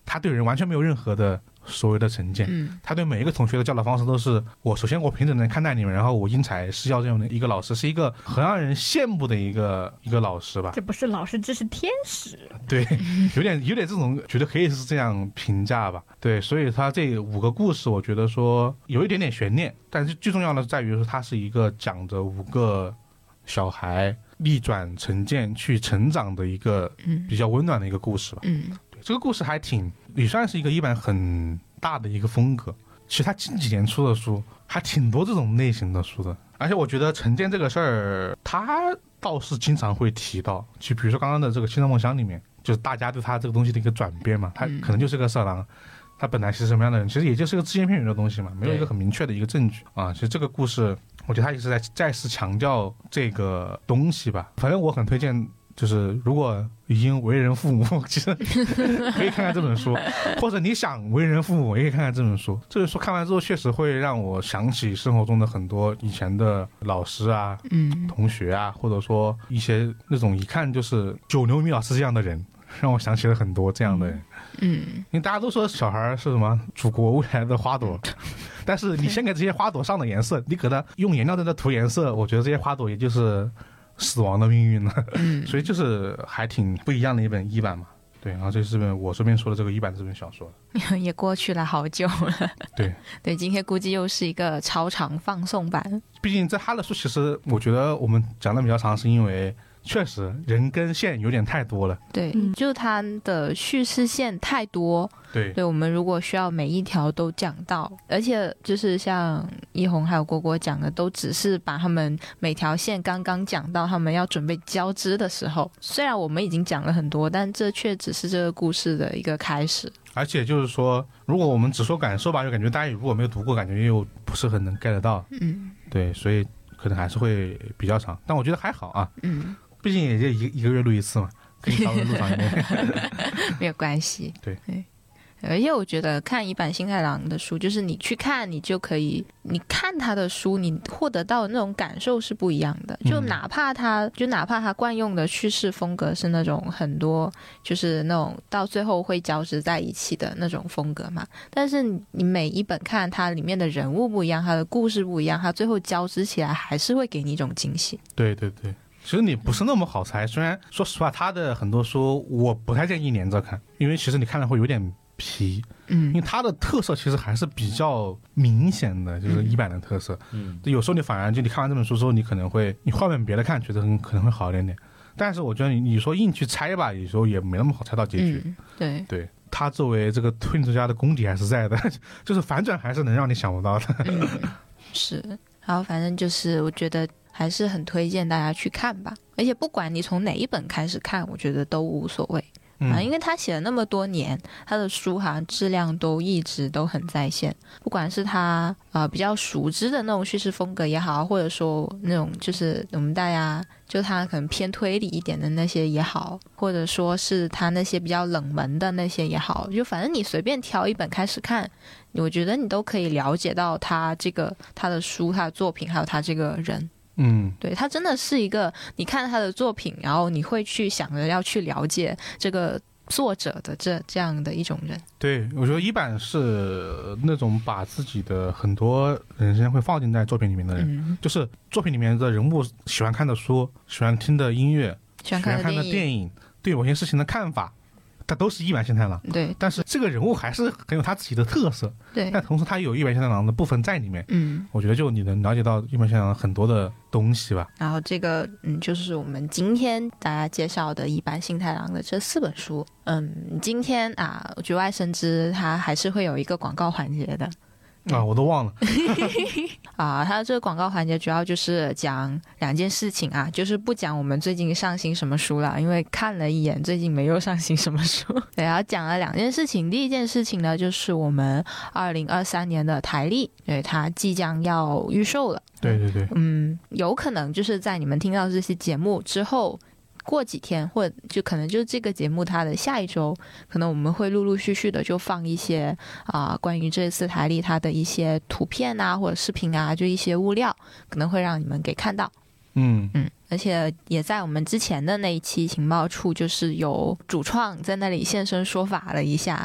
他对人完全没有任何的所谓的成见，他对每一个同学的教导方式都是首先我平等的看待你们，然后我因材施教这样的一个老师，是一个很让人羡慕的一个老师吧。 这不是老师，这是天使。 对，有点这种，觉得可以是这样评价吧。对，所以他这5个故事，我觉得说有一点点悬念，但是最重要的在于说，它是一个讲着5个小孩逆转成见去成长的一个比较温暖的一个故事吧。对，这个故事还也算是一个一版很大的一个风格。其实他近几年出的书还挺多这种类型的书的，而且我觉得成见这个事儿，他倒是经常会提到，就比如说刚刚的这个《青藏梦乡》里面，就是大家对他这个东西的一个转变嘛，他可能就是个色狼，他本来是什么样的人，其实也就是个只言片语的东西嘛，没有一个很明确的一个证据啊。其实这个故事，我觉得他也是在再次强调这个东西吧。反正我很推荐，就是如果已经为人父母，其实可以看看这本书，或者你想为人父母，也可以看看这本书。这本书看完之后，确实会让我想起生活中的很多以前的老师啊、同学啊，或者说一些那种一看就是九牛米老师这样的人，让我想起了很多这样的人。因为大家都说小孩是什么祖国未来的花朵，但是你先给这些花朵上的颜色，你给它用颜料在那涂颜色，我觉得这些花朵也就是死亡的命运了。所以就是还挺不一样的一本一版嘛。对，然后这是我这边说的这个一版这本小说也过去了好久了。 对对，今天估计又是一个超长放送版。 毕竟在他的书，其实我觉得我们讲的比较长，是因为确实人跟线有点太多了。 对，就它的叙事线太多。对，我们如果需要每一条都讲到，而且就是像一红还有果果讲的，都只是把他们每条线刚刚讲到他们要准备交织的时候，虽然我们已经讲了很多，但这却只是这个故事的一个开始。 而且就是说，如果我们只说感受吧，就感觉大家如果没有读过，感觉又不是很能 get 得到。对，所以可能还是会比较长，但我觉得还好啊。毕竟也就一个月录一次嘛，可以稍微录长一点。 没有关系。 对。 而且我觉得看一版新太郎的书，就是你去看，你就可以，你看他的书，你获得到的那种感受是不一样的。就哪怕他惯用的叙事风格是那种很多，就是那种到最后会交织在一起的那种风格嘛。但是你每一本看它里面的人物不一样，它的故事不一样，它最后交织起来还是会给你一种惊喜。 对对对。其实你不是那么好猜，虽然说实话，他的很多书我不太建议连着看，因为其实你看了会有点皮。因为它的特色其实还是比较明显的，就是一版的特色。有时候你反而就你看完这本书之后，你可能会你换本别的看，觉得可能会好一点点。但是我觉得你说硬去猜吧，有时候也没那么好猜到结局。对，他作为这个推理作家的功底还是在的，就是反转还是能让你想不到的。 是，好，反正就是我觉得还是很推荐大家去看吧，而且不管你从哪一本开始看，我觉得都无所谓。因为他写了那么多年，他的书好像质量都一直都很在线，不管是他比较熟知的那种叙事风格也好，或者说那种就是我们大家就他可能偏推理一点的那些也好，或者说是他那些比较冷门的那些也好，就反正你随便挑一本开始看，我觉得你都可以了解到他的书、他的作品还有他这个人。对，他真的是一个你看他的作品，然后你会去想着要去了解这个作者的这样的一种人。 对，我觉得一版是那种把自己的很多人生会放进在作品里面的人，就是作品里面的人物喜欢看的书、喜欢听的音乐、喜欢看的电影，对某些事情的看法，他都是一版新太郎。 对， 但是这个人物还是很有他自己的特色。 对， 但同时他有一版新太郎的部分在里面。我觉得就你能了解到一版新太郎很多的东西吧。 然后这个就是我们今天大家介绍的一版新太郎的这4本书。今天局外生枝它还是会有一个广告环节的。 我都忘了。 它这个广告环节主要就是讲2件事情啊，就是不讲我们最近上新什么书了，因为看了一眼最近没有上新什么书。对，然后讲了2件事情。第一件事情呢，就是我们2023年的台历，对，它即将要预售了。 对对对。 有可能就是在你们听到这期节目之后过几天，或者就可能就这个节目它的下一周，可能我们会陆陆续续的就放一些关于这次台历它的一些图片啊或者视频啊，就一些物料，可能会让你们给看到。而且也在我们之前的那一期情报处，就是有主创在那里现身说法了一下。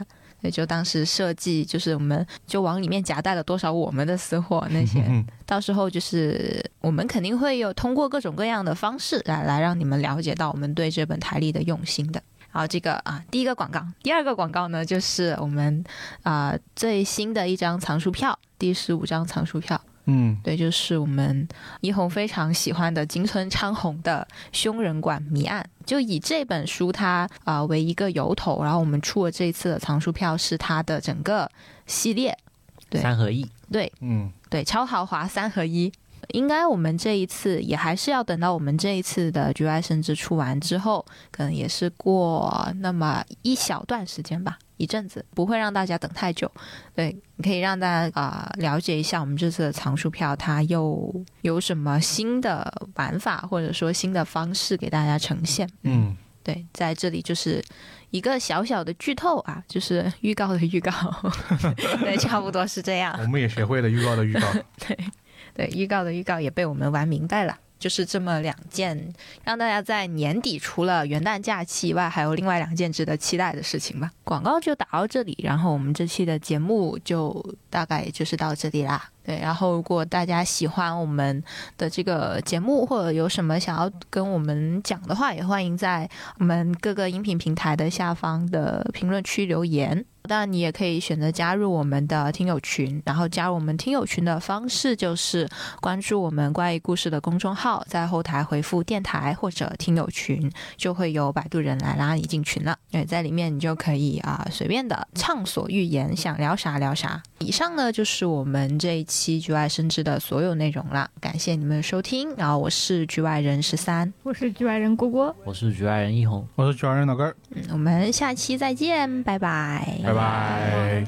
对，就当时设计就是我们就往里面夹带了多少我们的私货那些，到时候就是我们肯定会有通过各种各样的方式来让你们了解到我们对这本台历的用心的。好，这个第一个广告，第二个广告呢，就是我们最新的一张藏书票，第15张藏书票。对，就是我们一红非常喜欢的金村昌宏的《凶人馆谜案》，就以这本书它为一个由头，然后我们出了这一次的藏书票是它的整个系列，对 ，3合1， 对，对，超豪华3合1。应该我们这一次也还是要等到我们这一次的局外生枝出完之后，可能也是过那么一小段时间吧，一阵子，不会让大家等太久。对，可以让大家了解一下我们这次的藏书票它又有什么新的玩法，或者说新的方式给大家呈现。对，在这里就是一个小小的剧透就是预告的预告。对，差不多是这样。 我们也学会了预告的预告。 对，预告的预告也被我们玩明白了，就是这么2件让大家在年底除了元旦假期以外还有另外2件值得期待的事情吧。广告就打到这里，然后我们这期的节目就大概就是到这里啦。对，然后如果大家喜欢我们的这个节目，或者有什么想要跟我们讲的话，也欢迎在我们各个音频平台的下方的评论区留言。当然你也可以选择加入我们的听友群，然后加入我们听友群的方式就是关注我们怪异故事的公众号，在后台回复电台或者听友群，就会有摆渡人来拉你进群了。对，在里面你就可以随便的畅所欲言，想聊啥聊啥。以上呢就是我们这一期局外生枝的所有内容啦，感谢你们的收听。然后我是局外人13， 我是局外人郭郭， 我是局外人一红， 我是局外人老根儿。 我们下期再见，拜拜， 拜拜。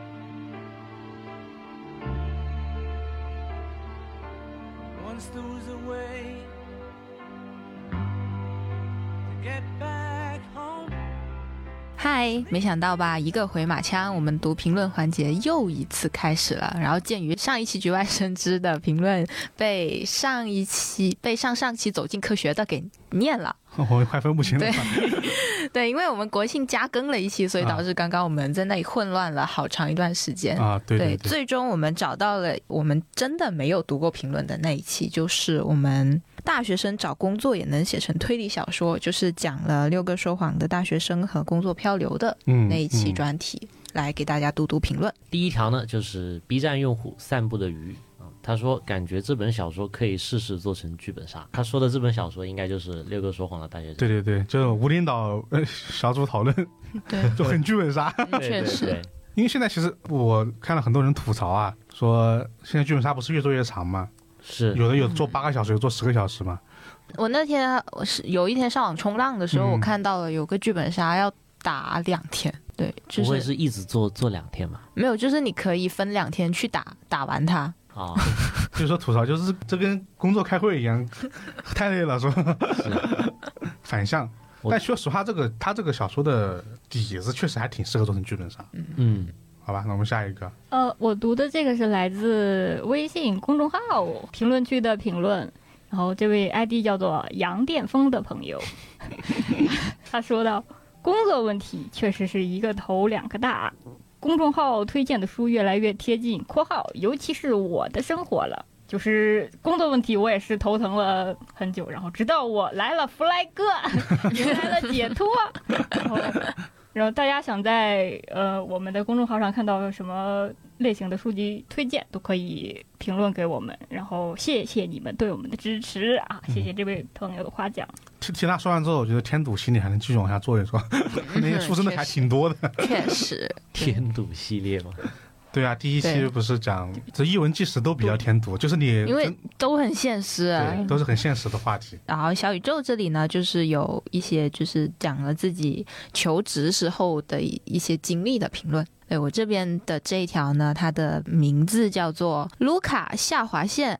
嗨，没想到吧，一个回马枪，我们读评论环节又一次开始了。然后鉴于上一期局外生枝的评论被上上期走进科学的给念了， 我快分不清了。 对，因为我们国庆加更了一期，所以导致刚刚我们在那里混乱了好长一段时间对， 最终我们找到了我们真的没有读过评论的那一期，就是我们大学生找工作也能写成推理小说，就是讲了6个说谎的大学生和工作漂流的那一期专题，来给大家读读评论。 第一条呢，就是 B 站用户散步的鱼。他说感觉这本小说可以试试做成剧本杀。他说的这本小说应该就是6个说谎的大学生。 对，就无领导小组讨论， 对， 就很剧本杀。 确实， 因为现在其实我看了很多人吐槽说现在剧本杀不是越做越长吗？ 是有的做8个小时，有做10个小时嘛。 我那天有一天上网冲浪的时候，我看到了有个剧本杀要打2天。对，就是不会是一直做2天吧？ 没有，就是你可以分2天去打完它。 就是说吐槽就是这跟工作开会一样，太累了，说反向。但说实话，他这个小说的底子确实还挺适合做成剧本杀。好吧，那我们下一个。 我读的这个是来自微信公众号评论区的评论，然后这位 ID 叫做杨电风的朋友，他说到，工作问题确实是一个头2个大。公众号推荐的书越来越贴近（括号尤其是我的生活了），就是工作问题，我也是头疼了很久，然后直到我来了弗莱哥，迎来了解脱。然后大家想在我们的公众号上看到什么类型的书籍推荐，都可以评论给我们。然后谢谢你们对我们的支持谢谢这位朋友的夸奖。 听他说完之后，我觉得添堵心里还能继续往下做一做，那些书真的还挺多的。 确实， 添堵系列嘛。 对啊，第1期不是讲这译文纪实都比较添堵，就是你因为都很现实， 对，都是很现实的话题。 然后小宇宙这里呢，就是有一些就是讲了自己求职时候的一些经历的评论。对，我这边的这一条呢，它的名字叫做卢卡下划线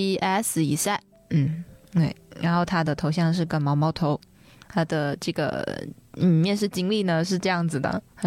IBS 以赛，对，然后他的头像是个毛毛头，他的这个面试经历呢是这样子的，他说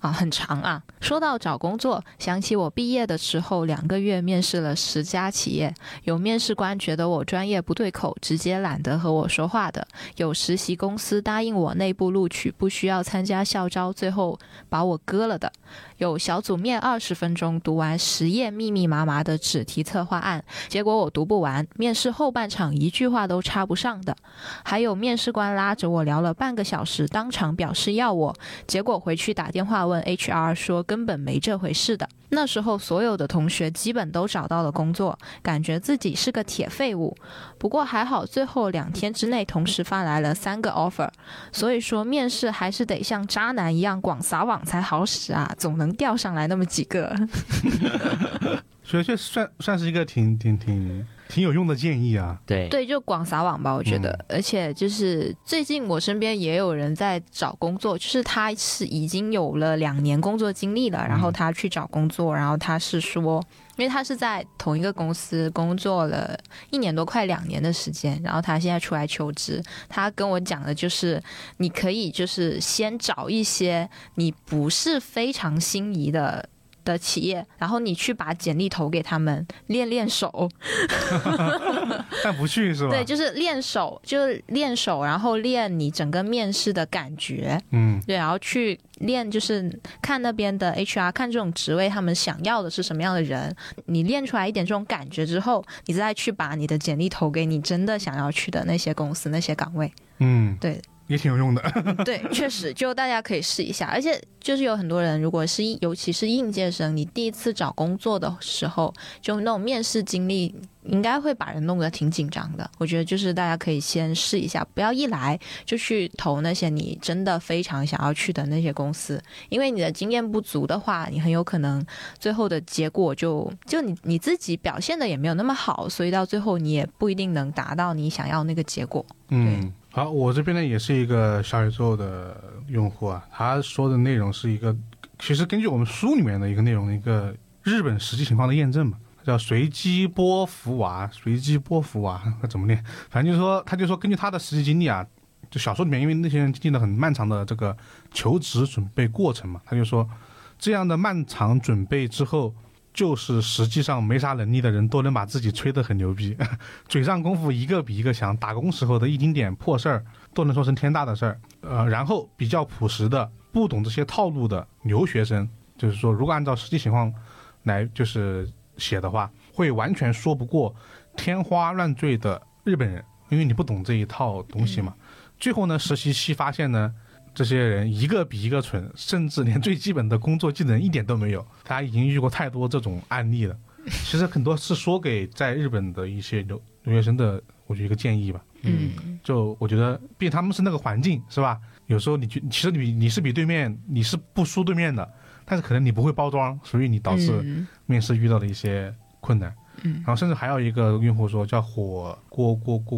很长啊。说到找工作，想起我毕业的时候2个月面试了10家企业，有面试官觉得我专业不对口，直接懒得和我说话的，有实习公司答应我内部录取，不需要参加校招，最后把我割了的，有小组面20分钟读完10页密密麻麻的纸题策划案，结果我读不完，面试后半场一句话都插不上的，还有面试官拉着我聊了半个小时，当场表示要我，结果回去打电话问 HR 说根本没这回事的。那时候所有的同学基本都找到了工作，感觉自己是个铁废物。不过还好最后2天之内同时发来了3个 offer， 所以说面试还是得像渣男一样广撒网才好使啊，总能钓上来那么几个。 所以这算是一个挺有用的建议啊。 对， 就广撒网吧，我觉得。而且就是最近我身边也有人在找工作，就是他是已经有了2年工作经历了，然后他去找工作，然后他是说，因为他是在同一个公司工作了1年多快2年的时间，然后他现在出来求职，他跟我讲的就是你可以就是先找一些你不是非常心仪的企业，然后你去把简历投给他们，练手。 但不去是吧？ 对，就是练手，然后练你整个面试的感觉。对，然后去练，就是看那边的 HR， 看这种职位他们想要的是什么样的人。你练出来一点这种感觉之后，你再去把你的简历投给你真的想要去的那些公司、那些岗位。对。 也挺有用的。 对，确实，就大家可以试一下。而且就是有很多人，如果是尤其是应届生，你第一次找工作的时候，就那种面试经历应该会把人弄得挺紧张的。我觉得就是大家可以先试一下，不要一来就去投那些你真的非常想要去的那些公司，因为你的经验不足的话，你很有可能最后的结果就你自己表现的也没有那么好，所以到最后你也不一定能达到你想要那个结果。 好，我这边呢也是一个小宇宙的用户啊，他说的内容是一个，其实根据我们书里面的一个内容的一个日本实际情况的验证嘛，叫随机波伏娃，怎么念？反正就是说，他就说根据他的实际经历啊，就小说里面因为那些人经历了很漫长的这个求职准备过程嘛，他就说这样的漫长准备之后，就是实际上没啥能力的人都能把自己吹得很牛逼，嘴上功夫一个比一个强，打工时候的一丁点破事儿都能说成天大的事儿。然后比较朴实的不懂这些套路的留学生，就是说如果按照实际情况来就是写的话，会完全说不过天花乱坠的日本人，因为你不懂这一套东西嘛。最后呢，实习期发现呢，这些人一个比一个蠢，甚至连最基本的工作技能一点都没有。大家已经遇过太多这种案例了。其实很多是说给在日本的一些留学生的，我觉得一个建议吧。就我觉得，毕竟他们是那个环境，是吧？有时候其实你是比对面，你是不输对面的，但是可能你不会包装，所以你导致面试遇到的一些困难。然后甚至还有一个用户说叫火锅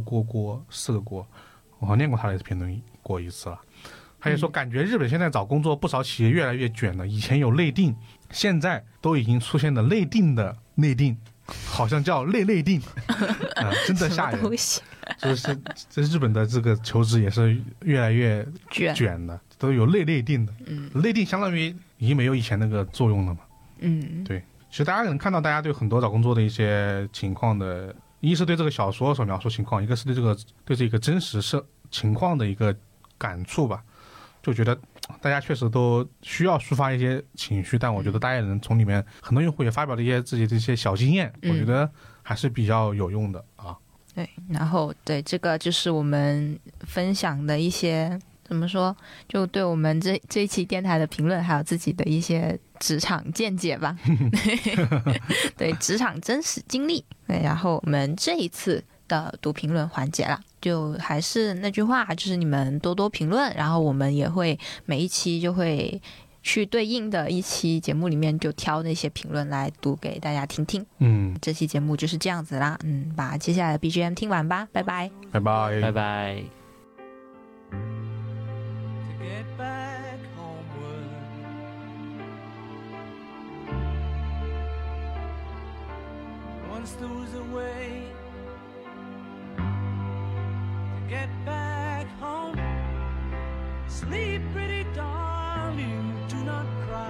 4个锅，我好像念过他的评论过一次了。他就说感觉日本现在找工作不少企业越来越卷了，以前有内定，现在都已经出现了内定的内定，好像叫内定。真的吓人。就是这日本的这个求职也是越来越卷的，都有内定的。内定相当于已经没有以前那个作用了嘛。对。其实大家可能看到大家对很多找工作的一些情况的，一是对这个小说所描述情况，一个是对这个真实情况的一个感触吧。就觉得大家确实都需要抒发一些情绪，但我觉得大家也能从里面，很多用户也发表了一些自己的一些小经验，我觉得还是比较有用的啊。 对，然后对这个就是我们分享的一些怎么说，就对我们这一期电台的评论，还有自己的一些职场见解吧。对，职场真实经历。对，然后我们这一次的读评论环节啦，就还是那句话，就是你们多多评论，然后我们也会每一期就会去对应的一期节目里面就挑那些评论来读给大家听听。这期节目就是这样子啦。把接下来的 BGM 听完吧，拜拜， 拜拜， 拜拜。 Get back home, sleep, pretty darling, do not cry.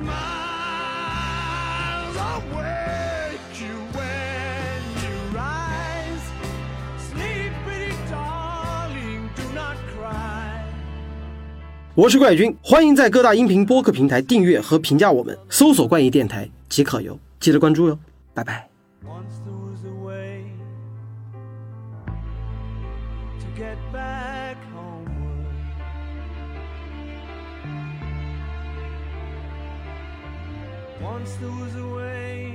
smiles awake you when you rise. Sleep, pretty darling, do not cry. 我是怪君，欢迎在各大音频播客平台订阅和评价我们，搜索怪异电台即可有，记得关注哟，拜拜。 Once there was a way to get back homeward. Once there was a way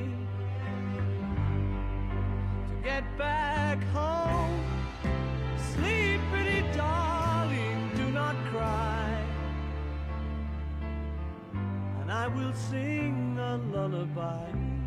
to get back home. Sleep, pretty darling, do not cry. And I will sing a lullaby